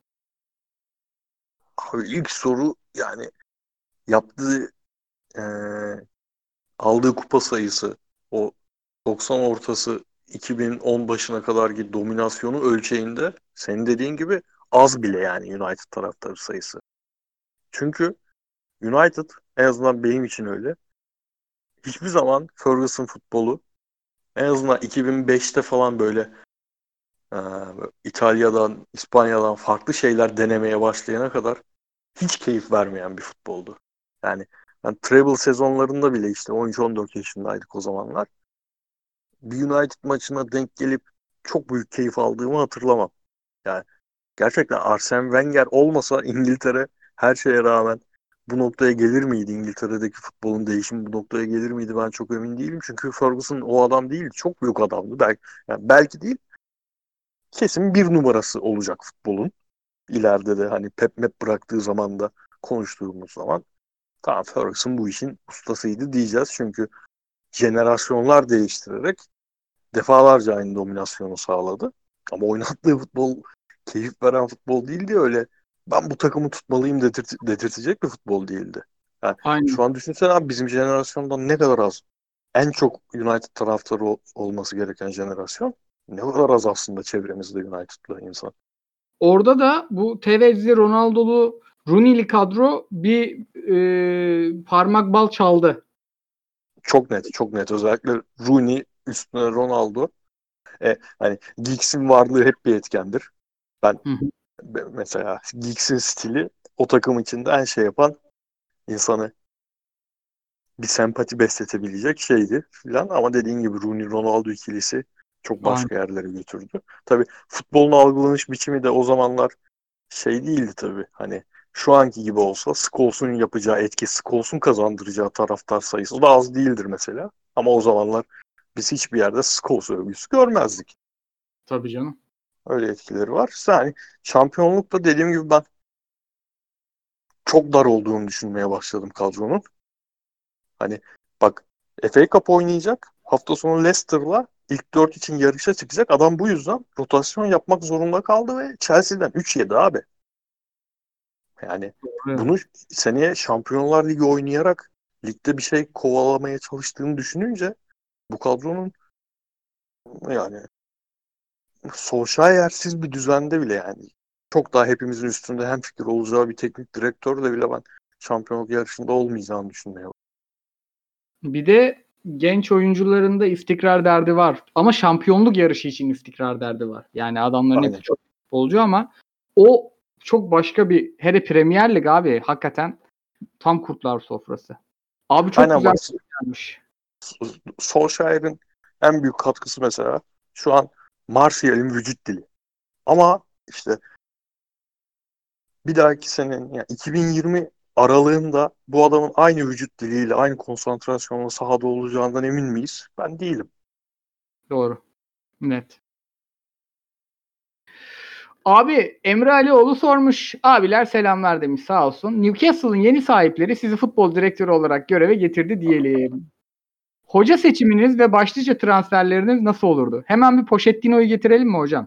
[SPEAKER 2] Abi ilk soru yani yaptığı eee, aldığı kupa sayısı, o doksan ortası iki bin on başına kadarki dominasyonu ölçeğinde senin dediğin gibi az bile yani United taraftarı sayısı. Çünkü United, en azından benim için öyle, hiçbir zaman Ferguson futbolu, en azından iki bin beşte falan böyle e, İtalya'dan, İspanya'dan farklı şeyler denemeye başlayana kadar hiç keyif vermeyen bir futboldu. Yani ben treble sezonlarında bile, işte on üç on dört yaşındaydık o zamanlar, bir United maçına denk gelip çok büyük keyif aldığımı hatırlamam. Yani gerçekten Arsene Wenger olmasa İngiltere her şeye rağmen bu noktaya gelir miydi? İngiltere'deki futbolun değişimi bu noktaya gelir miydi? Ben çok emin değilim. Çünkü Ferguson o adam değil. Çok büyük adamdı. Belki, yani belki değil, kesin bir numarası olacak futbolun. İleride de hani Pep Mep bıraktığı zaman da konuştuğumuz zaman tamam, Ferguson bu işin ustasıydı diyeceğiz. Çünkü jenerasyonlar değiştirerek defalarca aynı dominasyonu sağladı. Ama oynattığı futbol keyif veren futbol değildi, öyle ben bu takımı tutmalıyım detirt- dedirtecek bir futbol değildi. Yani
[SPEAKER 1] Aynen.
[SPEAKER 2] şu an düşünsene abi, bizim jenerasyondan ne kadar az. En çok United taraftarı ol- olması gereken jenerasyon. Ne kadar az aslında çevremizde United'lı insan.
[SPEAKER 1] Orada da bu Tevez'li, Ronaldo'lu, Rooney'li kadro bir e, parmak bal çaldı.
[SPEAKER 2] Çok net, çok net. Özellikle Rooney üstüne Ronaldo. E, hani Giggs'in varlığı hep bir etkendir. Ben
[SPEAKER 1] Hı hı.
[SPEAKER 2] be- mesela Giggs'in stili o takım içinde en şey yapan, insanı bir sempati besletebilecek şeydi filan. Ama dediğin gibi Rooney Ronaldo ikilisi çok
[SPEAKER 1] Aynen.
[SPEAKER 2] başka yerlere götürdü. Tabii futbolun algılanış biçimi de o zamanlar şey değildi tabii. Hani şu anki gibi olsa Scholes'un yapacağı etki, Scholes'un kazandıracağı taraftar sayısı da az değildir mesela. Ama o zamanlar biz hiçbir yerde Scholes övgüsü görmezdik.
[SPEAKER 1] Tabii canım.
[SPEAKER 2] Öyle etkileri var. Yani şampiyonlukta dediğim gibi ben çok dar olduğunu düşünmeye başladım kadronun. Hani bak, F A Cup oynayacak. Hafta sonu Leicester'la ilk dört için yarışa çıkacak. Adam bu yüzden rotasyon yapmak zorunda kaldı ve Chelsea'den üç yedi abi. Yani
[SPEAKER 1] Evet.
[SPEAKER 2] bunu seneye Şampiyonlar Ligi oynayarak ligde bir şey kovalamaya çalıştığını düşününce bu kadronun yani Solskjaer'siz bir düzende bile, yani çok daha hepimizin üstünde hemfikir olacağı bir teknik direktör de bile ben şampiyonluk yarışında olmayacağını düşünmeye başladım.
[SPEAKER 1] Bir de genç oyuncularında istikrar derdi var. Ama şampiyonluk yarışı için istikrar derdi var. Yani adamların hepsi
[SPEAKER 2] Aynen.
[SPEAKER 1] çok futbolcu ama o çok başka bir, hele Premier Lig abi hakikaten Tam kurtlar sofrası. Abi çok
[SPEAKER 2] Aynen
[SPEAKER 1] güzel
[SPEAKER 2] bak.
[SPEAKER 1] gelmiş.
[SPEAKER 2] Solskjaer'in en büyük katkısı mesela şu an Martial'in vücut dili. Ama işte bir dahaki senenin yani iki bin yirmi aralığında bu adamın aynı vücut diliyle, aynı konsantrasyonla sahada olacağından emin miyiz? Ben değilim.
[SPEAKER 1] Doğru. Net. Abi Emre Alioğlu sormuş. Abiler selamlar demiş sağ olsun. Newcastle'ın yeni sahipleri sizi futbol direktörü olarak göreve getirdi diyelim. Hoca seçiminiz ve başlıca transferleriniz nasıl olurdu? Hemen bir Pochettino'yu getirelim mi hocam?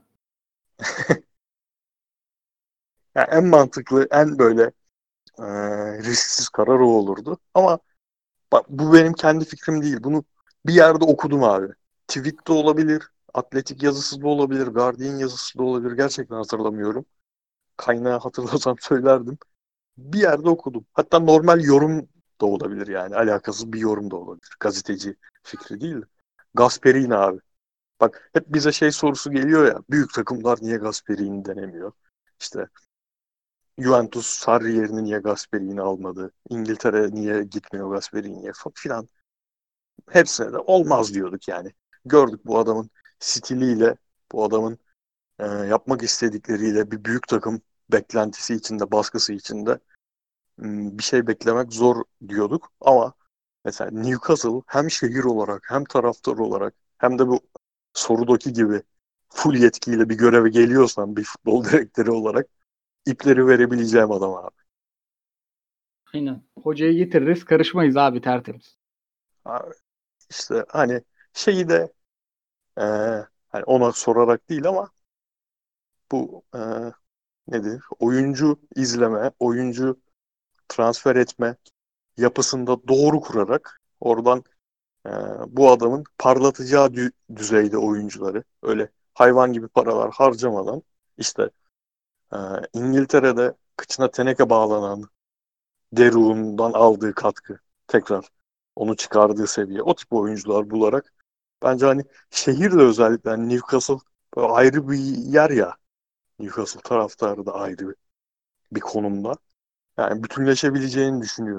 [SPEAKER 2] Yani en mantıklı, en böyle e, risksiz karar o olurdu. Ama bak, bu benim kendi fikrim değil. Bunu bir yerde okudum abi. Tweet'te olabilir, Atletik yazısı da olabilir, Guardian yazısı da olabilir. Gerçekten hatırlamıyorum. Kaynağı hatırlasam söylerdim. Bir yerde okudum. Hatta normal yorum da olabilir yani. Alakasız bir yorum da olabilir. Gazeteci fikri değil de. Gasperini abi. Bak hep bize şey sorusu geliyor ya. Büyük takımlar niye Gasperini denemiyor? İşte Juventus Sarri yerini niye Gasperini almadı? İngiltere niye gitmiyor Gasperini'ye filan. Hepsine de olmaz diyorduk yani. Gördük bu adamın stiliyle, bu adamın e, yapmak istedikleriyle bir büyük takım beklentisi içinde, baskısı içinde m, bir şey beklemek zor diyorduk. Ama mesela Newcastle hem şehir olarak hem taraftar olarak hem de bu sorudaki gibi full yetkiyle bir göreve geliyorsan bir futbol direktörü olarak ipleri verebileceğim adam abi.
[SPEAKER 1] Aynen. Hocayı getiririz karışmayız abi tertemiz.
[SPEAKER 2] Abi işte hani şeyi de e, hani ona sorarak değil ama bu e, nedir? Oyuncu izleme, oyuncu transfer etme yapısında doğru kurarak oradan e, bu adamın parlatacağı dü- düzeyde oyuncuları öyle hayvan gibi paralar harcamadan işte e, İngiltere'de kıçına teneke bağlanan Deru'ndan aldığı katkı tekrar onu çıkardığı seviye o tip oyuncular bularak bence hani şehirde özellikle hani Newcastle böyle ayrı bir yer ya, Newcastle taraftarı da ayrı bir, bir konumda. Yani bütünleşebileceğini düşünüyorum.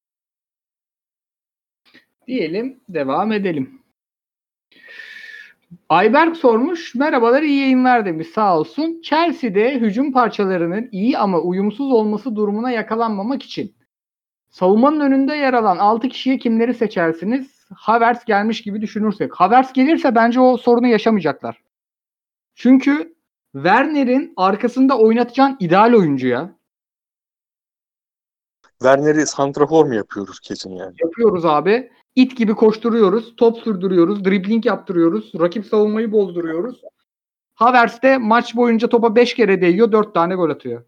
[SPEAKER 1] Diyelim devam edelim. Ayberk sormuş. Merhabalar iyi yayınlar demiş sağ olsun. Chelsea'de hücum parçalarının iyi ama uyumsuz olması durumuna yakalanmamak için savunmanın önünde yer alan altı kişiye kimleri seçersiniz? Havertz gelmiş gibi düşünürsek. Havertz gelirse bence o sorunu yaşamayacaklar. Çünkü Werner'in arkasında oynatacağın ideal oyuncu ya.
[SPEAKER 2] Werner'i santrafor mu yapıyoruz kesin yani?
[SPEAKER 1] Yapıyoruz abi. İt gibi koşturuyoruz. Top sürdürüyoruz. Dribbling yaptırıyoruz. Rakip savunmayı bozduruyoruz. Havertz de maç boyunca topa beş kere değiyor. dört tane gol atıyor.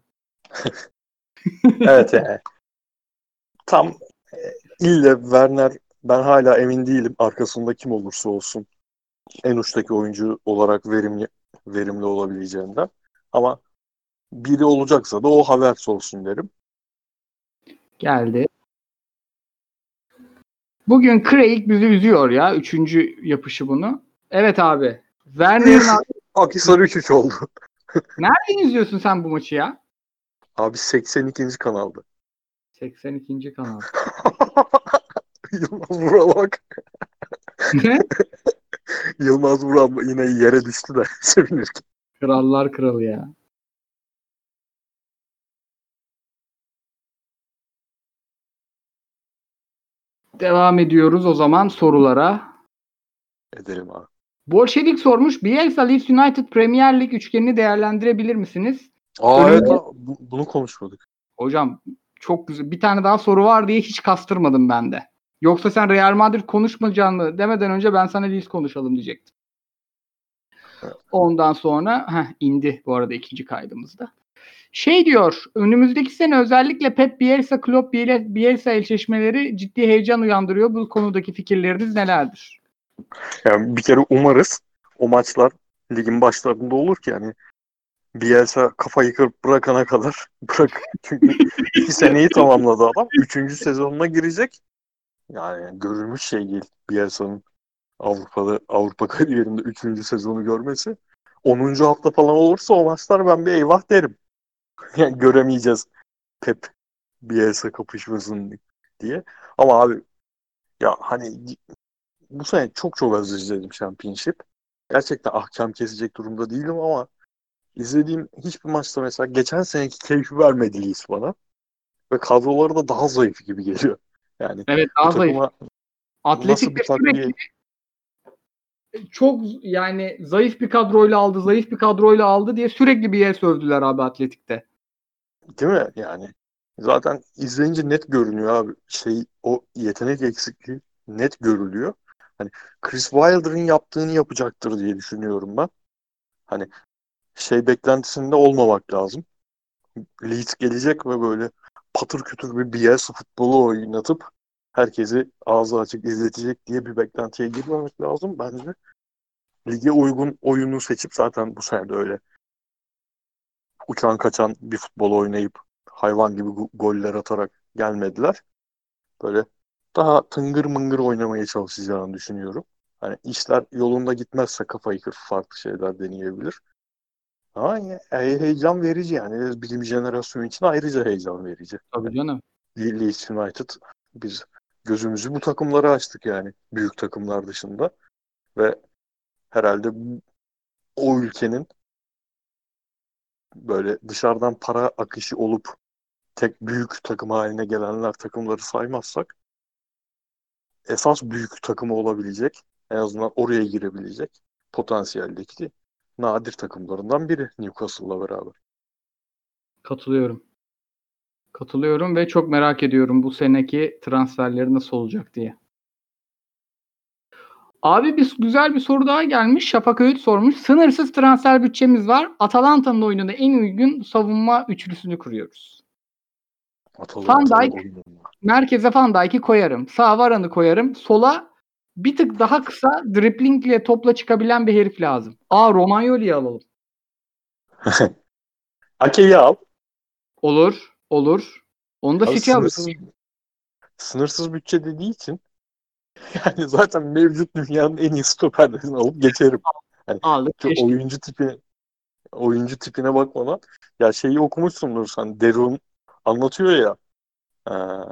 [SPEAKER 2] Evet yani. Tam e, ille Werner ben hala emin değilim arkasında kim olursa olsun en uçtaki oyuncu olarak verimli verimli olabileceğinden. Ama biri olacaksa da o Havertz olsun derim.
[SPEAKER 1] Geldi. Bugün Craig bizi üzüyor ya. Üçüncü yapışı bunu. Evet abi. Werner'in abi.
[SPEAKER 2] Akhisar üç üç oldu.
[SPEAKER 1] Nereden izliyorsun sen bu maçı ya?
[SPEAKER 2] Abi seksen ikinci kanalda.
[SPEAKER 1] seksen ikinci kanal.
[SPEAKER 2] Yılmaz Vural bak.
[SPEAKER 1] Ne?
[SPEAKER 2] Yılmaz Vural yine yere düştü de sevinirken.
[SPEAKER 1] Krallar kralı ya. Devam ediyoruz o zaman sorulara.
[SPEAKER 2] Edelim abi.
[SPEAKER 1] Bolşevik sormuş. Bielsa Leeds United Premier Lig üçgenini değerlendirebilir misiniz?
[SPEAKER 2] Aa evet
[SPEAKER 1] Önümde...
[SPEAKER 2] abi, bu- bunu konuşmadık.
[SPEAKER 1] Hocam çok güzel. Bir tane daha soru var diye hiç kastırmadım ben de. Yoksa sen Real Madrid konuşmayacağını demeden önce ben sana Leeds konuşalım diyecektim.
[SPEAKER 2] Evet.
[SPEAKER 1] Ondan sonra heh, indi bu arada ikinci kaydımızda. Şey diyor, önümüzdeki sene özellikle Pep Bielsa, Klopp Bielsa eşleşmeleri ciddi heyecan uyandırıyor. Bu konudaki fikirleriniz nelerdir?
[SPEAKER 2] Yani bir kere umarız o maçlar ligin başlarında olur ki yani Bielsa kafayı kırıp bırakana kadar bırak. Çünkü iki seneyi tamamladı adam. Üçüncü sezonuna girecek. Yani görülmüş şey değil. Bielsa'nın Avrupa'da Avrupa kariyerinde üçüncü sezonu görmesi. Onuncu hafta falan olursa o maçlar ben bir eyvah derim. Yani göremeyeceğiz Pep Bielsa kapışmasın diye. Ama abi ya hani bu sene çok çok az izledim Championship. Gerçekten ahkam kesecek durumda değilim ama izlediğim hiçbir maçta mesela geçen seneki keyfi vermedi Leeds bana. Ve kadroları da daha zayıf gibi geliyor. Yani
[SPEAKER 1] Evet,
[SPEAKER 2] bu
[SPEAKER 1] daha zayıf.
[SPEAKER 2] takıma nasıl
[SPEAKER 1] Atletik de
[SPEAKER 2] bir takviye...
[SPEAKER 1] sürekli çok yani zayıf bir kadroyla aldı, zayıf bir kadroyla aldı diye sürekli bir yer sövdüler abi Atletik'te.
[SPEAKER 2] Değil mi? Yani zaten izleyince net görünüyor abi. Şey, o yetenek eksikliği net görülüyor. Hani Chris Wilder'ın yaptığını yapacaktır diye düşünüyorum ben. Hani şey beklentisinde olmamak lazım. Leeds gelecek ve böyle patır kütür bir Bielsa futbolu oynatıp herkesi ağzı açık izletecek diye bir beklentiye girmemek lazım bence. Lige uygun oyunu seçip zaten bu sene de öyle uçan kaçan bir futbol oynayıp hayvan gibi go- goller atarak gelmediler. Böyle daha tıngır mıngır oynamaya çalışacağını düşünüyorum. Hani işler yolunda gitmezse kafayı kırıp farklı şeyler deneyebilir. Ama he- heyecan verici yani. Bizim jenerasyon için ayrıca heyecan verici.
[SPEAKER 1] Tabii canım.
[SPEAKER 2] Leeds United, biz gözümüzü bu takımlara açtık yani. Büyük takımlar dışında. Ve herhalde bu- o ülkenin böyle dışarıdan para akışı olup tek büyük takım haline gelenler takımları saymazsak esas büyük takımı olabilecek, en azından oraya girebilecek potansiyeldeki nadir takımlarından biri Newcastle'la beraber.
[SPEAKER 1] Katılıyorum. Katılıyorum ve çok merak ediyorum bu seneki transferleri nasıl olacak diye. Abi bir güzel bir soru daha gelmiş. Şafak Öğüt sormuş. Sınırsız transfer bütçemiz var. Atalanta'nın oyununa en uygun savunma üçlüsünü kuruyoruz. Van
[SPEAKER 2] Atalanta'nın
[SPEAKER 1] Dijk,
[SPEAKER 2] oyunu.
[SPEAKER 1] merkeze Van Dijk'i koyarım. Sağa Varane'ı koyarım. Sola bir tık daha kısa driblingle topla çıkabilen bir herif lazım. Aa, Romagnoli'yi alalım.
[SPEAKER 2] Ake'yi al.
[SPEAKER 1] Olur. Olur. Onu da
[SPEAKER 2] Abi
[SPEAKER 1] City alır.
[SPEAKER 2] sınırsız sınırsız bütçe dediği için yani zaten mevcut dünyanın en iyi stoperlerini alıp geçerim. Yani
[SPEAKER 1] Aldık.
[SPEAKER 2] şu
[SPEAKER 1] Keşke.
[SPEAKER 2] oyuncu tipi oyuncu tipine bakmadan ya şeyi okumuşsundur sen. Derun anlatıyor ya e,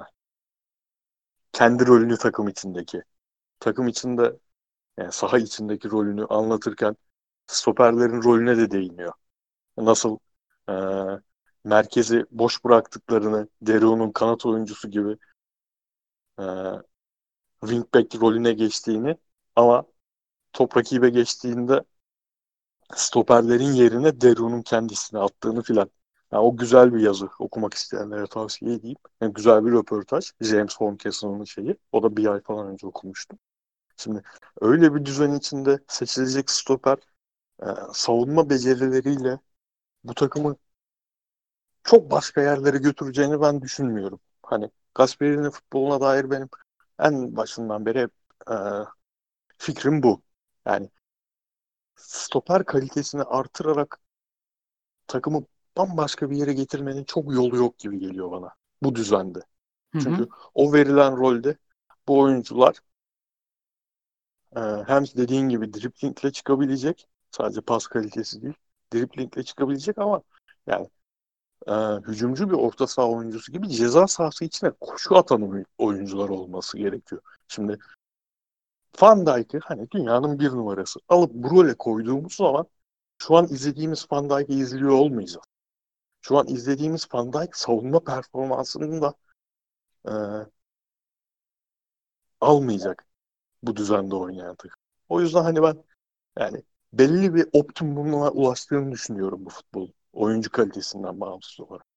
[SPEAKER 2] kendi rolünü takım içindeki. Takım içinde yani saha içindeki rolünü anlatırken stoperlerin rolüne de değiniyor. Nasıl e, merkezi boş bıraktıklarını Derun'un kanat oyuncusu gibi e, wingback rolüne geçtiğini ama top rakibe geçtiğinde stoperlerin yerine Derun'un kendisine attığını filan. Yani o güzel bir yazı. Okumak isteyenlere tavsiye edeyim. Yani güzel bir röportaj. James Horncastle'ın şeyi. O da bir ay falan önce okumuştum. Şimdi öyle bir düzen içinde seçilecek stoper e, savunma becerileriyle bu takımı çok başka yerlere götüreceğini ben düşünmüyorum. Hani Gasperi'nin futboluna dair benim en başından beri hep e, fikrim bu. Yani stoper kalitesini artırarak takımı bambaşka bir yere getirmenin çok yolu yok gibi geliyor bana bu düzende.
[SPEAKER 1] Hı hı.
[SPEAKER 2] Çünkü o verilen rolde bu oyuncular e, hem dediğin gibi driblingle çıkabilecek, sadece pas kalitesi değil, driblingle çıkabilecek ama yani e, hücumcu bir orta saha oyuncusu gibi ceza sahası içine koşu atan oyuncular olması gerekiyor. Şimdi Van Dijk'ı hani dünyanın bir numarası alıp bu role koyduğumuz zaman şu an izlediğimiz Van Dijk'ı izliyor olmayacağız. Şu an izlediğimiz Van Dijk savunma performansını da e, almayacak bu düzende oynayan takım. O yüzden hani ben yani belli bir optimuma ulaştığını düşünüyorum bu futbol. Oyuncu kalitesinden bağımsız olarak.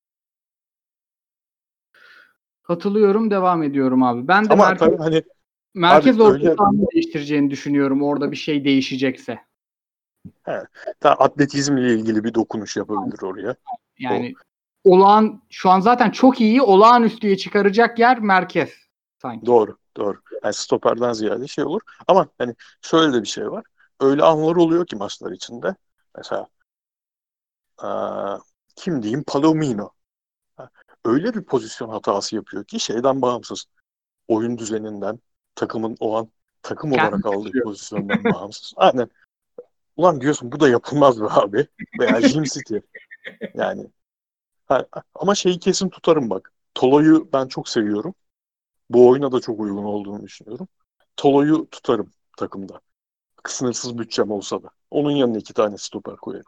[SPEAKER 1] Katılıyorum. Devam ediyorum abi. Ben de
[SPEAKER 2] Ama
[SPEAKER 1] merkez
[SPEAKER 2] tabii hani abi
[SPEAKER 1] merkez orta
[SPEAKER 2] öyle
[SPEAKER 1] sahanı değiştireceğini düşünüyorum orada bir şey değişecekse.
[SPEAKER 2] he, ta atletizmle ilgili bir dokunuş yapabilir oraya. O
[SPEAKER 1] Yani olağan şu an zaten çok iyi olağanüstüye çıkaracak yer merkez sanki.
[SPEAKER 2] doğru, doğru. Yani stoperden ziyade şey olur. Ama hani şöyle de bir şey var. Öyle anlar oluyor ki maçlar içinde. Mesela aa, kim diyeyim? Palomino. Ha, öyle bir pozisyon hatası yapıyor ki şeyden bağımsız. Oyun düzeninden, takımın o an takım
[SPEAKER 1] Kendi
[SPEAKER 2] olarak aldığı
[SPEAKER 1] kaçıyor.
[SPEAKER 2] pozisyondan bağımsız. Aynen. Ulan diyorsun bu da yapılmaz be abi. Veya Jim City. Yani ha, ama şeyi kesin tutarım bak. Tolo'yu ben çok seviyorum. Bu oyuna da çok uygun olduğunu düşünüyorum. Tolo'yu tutarım takımda. Sınırsız bütçem olsa da. Onun yanına iki tane stoper koyarım.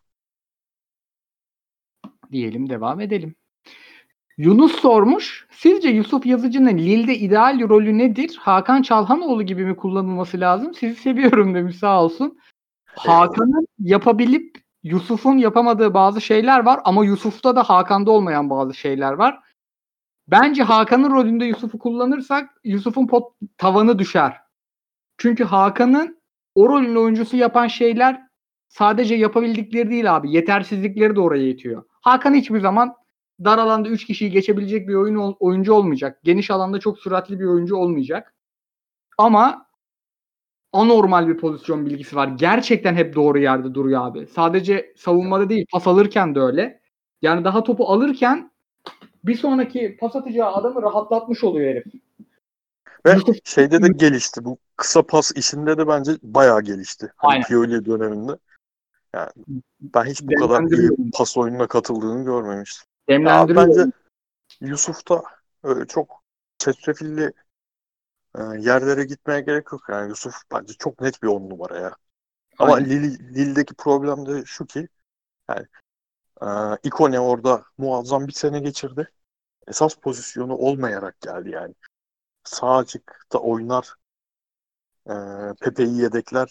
[SPEAKER 1] Diyelim, devam edelim. Yunus sormuş. Sizce Yusuf Yazıcı'nın Lille'de ideal rolü nedir? Hakan Çalhanoğlu gibi mi kullanılması lazım? Sizi seviyorum demiş, sağ olsun. Hakan'ın yapabilip Yusuf'un yapamadığı bazı şeyler var ama Yusuf'ta da Hakan'da olmayan bazı şeyler var. Bence Hakan'ın rolünde Yusuf'u kullanırsak Yusuf'un pot tavanı düşer. Çünkü Hakan'ın o rolün oyuncusu yapan şeyler sadece yapabildikleri değil abi. Yetersizlikleri de oraya yetiyor. Hakan hiçbir zaman dar alanda üç kişiyi geçebilecek bir oyun oyuncu olmayacak. Geniş alanda çok süratli bir oyuncu olmayacak. Ama anormal bir pozisyon bilgisi var. Gerçekten hep doğru yerde duruyor abi. Sadece savunmada değil, pas alırken de öyle. Yani daha topu alırken bir sonraki pas atacağı adamı rahatlatmış oluyor herif.
[SPEAKER 2] Ve
[SPEAKER 1] Yusuf
[SPEAKER 2] şeyde de gelişti. Bu kısa pas işinde de bence bayağı gelişti. Hani
[SPEAKER 1] aynen.
[SPEAKER 2] Pioli döneminde. Yani ben hiç bu kadar iyi
[SPEAKER 1] Demlendiriyorum.
[SPEAKER 2] pas oyununa katıldığını görmemiştim. Ya abi bence
[SPEAKER 1] Demlendiriyorum.
[SPEAKER 2] Yusuf'ta öyle çok çetrefilli e, yerlere gitmeye gerek yok. Yani Yusuf bence çok net bir on numara ya. Ama
[SPEAKER 1] Aynen.
[SPEAKER 2] Lille, Lille'deki problem de şu ki yani e, Ikone orada muazzam bir sene geçirdi. Esas pozisyonu olmayarak geldi yani. Sağ açıkta oynar e, Pepe'yi yedekler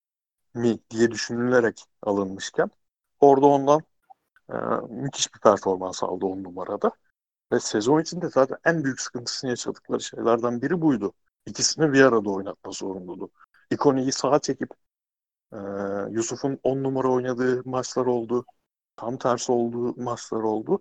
[SPEAKER 2] mi diye düşünülerek alınmışken orada ondan e, müthiş bir performans aldı on numarada. Ve sezon içinde zaten en büyük sıkıntısını yaşadıkları şeylerden biri buydu. İkisini bir arada oynatma zorunluluğu. İkoni'yi sağa çekip e, Yusuf'un on numara oynadığı maçlar oldu. Tam tersi olduğu maçlar oldu.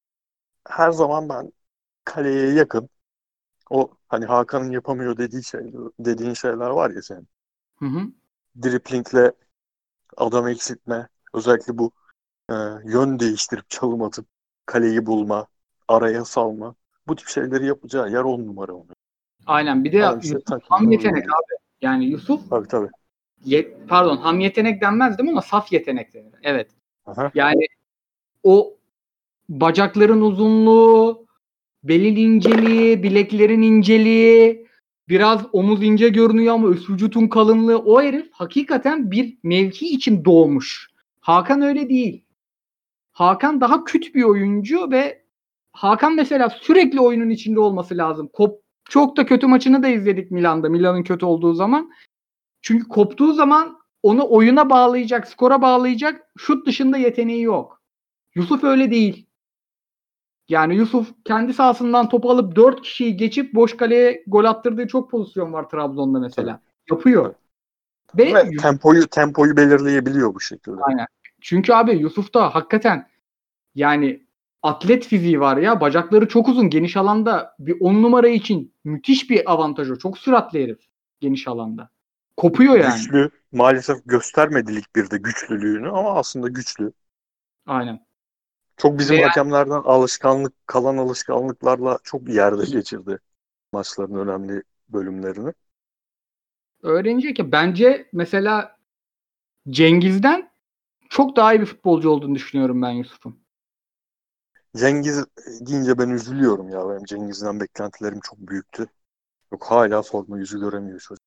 [SPEAKER 2] Her zaman ben kaleye yakın o hani Hakan'ın yapamıyor dediği şey, dediğin şeyler var ya senin.
[SPEAKER 1] Hı hı.
[SPEAKER 2] Driplingle adam eksiltme. Özellikle bu e, yön değiştirip çalım atıp kaleyi bulma, araya salma. Bu tip şeyleri yapacağı yer on numara oluyor.
[SPEAKER 1] Aynen. Bir de
[SPEAKER 2] Ama işte
[SPEAKER 1] Yusuf ham
[SPEAKER 2] takımda öyle
[SPEAKER 1] yetenek
[SPEAKER 2] değil.
[SPEAKER 1] abi. Yani Yusuf
[SPEAKER 2] Tabii tabii.
[SPEAKER 1] ye- pardon, ham yetenek denmez değil mi, ama saf yetenek denir. Evet.
[SPEAKER 2] Aha.
[SPEAKER 1] Yani o bacakların uzunluğu, belin inceliği, bileklerin inceliği, biraz omuz ince görünüyor ama üst vücutun kalınlığı. O herif hakikaten bir mevki için doğmuş. Hakan öyle değil. Hakan daha küt bir oyuncu ve Hakan mesela sürekli oyunun içinde olması lazım. Kop çok da kötü maçını da izledik Milan'da. Milan'ın kötü olduğu zaman. Çünkü koptuğu zaman onu oyuna bağlayacak, skora bağlayacak şut dışında yeteneği yok. Yusuf öyle değil. Yani Yusuf kendi sahasından topu alıp dört kişiyi geçip boş kaleye gol attırdığı çok pozisyon var Trabzon'da
[SPEAKER 2] Tabii.
[SPEAKER 1] mesela. Yapıyor.
[SPEAKER 2] Tabii.
[SPEAKER 1] Ve
[SPEAKER 2] Ve tempoyu tempoyu belirleyebiliyor bu şekilde.
[SPEAKER 1] aynen. Çünkü abi Yusuf'ta hakikaten yani atlet fiziği var ya. Bacakları çok uzun. Geniş alanda bir on numara için müthiş bir avantajı. Çok süratli herif geniş alanda. Kopuyor yani.
[SPEAKER 2] Güçlü. Maalesef göstermedilik bir de güçlülüğünü ama aslında güçlü.
[SPEAKER 1] Aynen.
[SPEAKER 2] Çok bizim
[SPEAKER 1] Ve
[SPEAKER 2] hakemlerden alışkanlık, kalan alışkanlıklarla çok yerde geçirdi maçların önemli bölümlerini.
[SPEAKER 1] öğrenecek ki bence mesela Cengiz'den çok daha iyi bir futbolcu olduğunu düşünüyorum ben Yusuf'un.
[SPEAKER 2] Cengiz deyince ben üzülüyorum ya. Benim Cengiz'den beklentilerim çok büyüktü. Yok hala forma yüzü göremiyor çocuk.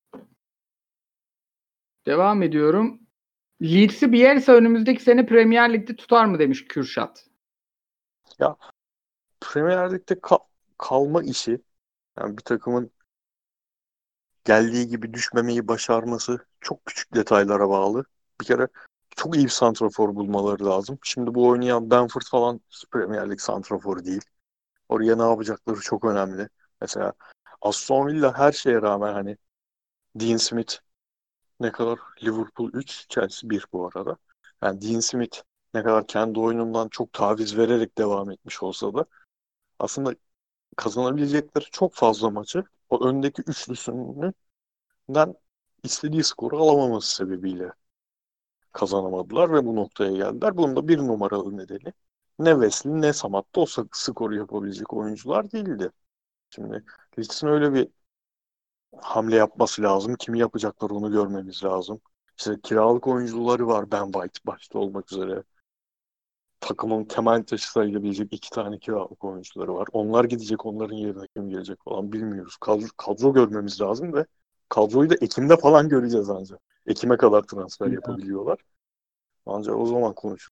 [SPEAKER 1] Devam ediyorum. Leeds'i Bielsa önümüzdeki sene Premier Lig'de tutar mı demiş Kürşat.
[SPEAKER 2] Ya Premier Lig'de ka- kalma işi yani bir takımın geldiği gibi düşmemeyi başarması çok küçük detaylara bağlı. Bir kere çok iyi bir santrafor bulmaları lazım. Şimdi bu oynayan Benford falan Premier Lig santraforu değil. Oraya ne yapacakları çok önemli. Mesela Aston Villa her şeye rağmen hani Dean Smith ne kadar Liverpool üç, Chelsea bir bu arada. Yani Dean Smith ne kadar kendi oyunundan çok taviz vererek devam etmiş olsa da aslında kazanabilecekleri çok fazla maçı o öndeki üçlüsünden istediği skoru alamaması sebebiyle kazanamadılar ve bu noktaya geldiler. Bunun da bir numaralı nedeni ne Wesley ne Samat da o skoru yapabilecek oyuncular değildi. Şimdi Leeds'in öyle bir hamle yapması lazım. Kimi yapacaklar onu görmemiz lazım. İşte kiralık oyuncuları var. Ben White başta olmak üzere. takımın temel taşı sayılabilecek iki tane kiralık oyuncuları var. Onlar gidecek, onların yerine kim gelecek falan bilmiyoruz. Kadro, kadro görmemiz lazım ve kadroyu da Ekim'de falan göreceğiz ancak. Ekim'e kadar transfer yapabiliyorlar. Ancak o zaman konuşuruz.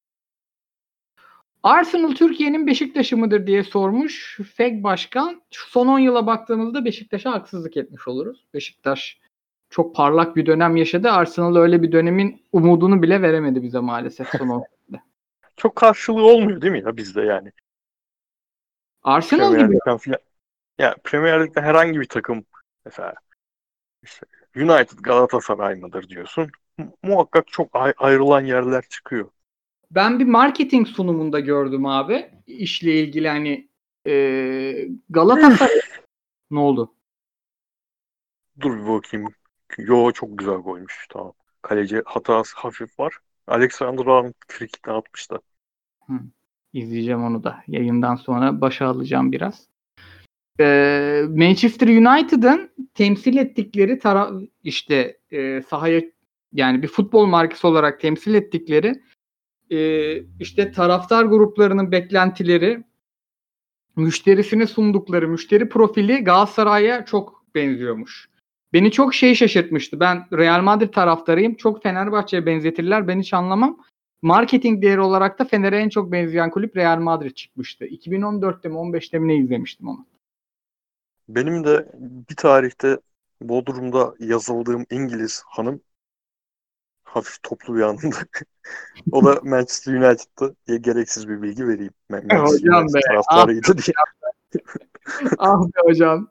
[SPEAKER 1] Arsenal Türkiye'nin Beşiktaş'ı mıdır diye sormuş Feg Başkan. Şu son on yıla baktığımızda Beşiktaş'a haksızlık etmiş oluruz. Beşiktaş çok parlak bir dönem yaşadı. Arsenal öyle bir dönemin umudunu bile veremedi bize maalesef son on yılda.
[SPEAKER 2] Çok karşılığı olmuyor değil mi ya bizde yani?
[SPEAKER 1] Arsenal
[SPEAKER 2] Premier
[SPEAKER 1] gibi.
[SPEAKER 2] Lig'den filan. Ya Premier Lig'de herhangi bir takım mesela işte United Galatasaray mıdır diyorsun. Mu- muhakkak çok ay- ayrılan yerler çıkıyor.
[SPEAKER 1] Ben bir marketing sunumunda gördüm abi. İşle ilgili hani e, Galatasaray ne oldu?
[SPEAKER 2] Dur bir bakayım. Yo çok güzel koymuş. Tamam. Kaleci hatası hafif var. Alexander Arnold frikikten atmış da.
[SPEAKER 1] Hı. İzleyeceğim onu da. Yayından sonra başa alacağım biraz. Ee, Manchester United'ın temsil ettikleri taraf işte e, sahaya yani bir futbol markası olarak temsil ettikleri e, işte taraftar gruplarının beklentileri, müşterisine sundukları müşteri profili Galatasaray'a çok benziyormuş. Beni çok şey şaşırtmıştı. Ben Real Madrid taraftarıyım. Çok Fenerbahçe'ye benzetirler. Ben hiç anlamam. Marketing değeri olarak da Fener'e en çok benzeyen kulüp Real Madrid çıkmıştı. iki bin on dörtte mi on beşte mi ne izlemiştim onu.
[SPEAKER 2] Benim de bir tarihte Bodrum'da yazıldığım İngiliz hanım hafif toplu bir anında. O da Manchester United'tı diye gereksiz bir bilgi vereyim. Man- Manchester
[SPEAKER 1] Hocam
[SPEAKER 2] United
[SPEAKER 1] be. Ah,
[SPEAKER 2] taraftarıydı diye.
[SPEAKER 1] ah be hocam.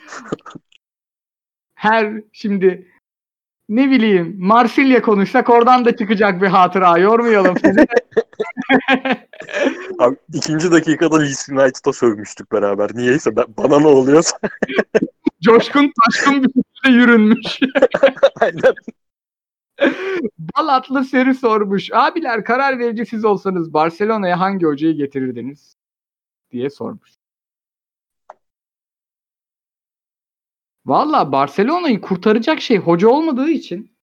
[SPEAKER 1] Her şimdi ne bileyim Marsilya konuşsak oradan da çıkacak bir hatıra. Yormayalım seni.
[SPEAKER 2] Abi ikinci dakikada Leeds United'a sövmüştük beraber. Niyeyse ben, bana ne oluyorsa.
[SPEAKER 1] Coşkun taşkın bir şekilde yürünmüş.
[SPEAKER 2] Aynen.
[SPEAKER 1] Balatlı Seri sormuş. Abiler karar verici siz olsanız Barcelona'ya hangi hocayı getirirdiniz? Diye sormuş. Valla Barcelona'yı kurtaracak şey hoca olmadığı için.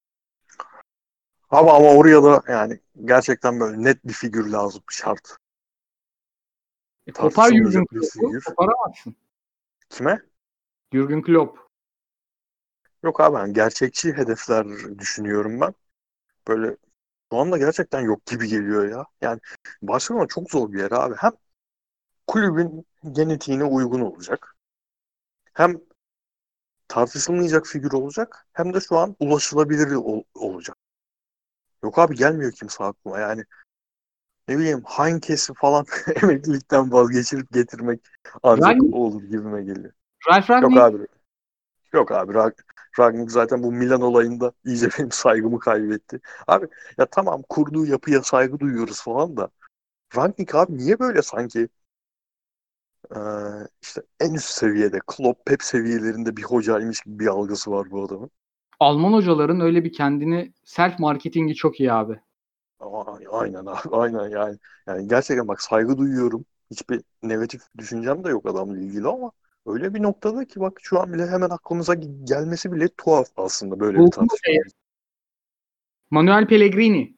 [SPEAKER 2] Ama ama oraya da yani gerçekten böyle net bir figür lazım. Şart.
[SPEAKER 1] E, kopar Jürgen
[SPEAKER 2] Tartışılmayacak bir
[SPEAKER 1] Klopp'u.
[SPEAKER 2] figür.
[SPEAKER 1] Koparamazsın.
[SPEAKER 2] Kime?
[SPEAKER 1] Jürgen Klopp.
[SPEAKER 2] Yok abi ben gerçekçi hedefler düşünüyorum ben. Böyle şu anda gerçekten yok gibi geliyor ya. Yani Barcelona çok zor bir yer abi. Hem kulübün genetiğine uygun olacak. Hem tartışılmayacak figür olacak. Hem de şu an ulaşılabilir ol- olacak. Yok abi gelmiyor kimse aklıma. Yani ne bileyim Heinkes'i falan emeklilikten vazgeçirip getirmek ancak
[SPEAKER 1] Rangnick.
[SPEAKER 2] o olur gibime geliyor.
[SPEAKER 1] Ralf
[SPEAKER 2] Yok
[SPEAKER 1] Rangnick.
[SPEAKER 2] abi. Yok abi. Rag- Ragnik zaten bu Milan olayında iyice benim saygımı kaybetti. Abi ya tamam kurduğu yapıya saygı duyuyoruz falan da Ragnik abi niye böyle sanki e, işte en üst seviyede Klopp Pep seviyelerinde bir hocaymış gibi bir algısı var bu adamın.
[SPEAKER 1] Alman hocaların öyle bir kendini self marketingi çok iyi abi.
[SPEAKER 2] Ama aynen abi aynen yani. Yani gerçekten bak saygı duyuyorum. Hiçbir negatif düşüncem de yok adamla ilgili ama öyle bir noktada ki bak şu an bile hemen aklımıza gelmesi bile tuhaf aslında böyle bir
[SPEAKER 1] Buldum şey.
[SPEAKER 2] tartışmanın.
[SPEAKER 1] Manuel Pellegrini.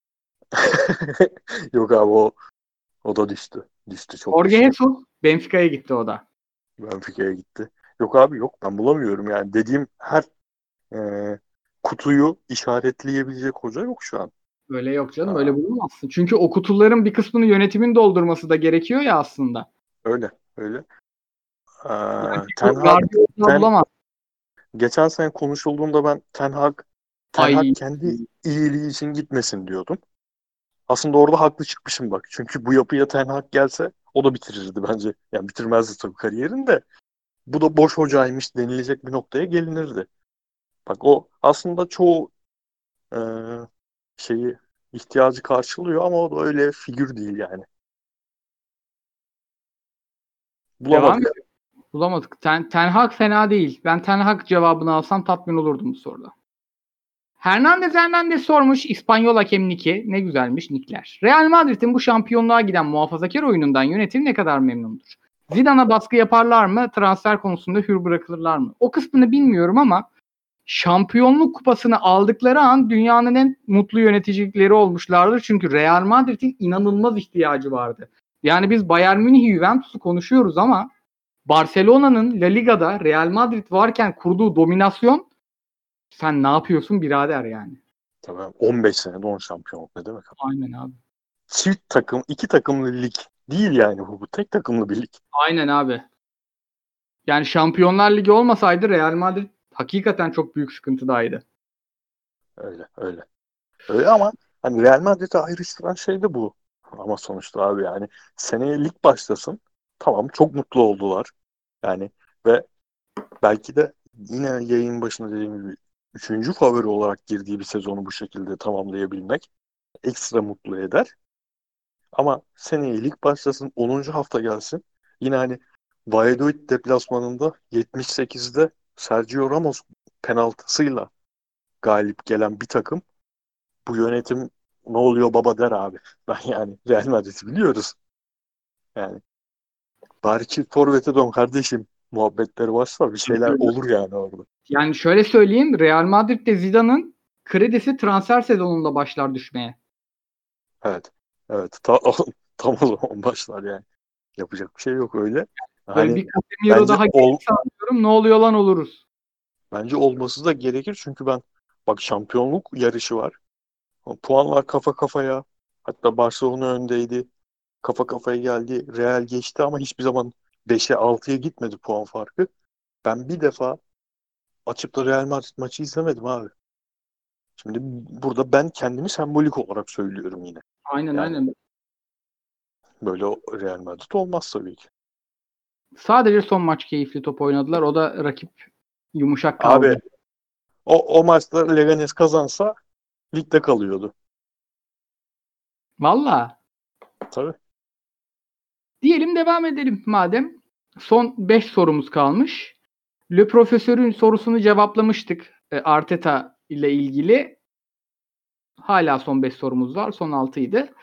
[SPEAKER 2] Yok abi o o da düştü. Düştü çok
[SPEAKER 1] Jorge
[SPEAKER 2] düştü.
[SPEAKER 1] Jesus. Benfica'ya gitti o da.
[SPEAKER 2] Benfica'ya gitti. Yok abi yok ben bulamıyorum yani. Dediğim her e, kutuyu işaretleyebilecek hoca yok şu an.
[SPEAKER 1] Öyle yok canım.
[SPEAKER 2] Aa,
[SPEAKER 1] Öyle bulunmazsın. Çünkü o kutuların bir kısmını yönetimin doldurması da gerekiyor ya aslında.
[SPEAKER 2] öyle öyle.
[SPEAKER 1] Yani
[SPEAKER 2] Aa, Ten
[SPEAKER 1] bir
[SPEAKER 2] Hag
[SPEAKER 1] Guardiola
[SPEAKER 2] Ten,
[SPEAKER 1] bulamaz.
[SPEAKER 2] geçen sene konuşulduğunda ben Ten Hag Ten Hag
[SPEAKER 1] Ay
[SPEAKER 2] kendi iyiliği için gitmesin diyordum. Aslında orada haklı çıkmışım bak. Çünkü bu yapıya Ten Hag gelse o da bitirirdi bence. Yani bitirmezdi tabii kariyerini de. Bu da boş hocaymış denilecek bir noktaya gelinirdi. Bak o aslında çoğu e, şeyi ihtiyacı karşılıyor ama o da öyle figür değil yani.
[SPEAKER 1] devam
[SPEAKER 2] Bulamadık.
[SPEAKER 1] ediyor. Bulamadık. Ten, Ten Hag fena değil. Ben Ten Hag cevabını alsam tatmin olurdum bu soruda. Hernandez Hernandez sormuş. İspanyol hakem Niki. Ne güzelmiş Nikler. Real Madrid'in bu şampiyonluğa giden muhafazakar oyunundan yönetim ne kadar memnundur? Zidane'a baskı yaparlar mı? Transfer konusunda hür bırakılırlar mı? O kısmını bilmiyorum ama şampiyonluk kupasını aldıkları an dünyanın en mutlu yöneticileri olmuşlardır. Çünkü Real Madrid'in inanılmaz ihtiyacı vardı. Yani biz Bayern Münih, Juventus'u konuşuyoruz ama Barcelona'nın La Liga'da Real Madrid varken kurduğu dominasyon, sen ne yapıyorsun birader yani.
[SPEAKER 2] Tabii on beş senede on şampiyonluk ne demek?
[SPEAKER 1] Aynen abi.
[SPEAKER 2] Çift takım, iki takımlı lig değil yani bu. Bu tek takımlı bir lig.
[SPEAKER 1] Aynen abi. Yani Şampiyonlar Ligi olmasaydı Real Madrid hakikaten çok büyük sıkıntıdaydı.
[SPEAKER 2] Öyle öyle. Öyle ama hani Real Madrid'e ayrıştıran şey de bu. Ama sonuçta abi yani seneye lig başlasın. Tamam çok mutlu oldular. Yani ve belki de yine yayın başında dediğim gibi üçüncü favori olarak girdiği bir sezonu bu şekilde tamamlayabilmek ekstra mutlu eder. Ama seneye lig başlasın, onuncu hafta gelsin. Yine hani Valladolid deplasmanında yetmiş sekizde Sergio Ramos penaltısıyla galip gelen bir takım. Bu yönetim ne oluyor baba der abi. Ben yani Real Madrid'i biliyoruz. Yani bari çift forvete dön kardeşim muhabbetleri varsa bir şeyler olur yani orada.
[SPEAKER 1] Yani şöyle söyleyeyim, Real Madrid'de Zidane'ın kredisi transfer sezonunda başlar düşmeye.
[SPEAKER 2] Evet. Evet. Ta, tam o zaman başlar yani. Yapacak bir şey yok öyle.
[SPEAKER 1] Böyle
[SPEAKER 2] Hani
[SPEAKER 1] bir Casemiro
[SPEAKER 2] bence
[SPEAKER 1] daha
[SPEAKER 2] ol,
[SPEAKER 1] gelirse anlıyorum, ne oluyor lan oluruz.
[SPEAKER 2] bence olması da gerekir çünkü ben bak şampiyonluk yarışı var. Puanlar kafa kafaya. Hatta Barcelona öndeydi. Kafa kafaya geldi. Real geçti ama hiçbir zaman beşe altıya gitmedi puan farkı. Ben bir defa açıp da Real Madrid maçı izlemedim abi. Şimdi burada ben kendimi sembolik olarak söylüyorum yine.
[SPEAKER 1] Aynen
[SPEAKER 2] Yani
[SPEAKER 1] aynen.
[SPEAKER 2] böyle Real Madrid olmaz tabii ki.
[SPEAKER 1] Sadece son maç keyifli top oynadılar. O da rakip yumuşak
[SPEAKER 2] Abi
[SPEAKER 1] kaldı.
[SPEAKER 2] o, o maçta Leganes kazansa ligde kalıyordu.
[SPEAKER 1] Valla.
[SPEAKER 2] Tabii.
[SPEAKER 1] Diyelim devam edelim madem. Son beş sorumuz kalmış. Le Profesör'ün sorusunu cevaplamıştık. E, Arteta ile ilgili. Hala son beş sorumuz var. Son altıydı.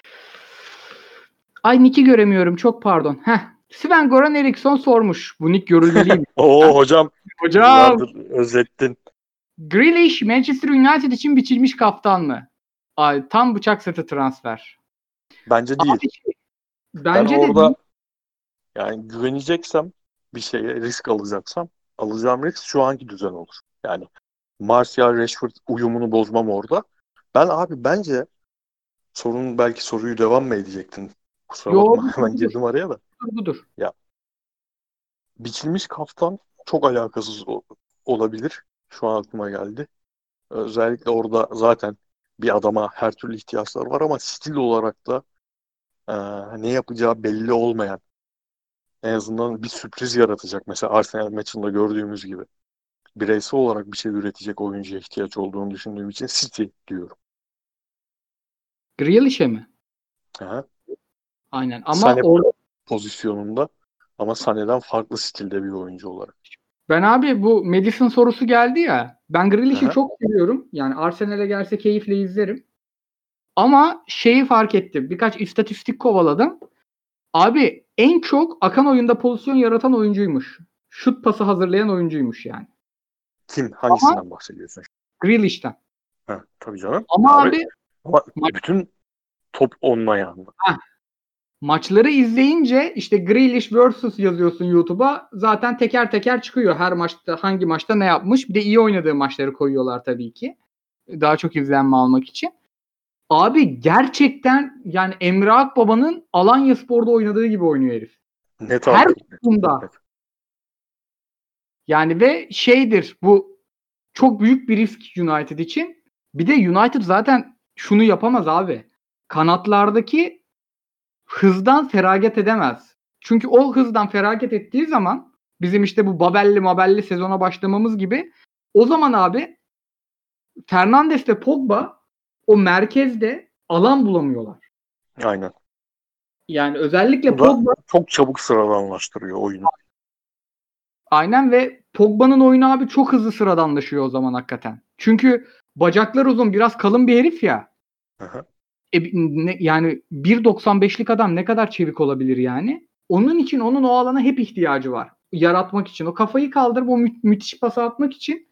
[SPEAKER 1] Ay nick'i göremiyorum. Çok pardon. Heh. Sven-Göran Eriksson sormuş. Bu nick görülmeliyim.
[SPEAKER 2] Oo hocam.
[SPEAKER 1] Hocam.
[SPEAKER 2] Yıllardır özlettin.
[SPEAKER 1] Grealish Manchester United için biçilmiş kaftan mı? Ay, tam bıçak sırtı transfer.
[SPEAKER 2] Bence değil.
[SPEAKER 1] Abi,
[SPEAKER 2] Ben
[SPEAKER 1] bence de
[SPEAKER 2] orada
[SPEAKER 1] değil.
[SPEAKER 2] yani güveneceksem bir şeye risk alacaksam alacağım risk şu anki düzen olur. Yani Martial Rashford uyumunu bozmam orada. Ben abi bence sorun belki soruyu devam mı edecektin? Kusura
[SPEAKER 1] Yo,
[SPEAKER 2] bakma
[SPEAKER 1] budur,
[SPEAKER 2] hemen
[SPEAKER 1] budur.
[SPEAKER 2] girdim araya da.
[SPEAKER 1] Budur, budur.
[SPEAKER 2] Ya biçilmiş kaftan çok alakasız o- olabilir. Şu an aklıma geldi. Özellikle orada zaten bir adama her türlü ihtiyaçlar var ama stil olarak da e, ne yapacağı belli olmayan en azından bir sürpriz yaratacak. Mesela Arsenal maçında gördüğümüz gibi. Bireysel olarak bir şey üretecek oyuncuya ihtiyaç olduğunu düşündüğüm için City diyorum.
[SPEAKER 1] Grealish'e mi?
[SPEAKER 2] Aha.
[SPEAKER 1] Aynen. Ama
[SPEAKER 2] Sané
[SPEAKER 1] orada
[SPEAKER 2] pozisyonunda ama Sané'den farklı stilde bir oyuncu olarak.
[SPEAKER 1] ben abi bu Madison sorusu geldi ya. Ben Grealish'i
[SPEAKER 2] Aha.
[SPEAKER 1] çok seviyorum. Yani Arsenal'e gelse keyifle izlerim. Ama şeyi fark ettim. Birkaç istatistik kovaladım. Abi en çok akan oyunda pozisyon yaratan oyuncuymuş. Şut pası hazırlayan oyuncuymuş yani.
[SPEAKER 2] Kim?
[SPEAKER 1] Ama
[SPEAKER 2] Hangisinden bahsediyorsun?
[SPEAKER 1] Grealish'ten.
[SPEAKER 2] Ha, tabii canım.
[SPEAKER 1] Ama
[SPEAKER 2] Abi
[SPEAKER 1] abi
[SPEAKER 2] ama
[SPEAKER 1] ma-
[SPEAKER 2] bütün top onun ayağında.
[SPEAKER 1] heh, maçları izleyince işte Grealish versus yazıyorsun YouTube'a. Zaten teker teker çıkıyor. Her maçta hangi maçta ne yapmış. Bir de iyi oynadığı maçları koyuyorlar tabii ki. Daha çok izlenme almak için. Abi gerçekten yani Emre Akbaba'nın Alanyaspor'da oynadığı gibi oynuyor herif.
[SPEAKER 2] Net
[SPEAKER 1] Her
[SPEAKER 2] abi. Çok net.
[SPEAKER 1] bunda.
[SPEAKER 2] Çok net.
[SPEAKER 1] Yani ve şeydir bu çok büyük bir risk United için. Bir de United zaten şunu yapamaz abi. Kanatlardaki hızdan feragat edemez. Çünkü o hızdan feragat ettiği zaman bizim işte bu Babelli Mabelli sezona başlamamız gibi o zaman abi Fernandes ve Pogba o merkezde alan bulamıyorlar.
[SPEAKER 2] Aynen.
[SPEAKER 1] Yani özellikle
[SPEAKER 2] Bu da
[SPEAKER 1] Pogba
[SPEAKER 2] çok çabuk sıradanlaştırıyor oyunu.
[SPEAKER 1] aynen ve Pogba'nın oyunu abi çok hızlı sıradanlaşıyor o zaman hakikaten. Çünkü bacaklar uzun biraz kalın bir herif ya.
[SPEAKER 2] Aha.
[SPEAKER 1] E, ne, yani bir doksan beşlik adam ne kadar çevik olabilir yani? Onun için onun o alana hep ihtiyacı var. Yaratmak için. O kafayı kaldırıp o mü- müthiş pası atmak için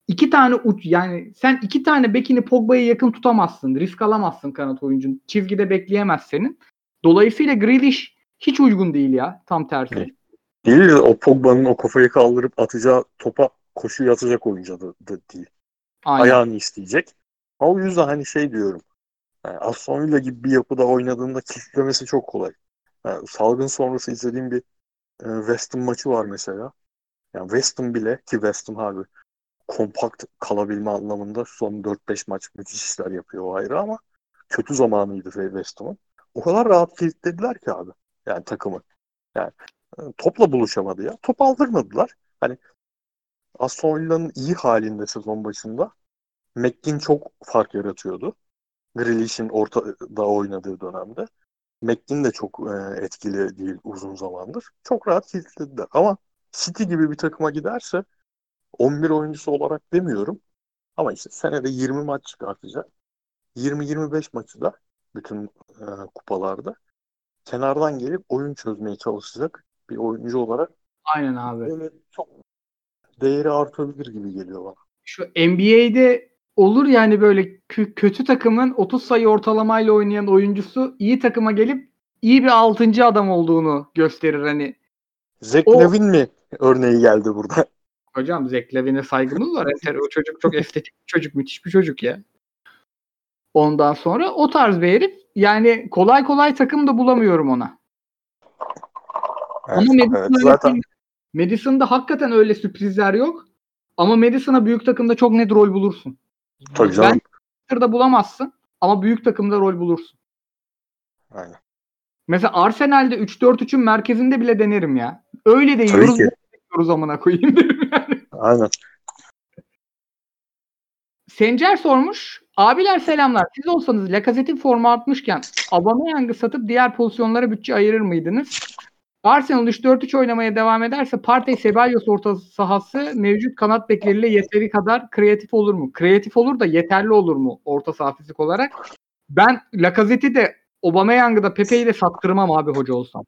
[SPEAKER 1] iki tane uç yani sen iki tane bekini Pogba'ya yakın tutamazsın. Risk alamazsın kanat oyuncun. Çizgide bekleyemez senin. Dolayısıyla Grealish hiç uygun değil ya. Tam tersi.
[SPEAKER 2] Değil o Pogba'nın o kafayı kaldırıp atacağı topa koşuyu atacak oyuncu da, da değil.
[SPEAKER 1] Aynen.
[SPEAKER 2] Ayağını isteyecek. O yüzden hani şey diyorum. Yani Aston Villa gibi bir yapıda oynadığında kilitlemesi çok kolay. Yani salgın sonrası izlediğim bir e, West Ham maçı var mesela. Yani West Ham bile ki West Ham abi kompakt kalabilme anlamında son dört beş maç müthiş işler yapıyor o ayrı ama kötü zamanıydı West Ham'ın. O kadar rahat kilitlediler ki abi. Yani takımı. Yani e, topla buluşamadı ya. Top aldırmadılar. Hani Aston Villa'nın iyi halinde sezon başında McGinn çok fark yaratıyordu. Grealish'in ortada oynadığı dönemde. McGinn de çok e, etkili değil uzun zamandır. Çok rahat kilitlediler. Ama City gibi bir takıma giderse on bir oyuncusu olarak demiyorum. Ama işte senede yirmi maç çıkartacak. yirmi yirmi beş maçı da bütün e, kupalarda kenardan gelip oyun çözmeye çalışacak bir oyuncu olarak
[SPEAKER 1] Aynen abi.
[SPEAKER 2] böyle çok değeri artabilir gibi geliyor bana.
[SPEAKER 1] Şu N B A'de olur yani böyle kö- kötü takımın otuz sayı ortalamayla oynayan oyuncusu iyi takıma gelip iyi bir altıncı adam olduğunu gösterir hani.
[SPEAKER 2] Zach
[SPEAKER 1] O
[SPEAKER 2] Lavin mi örneği geldi burada?
[SPEAKER 1] hocam Zach Lavin'e saygımız var. Enter, o çocuk çok estetik bir çocuk. Müthiş bir çocuk ya. Ondan sonra o tarz bir herif. Yani kolay kolay takım da bulamıyorum ona. Ama
[SPEAKER 2] Evet, evet
[SPEAKER 1] Madison öyle
[SPEAKER 2] zaten
[SPEAKER 1] değil. Madison'da hakikaten öyle sürprizler yok. Ama Madison'a büyük takımda çok net rol bulursun.
[SPEAKER 2] tabii
[SPEAKER 1] Ben
[SPEAKER 2] canım.
[SPEAKER 1] da bulamazsın ama büyük takımda rol bulursun.
[SPEAKER 2] Aynen.
[SPEAKER 1] Mesela Arsenal'de üç dört üçün merkezinde bile denerim ya. Öyle de
[SPEAKER 2] Tabii
[SPEAKER 1] yiyoruz,
[SPEAKER 2] ki.
[SPEAKER 1] böyle de yiyoruz amına koyayım derim yani.
[SPEAKER 2] Aynen.
[SPEAKER 1] Sencer sormuş. Abiler selamlar. Siz olsanız Lacazette'in forma atmışken Aubameyang'ı satıp diğer pozisyonlara bütçe ayırır mıydınız? Arsenal üç dört üç oynamaya devam ederse Partey Ceballos orta sahası mevcut kanat bekleriyle yeteri kadar kreatif olur mu? Kreatif olur da yeterli olur mu orta saha fizik olarak? Ben Lacazette'i de Aubameyang'ı da Pepe'yi de sattırmam abi hoca olsam.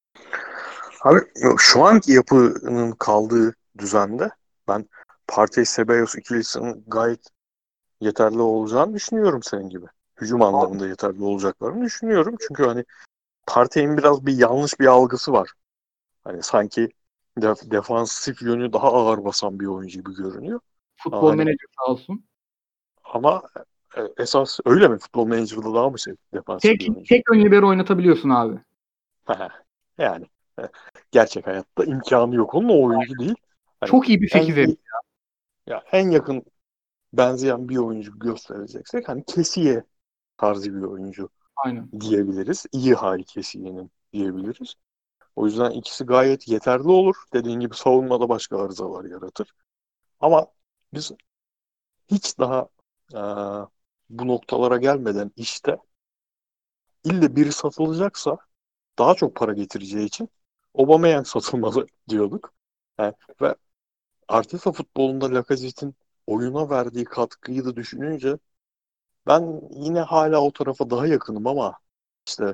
[SPEAKER 2] Abi şu anki yapının kaldığı düzende ben Partey Ceballos ikilisinin gayet yeterli olacağını düşünüyorum senin gibi. Hücum anlamında yeterli olacaklarını düşünüyorum. Çünkü hani Partey'in biraz bir yanlış bir algısı var. Hani sanki def- defansif yönü daha ağır basan bir oyuncu gibi görünüyor. Ama
[SPEAKER 1] Futbol
[SPEAKER 2] hani
[SPEAKER 1] menajer sağ olsun.
[SPEAKER 2] ama e, esas öyle mi? Futbol Manager'da daha mı şey defansif
[SPEAKER 1] Tek
[SPEAKER 2] bir oyuncu?
[SPEAKER 1] tek ön libero oynatabiliyorsun abi.
[SPEAKER 2] Yani e, gerçek hayatta imkanı yok. Onun o oyuncu değil. Hani
[SPEAKER 1] Çok iyi bir
[SPEAKER 2] en
[SPEAKER 1] sekiz herif.
[SPEAKER 2] ya en yakın benzeyen bir oyuncu göstereceksek hani Kessié tarzı bir oyuncu
[SPEAKER 1] Aynen.
[SPEAKER 2] diyebiliriz. İyi hali Kessié'nin diyebiliriz. O yüzden ikisi gayet yeterli olur. Dediğin gibi savunmada başka arızalar yaratır. Ama biz hiç daha e, bu noktalara gelmeden işte ille biri satılacaksa daha çok para getireceği için Aubameyang satılmalı diyorduk. Yani ve Arteta futbolunda Lacazette'in oyuna verdiği katkıyı da düşününce ben yine hala o tarafa daha yakınım ama işte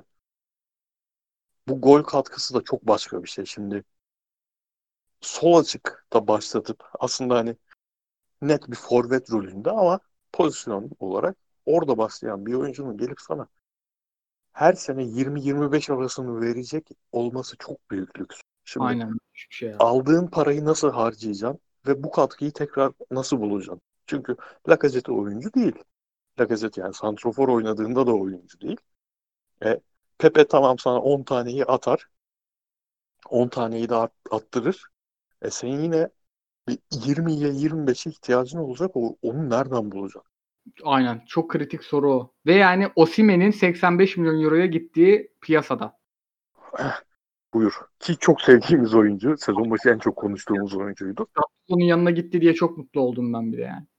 [SPEAKER 2] bu gol katkısı da çok başka bir şey. Şimdi sol açıkta başlatıp aslında hani net bir forvet rolünde ama pozisyon olarak orada başlayan bir oyuncunun gelip sana her sene yirmi yirmi beş arasını verecek olması çok büyük lüks. Şimdi
[SPEAKER 1] Aynen. Hiçbir şey abi.
[SPEAKER 2] aldığın parayı nasıl harcayacaksın ve bu katkıyı tekrar nasıl bulacaksın? Çünkü Lacazette oyuncu değil. Lacazette yani santrofor oynadığında da oyuncu değil. E, Pepe tamam sana on taneyi atar. on taneyi de at, attırır. E sen yine bir yirmiye yirmi beşe ihtiyacın olacak. O, onu nereden bulacaksın?
[SPEAKER 1] Aynen. Çok kritik soru o. Ve yani Osimhen'in seksen beş milyon euroya gittiği piyasada.
[SPEAKER 2] Eh, buyur. Ki çok sevdiğimiz oyuncu. Sezon başı en çok konuştuğumuz oyuncuydu.
[SPEAKER 1] Onun yanına gitti diye çok mutlu oldum ben bir de yani.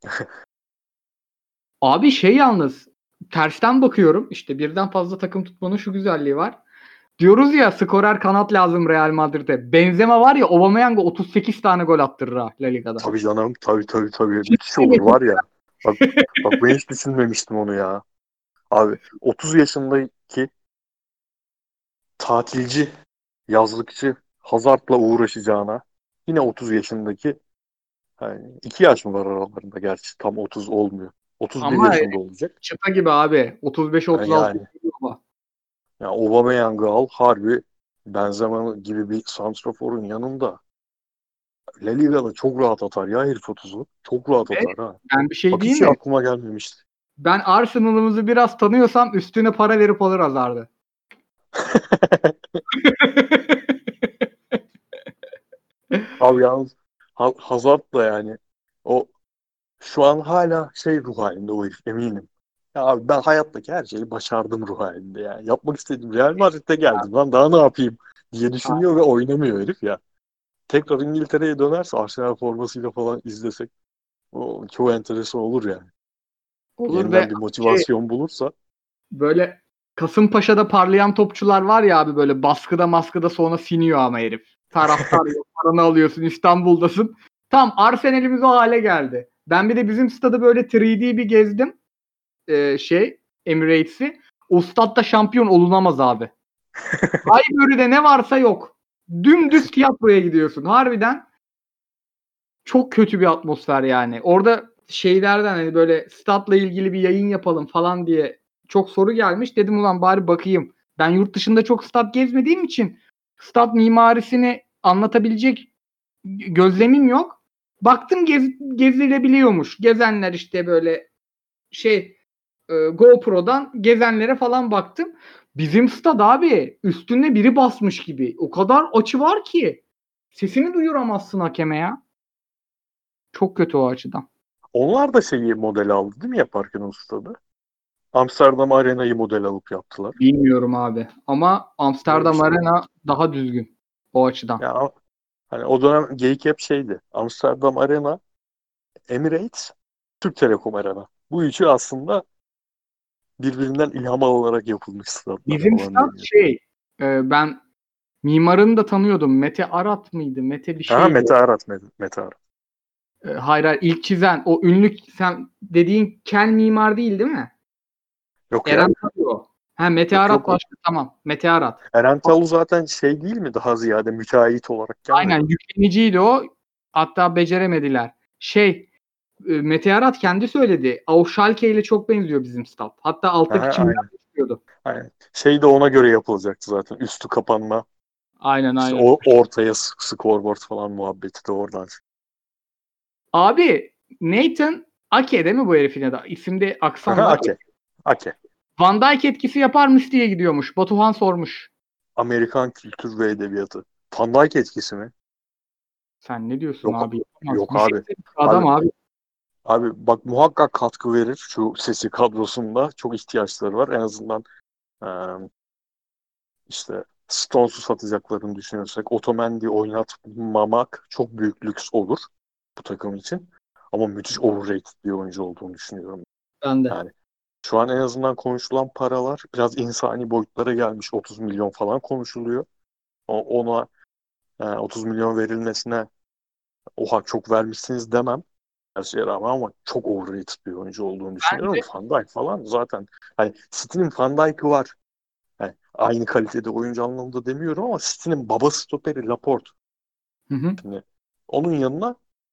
[SPEAKER 1] Abi şey yalnız tersten bakıyorum. İşte birden fazla takım tutmanın şu güzelliği var. Diyoruz ya skorer kanat lazım Real Madrid'e. Benzema var ya Aubameyang'a otuz sekiz tane gol attırır ha La Liga'da.
[SPEAKER 2] Tabii canım. Tabii tabii tabii. Müthiş olur var ya. Bak, bak ben hiç düşünmemiştim onu ya. Abi otuz yaşındaki tatilci, yazlıkçı Hazard'la uğraşacağına yine otuz yaşındaki Yani iki yaş mı var aralarında gerçi tam otuz olmuyor. otuz bir
[SPEAKER 1] Ama
[SPEAKER 2] yaşında olacak.
[SPEAKER 1] çıta gibi abi. otuz beş
[SPEAKER 2] Yani,
[SPEAKER 1] otuz altı
[SPEAKER 2] yani, yani Aubameyang'ı al harbi Benzema gibi bir santraforun yanında La Liga'da çok rahat atar ya herif otuzu. Çok rahat
[SPEAKER 1] ve
[SPEAKER 2] atar ha.
[SPEAKER 1] ben bir şey
[SPEAKER 2] Bak
[SPEAKER 1] diyeyim
[SPEAKER 2] hiç
[SPEAKER 1] mi?
[SPEAKER 2] aklıma gelmemişti.
[SPEAKER 1] Ben Arsenal'ımızı biraz tanıyorsam üstüne para verip alır Hazard'ı.
[SPEAKER 2] Abi yalnız Ha- Hazard da yani o şu an hala şey ruh halinde o herif eminim. Ya abi ben hayattaki her şeyi başardım ruh halinde ya. Yapmak istedim. Real Madrid'de geldim lan daha ne yapayım diye düşünüyor ve oynamıyor herif ya. Tekrar İngiltere'ye dönerse Arsenal formasıyla falan izlesek o çok enteresan olur yani.
[SPEAKER 1] Olur ve
[SPEAKER 2] Yeniden bir
[SPEAKER 1] şey
[SPEAKER 2] motivasyon bulursa.
[SPEAKER 1] böyle Kasımpaşa'da parlayan topçular var ya abi, böyle baskıda maskıda sonra siniyor ama herif. Taraftar yok, paranı alıyorsun, İstanbul'dasın. Tam Arsenal'imiz o hale geldi. Ben bir de bizim stadı böyle üç D bir gezdim. Ee, şey Emirates'i. O statta şampiyon olunamaz abi. Highbury'de ne varsa yok. Dümdüz tiyatroya gidiyorsun. Harbiden çok kötü bir atmosfer yani. Orada şeylerden hani böyle statla ilgili bir yayın yapalım falan diye çok soru gelmiş. Dedim ulan bari bakayım. Ben yurt dışında çok stat gezmediğim için stat mimarisini anlatabilecek gözlemim yok. Baktım gez, gezilebiliyormuş. Gezenler işte böyle şey e, GoPro'dan gezenlere falan baktım. Bizim stad abi üstüne biri basmış gibi. O kadar açı var ki sesini duyuramazsın hakeme ya. Çok kötü o açıdan.
[SPEAKER 2] Onlar da şeyi model aldı değil mi yaparken o stadı? Amsterdam Arena'yı model alıp yaptılar.
[SPEAKER 1] Bilmiyorum abi. Ama
[SPEAKER 2] Böyle bir
[SPEAKER 1] Amsterdam
[SPEAKER 2] şey.
[SPEAKER 1] Arena daha düzgün o açıdan.
[SPEAKER 2] Ya hani o dönem geyik hep şeydi. Amsterdam Arena, Emirates, Türk Telekom Arena. Bu üçü aslında birbirinden ilham alarak yapılmış statlar
[SPEAKER 1] Bizim
[SPEAKER 2] falan
[SPEAKER 1] stat
[SPEAKER 2] deniyor.
[SPEAKER 1] şey e, ben mimarını da tanıyordum. Mete Arat mıydı? Mete bir
[SPEAKER 2] Aha
[SPEAKER 1] şeydi.
[SPEAKER 2] Mete Arat, Mete, Mete Arat.
[SPEAKER 1] E, hayır hayır ilk çizen o ünlü sen dediğin Kel mimar değil değil mi?
[SPEAKER 2] Yok ya.
[SPEAKER 1] Eren Tabii. Ha Mete
[SPEAKER 2] Yok
[SPEAKER 1] Arat
[SPEAKER 2] yok.
[SPEAKER 1] başka tamam. Mete Arat.
[SPEAKER 2] Eren Talu zaten şey değil mi daha ziyade müteahhit olarak gelmedi
[SPEAKER 1] Aynen
[SPEAKER 2] mi?
[SPEAKER 1] yükleniciydi o. Hatta beceremediler. Şey e, Mete Arat kendi söyledi. Auf Schalke ile çok benziyor bizim stat. Hatta alttaki
[SPEAKER 2] Aha,
[SPEAKER 1] çimler
[SPEAKER 2] aynen.
[SPEAKER 1] çıkıyordu.
[SPEAKER 2] Aynen. Şey de ona göre yapılacaktı zaten. Üstü kapanma.
[SPEAKER 1] Aynen
[SPEAKER 2] İşte
[SPEAKER 1] aynen.
[SPEAKER 2] o ortaya s- scoreboard falan muhabbeti de oradan.
[SPEAKER 1] Abi Nathan Ake değil mi bu herifin adı? İsimde aksan
[SPEAKER 2] Aha,
[SPEAKER 1] var.
[SPEAKER 2] Ake. Ake.
[SPEAKER 1] Van Dijk etkisi yaparmış diye gidiyormuş. Batuhan sormuş.
[SPEAKER 2] Amerikan kültür ve edebiyatı. Van Dijk etkisi mi?
[SPEAKER 1] Sen ne diyorsun
[SPEAKER 2] Yok
[SPEAKER 1] abi? Yapamaz.
[SPEAKER 2] yok
[SPEAKER 1] Bir
[SPEAKER 2] abi.
[SPEAKER 1] seksen
[SPEAKER 2] Abi
[SPEAKER 1] adam abi.
[SPEAKER 2] abi bak muhakkak katkı verir şu sesi kadrosunda. Çok ihtiyaçları var. En azından e, işte Stones'u satacaklarını düşünürsek Otamendi oynatmamak çok büyük lüks olur bu takım için. Ama müthiş overrated bir oyuncu olduğunu düşünüyorum.
[SPEAKER 1] Ben de.
[SPEAKER 2] Yani şu an en azından konuşulan paralar biraz insani boyutlara gelmiş. otuz milyon falan konuşuluyor. O, ona e, otuz milyon verilmesine oha çok vermişsiniz demem. Her şeye rağmen ama çok overrated bir oyuncu olduğunu düşünüyorum.
[SPEAKER 1] Bence
[SPEAKER 2] Van Dijk falan zaten hani City'nin Van Dijk'ı var. Yani aynı kalitede oyuncu anlamında demiyorum ama City'nin baba stoperi Laporte.
[SPEAKER 1] hı hı.
[SPEAKER 2] Şimdi onun yanına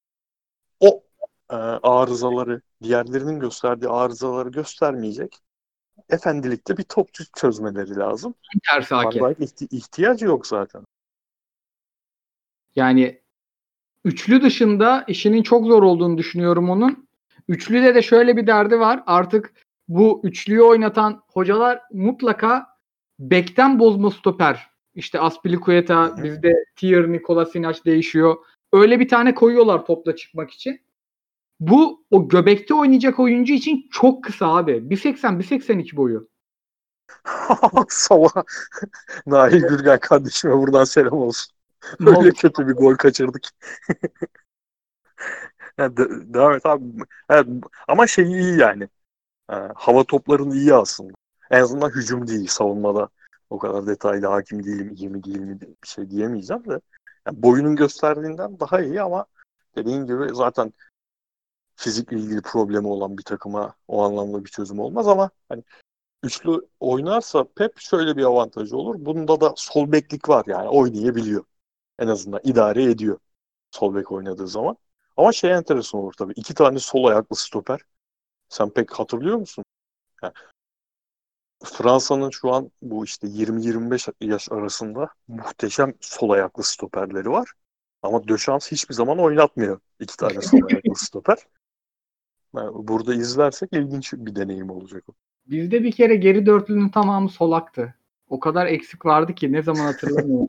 [SPEAKER 2] o e, arızaları, diğerlerinin gösterdiği arızaları göstermeyecek efendilikte bir topçu çözmeleri lazım.
[SPEAKER 1] Tersi
[SPEAKER 2] Van
[SPEAKER 1] Ake.
[SPEAKER 2] Dijk ihti- ihtiyacı yok zaten.
[SPEAKER 1] Yani üçlü dışında işinin çok zor olduğunu düşünüyorum onun. Üçlüde de şöyle bir derdi var. Artık bu üçlüyü oynatan hocalar mutlaka bekten bozma stoper. İşte
[SPEAKER 2] Hı
[SPEAKER 1] Aspilicueta,
[SPEAKER 2] hı.
[SPEAKER 1] bizde Tierney, Kolasinac değişiyor. Öyle bir tane koyuyorlar topla çıkmak için. Bu o göbekte oynayacak oyuncu için çok kısa abi. bir seksen bir seksen iki boyu.
[SPEAKER 2] Sala. Nail Gürgen kardeşime buradan selam olsun.
[SPEAKER 1] Ne
[SPEAKER 2] Öyle
[SPEAKER 1] oldu?
[SPEAKER 2] kötü bir gol kaçırdık. Yani de- devam et abi. Evet, ama şey iyi yani. Ee, hava toplarını iyi aslında. En azından hücum değil, savunmada. O kadar detaylı hakim değilim, iyi mi değil mi bir şey diyemeyeceğim de. Yani boyunun gösterdiğinden daha iyi ama dediğin gibi zaten fizikle ilgili problemi olan bir takıma o anlamda bir çözüm olmaz ama hani üçlü oynarsa Pep şöyle bir avantajı olur. Bunda da sol beklik var yani oynayabiliyor. En azından idare ediyor sol bek oynadığı zaman. Ama şey enteresan olur tabii. İki tane sol ayaklı stoper. Sen pek hatırlıyor musun? Yani Fransa'nın şu an bu işte yirmi yirmi beş yaş arasında muhteşem sol ayaklı stoperleri var. Ama Deschamps hiçbir zaman oynatmıyor iki tane sol ayaklı stoper. Yani burada izlersek ilginç bir deneyim olacak o.
[SPEAKER 1] Bizde bir kere geri dörtlünün tamamı solaktı. O kadar eksik vardı ki ne zaman hatırlamıyorum.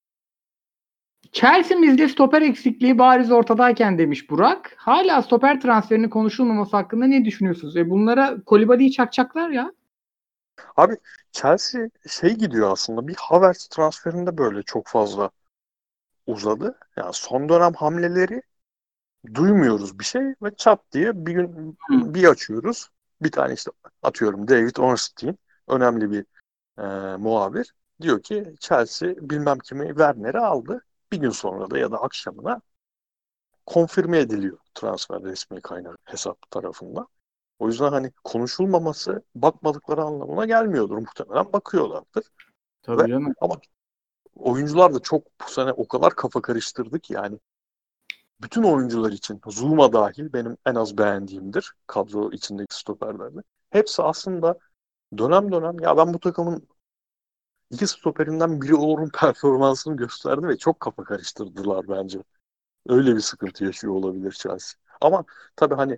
[SPEAKER 1] Chelsea bizde stoper eksikliği bariz ortadayken demiş Burak. Hala stoper transferinin konuşulmaması hakkında ne düşünüyorsunuz? E bunlara Kolibali'yi çakacaklar ya.
[SPEAKER 2] Abi Chelsea şey gidiyor aslında. Bir Havertz transferinde böyle çok fazla uzadı. Yani son dönem hamleleri duymuyoruz bir şey ve çat diye bir gün
[SPEAKER 1] Hı.
[SPEAKER 2] bir açıyoruz. Bir tane işte atıyorum David Ornstein önemli bir e, muhabir. Diyor ki Chelsea bilmem kimi Werner'i aldı. Bir gün sonra da ya da akşamına konfirme ediliyor transfer resmi kaynak hesap tarafından. O yüzden hani konuşulmaması bakmadıkları anlamına gelmiyordur. Muhtemelen bakıyorlardır. Ve
[SPEAKER 1] Tabii canım.
[SPEAKER 2] ama oyuncular da çok bu sene o kadar kafa karıştırdı ki yani bütün oyuncular için Zuma dahil benim en az beğendiğimdir kadro içindeki stoperlerde. Hepsi aslında dönem dönem ya ben bu takımın iki stoperinden biri olurum performansını gösterdi ve çok kafa karıştırdılar bence. Öyle bir sıkıntı yaşıyor olabilir Chelsea. Ama tabii hani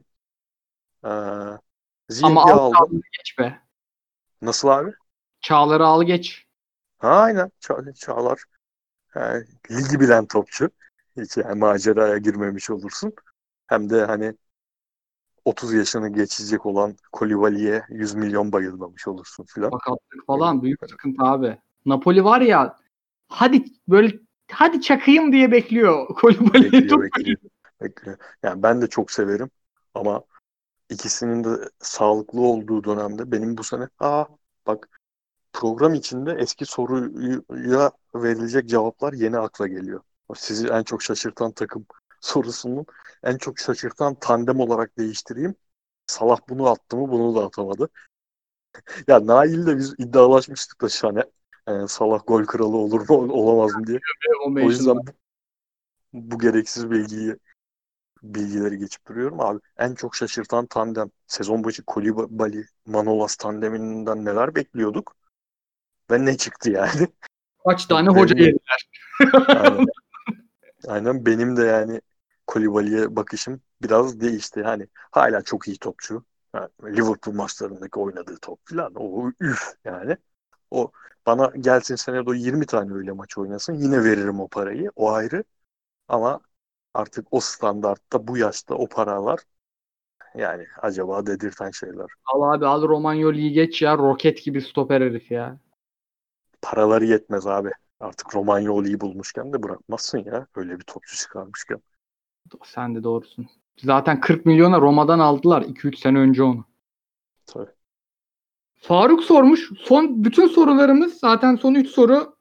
[SPEAKER 2] ee,
[SPEAKER 1] Ama
[SPEAKER 2] Ziyech'i
[SPEAKER 1] al
[SPEAKER 2] aldın.
[SPEAKER 1] Çağlar'ı geç be.
[SPEAKER 2] Nasıl abi?
[SPEAKER 1] Çağlar'ı al geç.
[SPEAKER 2] Ha, aynen. Ça- Çağlar. Ha, ligi bilen topçu. Hiç yani maceraya girmemiş olursun. Hem de hani otuz yaşını geçecek olan Kolibali'ye yüz milyon bayılmamış olursun filan.
[SPEAKER 1] Sakatlık
[SPEAKER 2] Öyle,
[SPEAKER 1] falan büyük sıkıntı abi. Napoli var ya hadi böyle hadi çakayım diye bekliyor. Kolibali'yi
[SPEAKER 2] bekliyor
[SPEAKER 1] tut.
[SPEAKER 2] bekliyor. Bekliyor. Yani ben de çok severim ama ikisinin de sağlıklı olduğu dönemde benim bu sene aa bak program içinde eski soruya verilecek cevaplar yeni akla geliyor. Sizi en çok şaşırtan takım sorusunun en çok şaşırtan tandem olarak değiştireyim. Salah bunu attı mı bunu da atamadı. Ya Nail'le biz iddialaşmıştık da şahane. Yani Salah gol kralı olur mu olamaz mı diye.
[SPEAKER 1] O
[SPEAKER 2] O
[SPEAKER 1] mention'lar.
[SPEAKER 2] yüzden bu, bu gereksiz bilgiyi bilgileri geçip duruyorum abi. En çok şaşırtan tandem. Sezon başı Kolibali Manolas tandeminden neler bekliyorduk ve ne çıktı yani.
[SPEAKER 1] Kaç tane hoca
[SPEAKER 2] Benim de
[SPEAKER 1] yediler.
[SPEAKER 2] aynen. Aynen benim de yani Kolibali'ye bakışım biraz değişti. Hani hala çok iyi topçu. Yani Liverpool maçlarındaki oynadığı top falan o üf yani. O bana gelsin senede o yirmi tane öyle maç oynasın yine veririm o parayı. O ayrı. Ama artık o standartta bu yaşta o paralar yani acaba dedirten şeyler.
[SPEAKER 1] Al abi al Romagnoli'yi geç ya. Roket gibi stoper herif ya.
[SPEAKER 2] Paraları yetmez abi. Artık Romagnoli'yi bulmuşken de bırakmazsın ya. Öyle bir topçu çıkarmışken.
[SPEAKER 1] Sen de doğrusun. Zaten kırk milyona Roma'dan aldılar iki üç sene önce onu.
[SPEAKER 2] Tabii.
[SPEAKER 1] Faruk sormuş. Son bütün sorularımız zaten son üç soru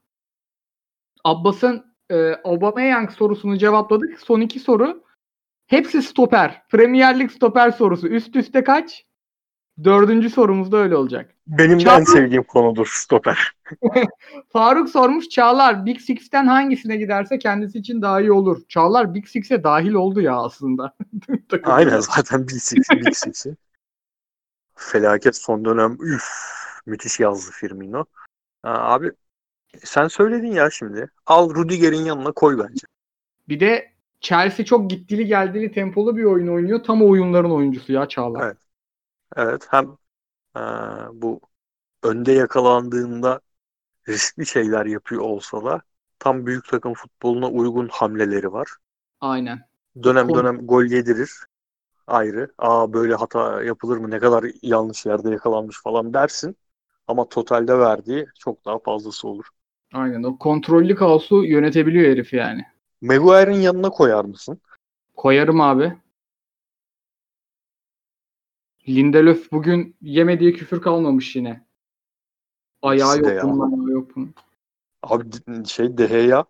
[SPEAKER 1] Abbas'ın e, Aubameyang sorusunu cevapladık. Son iki soru hepsi stoper. Premier Lig stoper sorusu. Üst üste kaç? Dördüncü sorumuz da öyle olacak.
[SPEAKER 2] Benim de en
[SPEAKER 1] Çağlar,
[SPEAKER 2] sevdiğim konudur stoper.
[SPEAKER 1] Faruk sormuş. Çağlar Big Six'ten hangisine giderse kendisi için daha iyi olur. Çağlar Big Six'e dahil oldu ya aslında.
[SPEAKER 2] Aynen
[SPEAKER 1] Takımıyla.
[SPEAKER 2] zaten Big Six, Big Six'i. Felaket son dönem üf müthiş yazdı Firmino. Ha, abi sen söyledin ya şimdi. Al Rudiger'in yanına koy bence.
[SPEAKER 1] Bir de Chelsea çok gittili geldili tempolu bir oyun oynuyor. Tam o oyunların oyuncusu ya Çağlar.
[SPEAKER 2] Evet. Evet hem e, bu önde yakalandığında riskli şeyler yapıyor olsa da tam büyük takım futboluna uygun hamleleri var.
[SPEAKER 1] Aynen. O
[SPEAKER 2] Dönem
[SPEAKER 1] konu.
[SPEAKER 2] dönem gol yedirir ayrı. Aa böyle hata yapılır mı? Ne kadar yanlış yerde yakalanmış falan dersin. Ama totalde verdiği çok daha fazlası olur.
[SPEAKER 1] Aynen. O kontrollü kaosu yönetebiliyor herif yani.
[SPEAKER 2] Maguire'in yanına koyar mısın?
[SPEAKER 1] Koyarım abi. Lindelöf bugün yemediği küfür kalmamış yine. Ayağı
[SPEAKER 2] İkisi de
[SPEAKER 1] yok
[SPEAKER 2] ya.
[SPEAKER 1] bunun, ayağı yok bunun.
[SPEAKER 2] Abi şey De Gea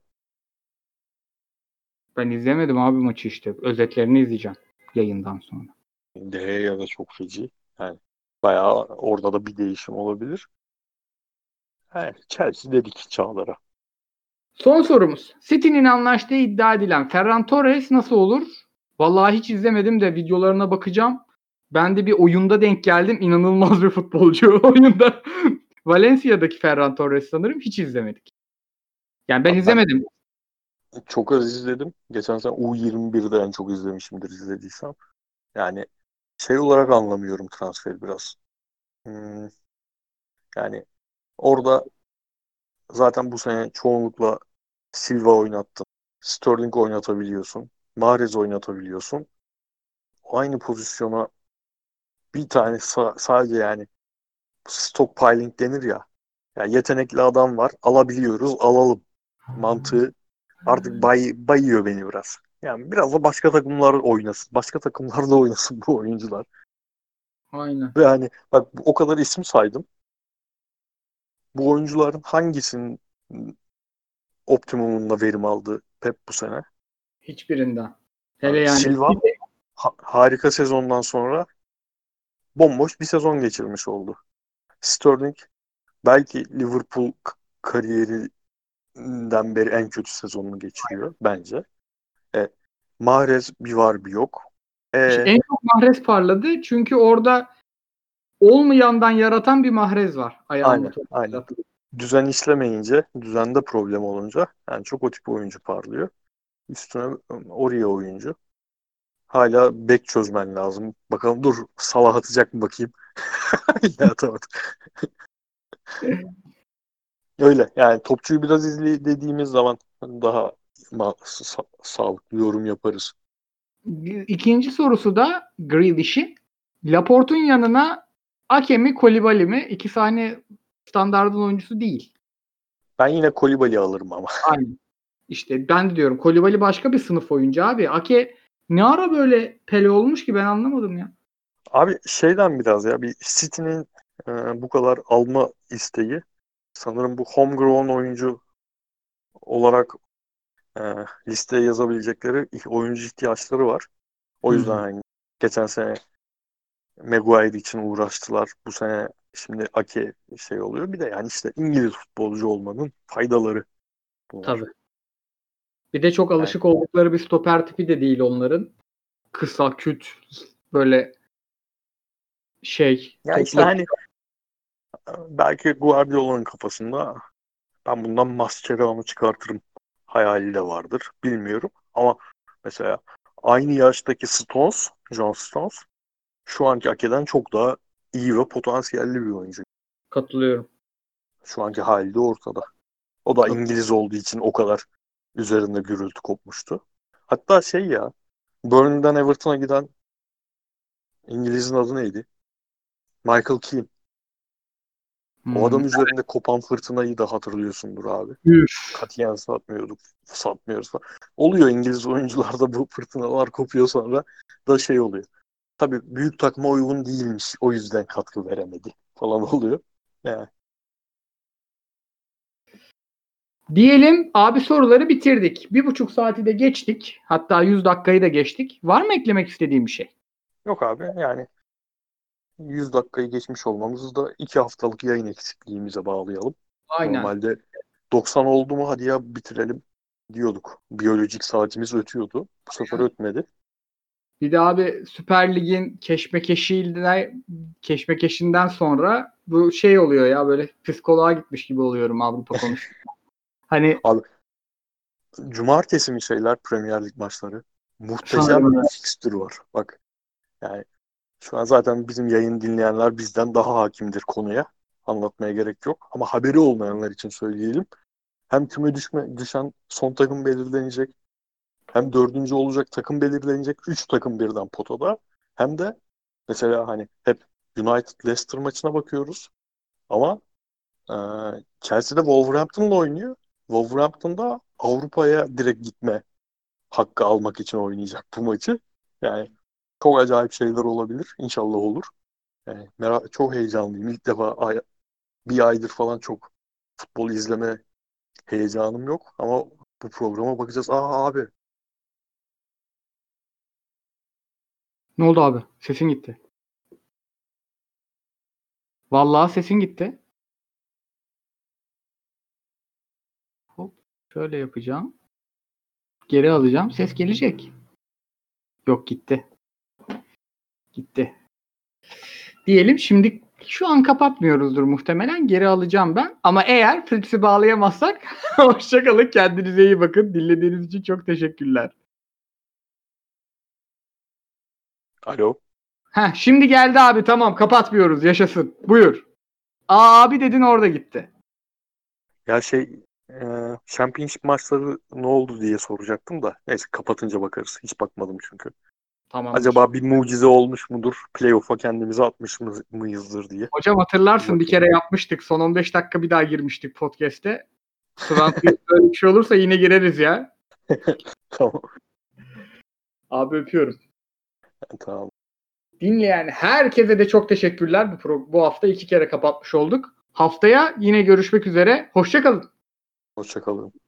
[SPEAKER 1] Ben izlemedim abi maçı işte. Özetlerini izleyeceğim yayından sonra.
[SPEAKER 2] De Gea da çok feci. Yani bayağı orada da bir değişim olabilir. Yani Chelsea dedik Çağlar'a.
[SPEAKER 1] Son sorumuz. City'nin anlaştığı iddia edilen Ferran Torres nasıl olur? Vallahi hiç izlemedim de videolarına bakacağım. Ben de bir oyunda denk geldim. İnanılmaz bir futbolcu oyunda. Valencia'daki Ferran Torres sanırım. Hiç izlemedik. Yani ben
[SPEAKER 2] Abi ben
[SPEAKER 1] izlemedim.
[SPEAKER 2] çok az izledim. Geçen sene U yirmi birde en çok izlemişimdir izlediysem. Yani şey olarak anlamıyorum transferi biraz. Hmm, yani orada zaten bu sene çoğunlukla Silva oynattın. Sterling oynatabiliyorsun. Mahrez oynatabiliyorsun. Aynı pozisyona bir tane sa- sadece yani stockpiling denir ya. Yani yetenekli adam var. Alabiliyoruz. Alalım. Mantığı artık bay, bayıyor beni biraz. Yani biraz da başka takımlar oynasın. Başka takımlar da oynasın bu oyuncular.
[SPEAKER 1] Aynen.
[SPEAKER 2] Ve hani bak o kadar isim saydım. Bu oyuncuların hangisinin optimumunda verim aldı Pep bu sene?
[SPEAKER 1] Hiçbirinden. Hele
[SPEAKER 2] Abi,
[SPEAKER 1] yani
[SPEAKER 2] Silva ha- harika sezondan sonra bomboş bir sezon geçirmiş oldu. Sterling belki Liverpool k- kariyerinden beri en kötü sezonunu geçiriyor bence. E, Mahrez bir var bir yok.
[SPEAKER 1] işte
[SPEAKER 2] E,
[SPEAKER 1] en çok Mahrez parladı. Çünkü orada olmayandan yaratan bir Mahrez var. Ayağında
[SPEAKER 2] aynen
[SPEAKER 1] top.
[SPEAKER 2] aynen. Düzen işlemeyince, düzende problem olunca yani çok o tip oyuncu parlıyor. Üstüne oraya oyuncu. Hala bek çözmen lazım. Bakalım dur Salah atacak mı bakayım. Ya tamam. Öyle yani topçuyu biraz izle dediğimiz zaman daha ma- sa- sağlıklı yorum yaparız.
[SPEAKER 1] İkinci sorusu da Grealish'in. Laporte'un yanına Ake mi Koulibaly mi? İki tane standardın oyuncusu değil.
[SPEAKER 2] Ben yine Kolibali alırım ama.
[SPEAKER 1] Aynen. İşte ben de diyorum Koulibaly başka bir sınıf oyuncu abi. Ake ne ara böyle Pele olmuş ki ben anlamadım ya.
[SPEAKER 2] Abi şeyden biraz ya bir City'nin e, bu kadar alma isteği sanırım bu homegrown oyuncu olarak e, listeye yazabilecekleri oyuncu ihtiyaçları var. O
[SPEAKER 1] Hı
[SPEAKER 2] yüzden
[SPEAKER 1] hı.
[SPEAKER 2] hani geçen sene Maguire için uğraştılar. Bu sene şimdi Ake şey oluyor. Bir de yani işte İngiliz futbolcu olmanın faydaları bunlar.
[SPEAKER 1] Tabii. Bir de çok
[SPEAKER 2] Yani,
[SPEAKER 1] alışık oldukları bir stoper tipi de değil onların. Kısa, küt, böyle şey,
[SPEAKER 2] ya işte
[SPEAKER 1] topla.
[SPEAKER 2] hani belki Guardiola'nın kafasında ben bundan Mascherano'mu çıkartırım hayali de vardır. Bilmiyorum. Ama mesela aynı yaştaki Stones, John Stones şu anki Ake'den çok daha iyi ve potansiyelli bir oyuncu.
[SPEAKER 1] Katılıyorum.
[SPEAKER 2] Şu anki hali de ortada. O da
[SPEAKER 1] Kat-
[SPEAKER 2] İngiliz olduğu için o kadar üzerinde gürültü kopmuştu. Hatta şey ya Burnley'den Everton'a giden İngiliz'in adı neydi? Michael Keane. O
[SPEAKER 1] Hmm.
[SPEAKER 2] adam üzerinde kopan fırtınayı da hatırlıyorsundur abi.
[SPEAKER 1] Üf.
[SPEAKER 2] Katiyen satmıyorduk. Satmıyoruz falan. Oluyor İngiliz oyuncularda bu fırtınalar kopuyor sonra da şey oluyor. Tabii büyük takıma uygun değilmiş. O yüzden katkı veremedi falan oluyor. Yani
[SPEAKER 1] Diyelim abi soruları bitirdik. Bir buçuk saati de geçtik. Hatta yüz dakikayı da geçtik. Var mı eklemek istediğim bir şey?
[SPEAKER 2] yok abi yani yüz dakikayı geçmiş olmamızı da iki haftalık yayın eksikliğimize bağlayalım.
[SPEAKER 1] Aynen.
[SPEAKER 2] Normalde doksan oldu mu hadi ya bitirelim diyorduk. Biyolojik saatimiz ötüyordu. Bu sefer ötmedi.
[SPEAKER 1] Bir de abi Süper Lig'in keşmekeşiyle keşmekeşinden sonra bu şey oluyor ya böyle psikoloğa gitmiş gibi oluyorum Avrupa konuşurken. Hani
[SPEAKER 2] Abi cumartesi mi şeyler Premier Lig maçları?
[SPEAKER 1] sanırım
[SPEAKER 2] Muhteşem bir
[SPEAKER 1] öyle.
[SPEAKER 2] fikstür var. Bak yani şu an zaten bizim yayın dinleyenler bizden daha hakimdir konuya. Anlatmaya gerek yok. Ama haberi olmayanlar için söyleyelim. Hem küme düşme, düşen son takım belirlenecek. Hem dördüncü olacak takım belirlenecek. Üç takım birden potada. Hem de mesela hani hep United Leicester maçına bakıyoruz. Ama e, Chelsea'de Wolverhampton'la oynuyor. Wolverhampton'da Avrupa'ya direkt gitme hakkı almak için oynayacak bu maçı. Yani çok acayip şeyler olabilir. İnşallah olur. Yani merak, çok heyecanlıyım. İlk defa ay, bir aydır falan çok futbol izleme heyecanım yok. Ama bu programa bakacağız. Aa abi
[SPEAKER 1] Ne oldu abi? Sesin gitti. Vallahi sesin gitti. Hop. Şöyle yapacağım. Geri alacağım. Ses gelecek. Yok gitti. Gitti. Diyelim şimdi şu an kapatmıyoruzdur muhtemelen. Geri alacağım ben. Ama eğer Fritz'i bağlayamazsak hoşçakalın. Kendinize iyi bakın. Dinlediğiniz için çok teşekkürler.
[SPEAKER 2] Alo.
[SPEAKER 1] Heh, şimdi geldi abi, tamam kapatmıyoruz, yaşasın. Buyur. Aa, abi dedin orada gitti.
[SPEAKER 2] Ya şey e, Championship maçları ne oldu diye soracaktım da. Neyse kapatınca bakarız. Hiç bakmadım çünkü.
[SPEAKER 1] Tamamdır.
[SPEAKER 2] Acaba bir mucize olmuş mudur? Playoff'a kendimizi atmış mı- mıyızdır diye.
[SPEAKER 1] Hocam hatırlarsın bir kere yapmıştık. Son on beş dakika bir daha girmiştik podcast'e. Swansea böyle bir şey olursa yine gireriz ya.
[SPEAKER 2] Tamam.
[SPEAKER 1] Abi öpüyoruz.
[SPEAKER 2] Tamam.
[SPEAKER 1] Dinleyen herkese de çok teşekkürler. Bu, pro- bu hafta iki kere kapatmış olduk. Haftaya yine görüşmek üzere. Hoşça kalın.
[SPEAKER 2] Hoşça kalın.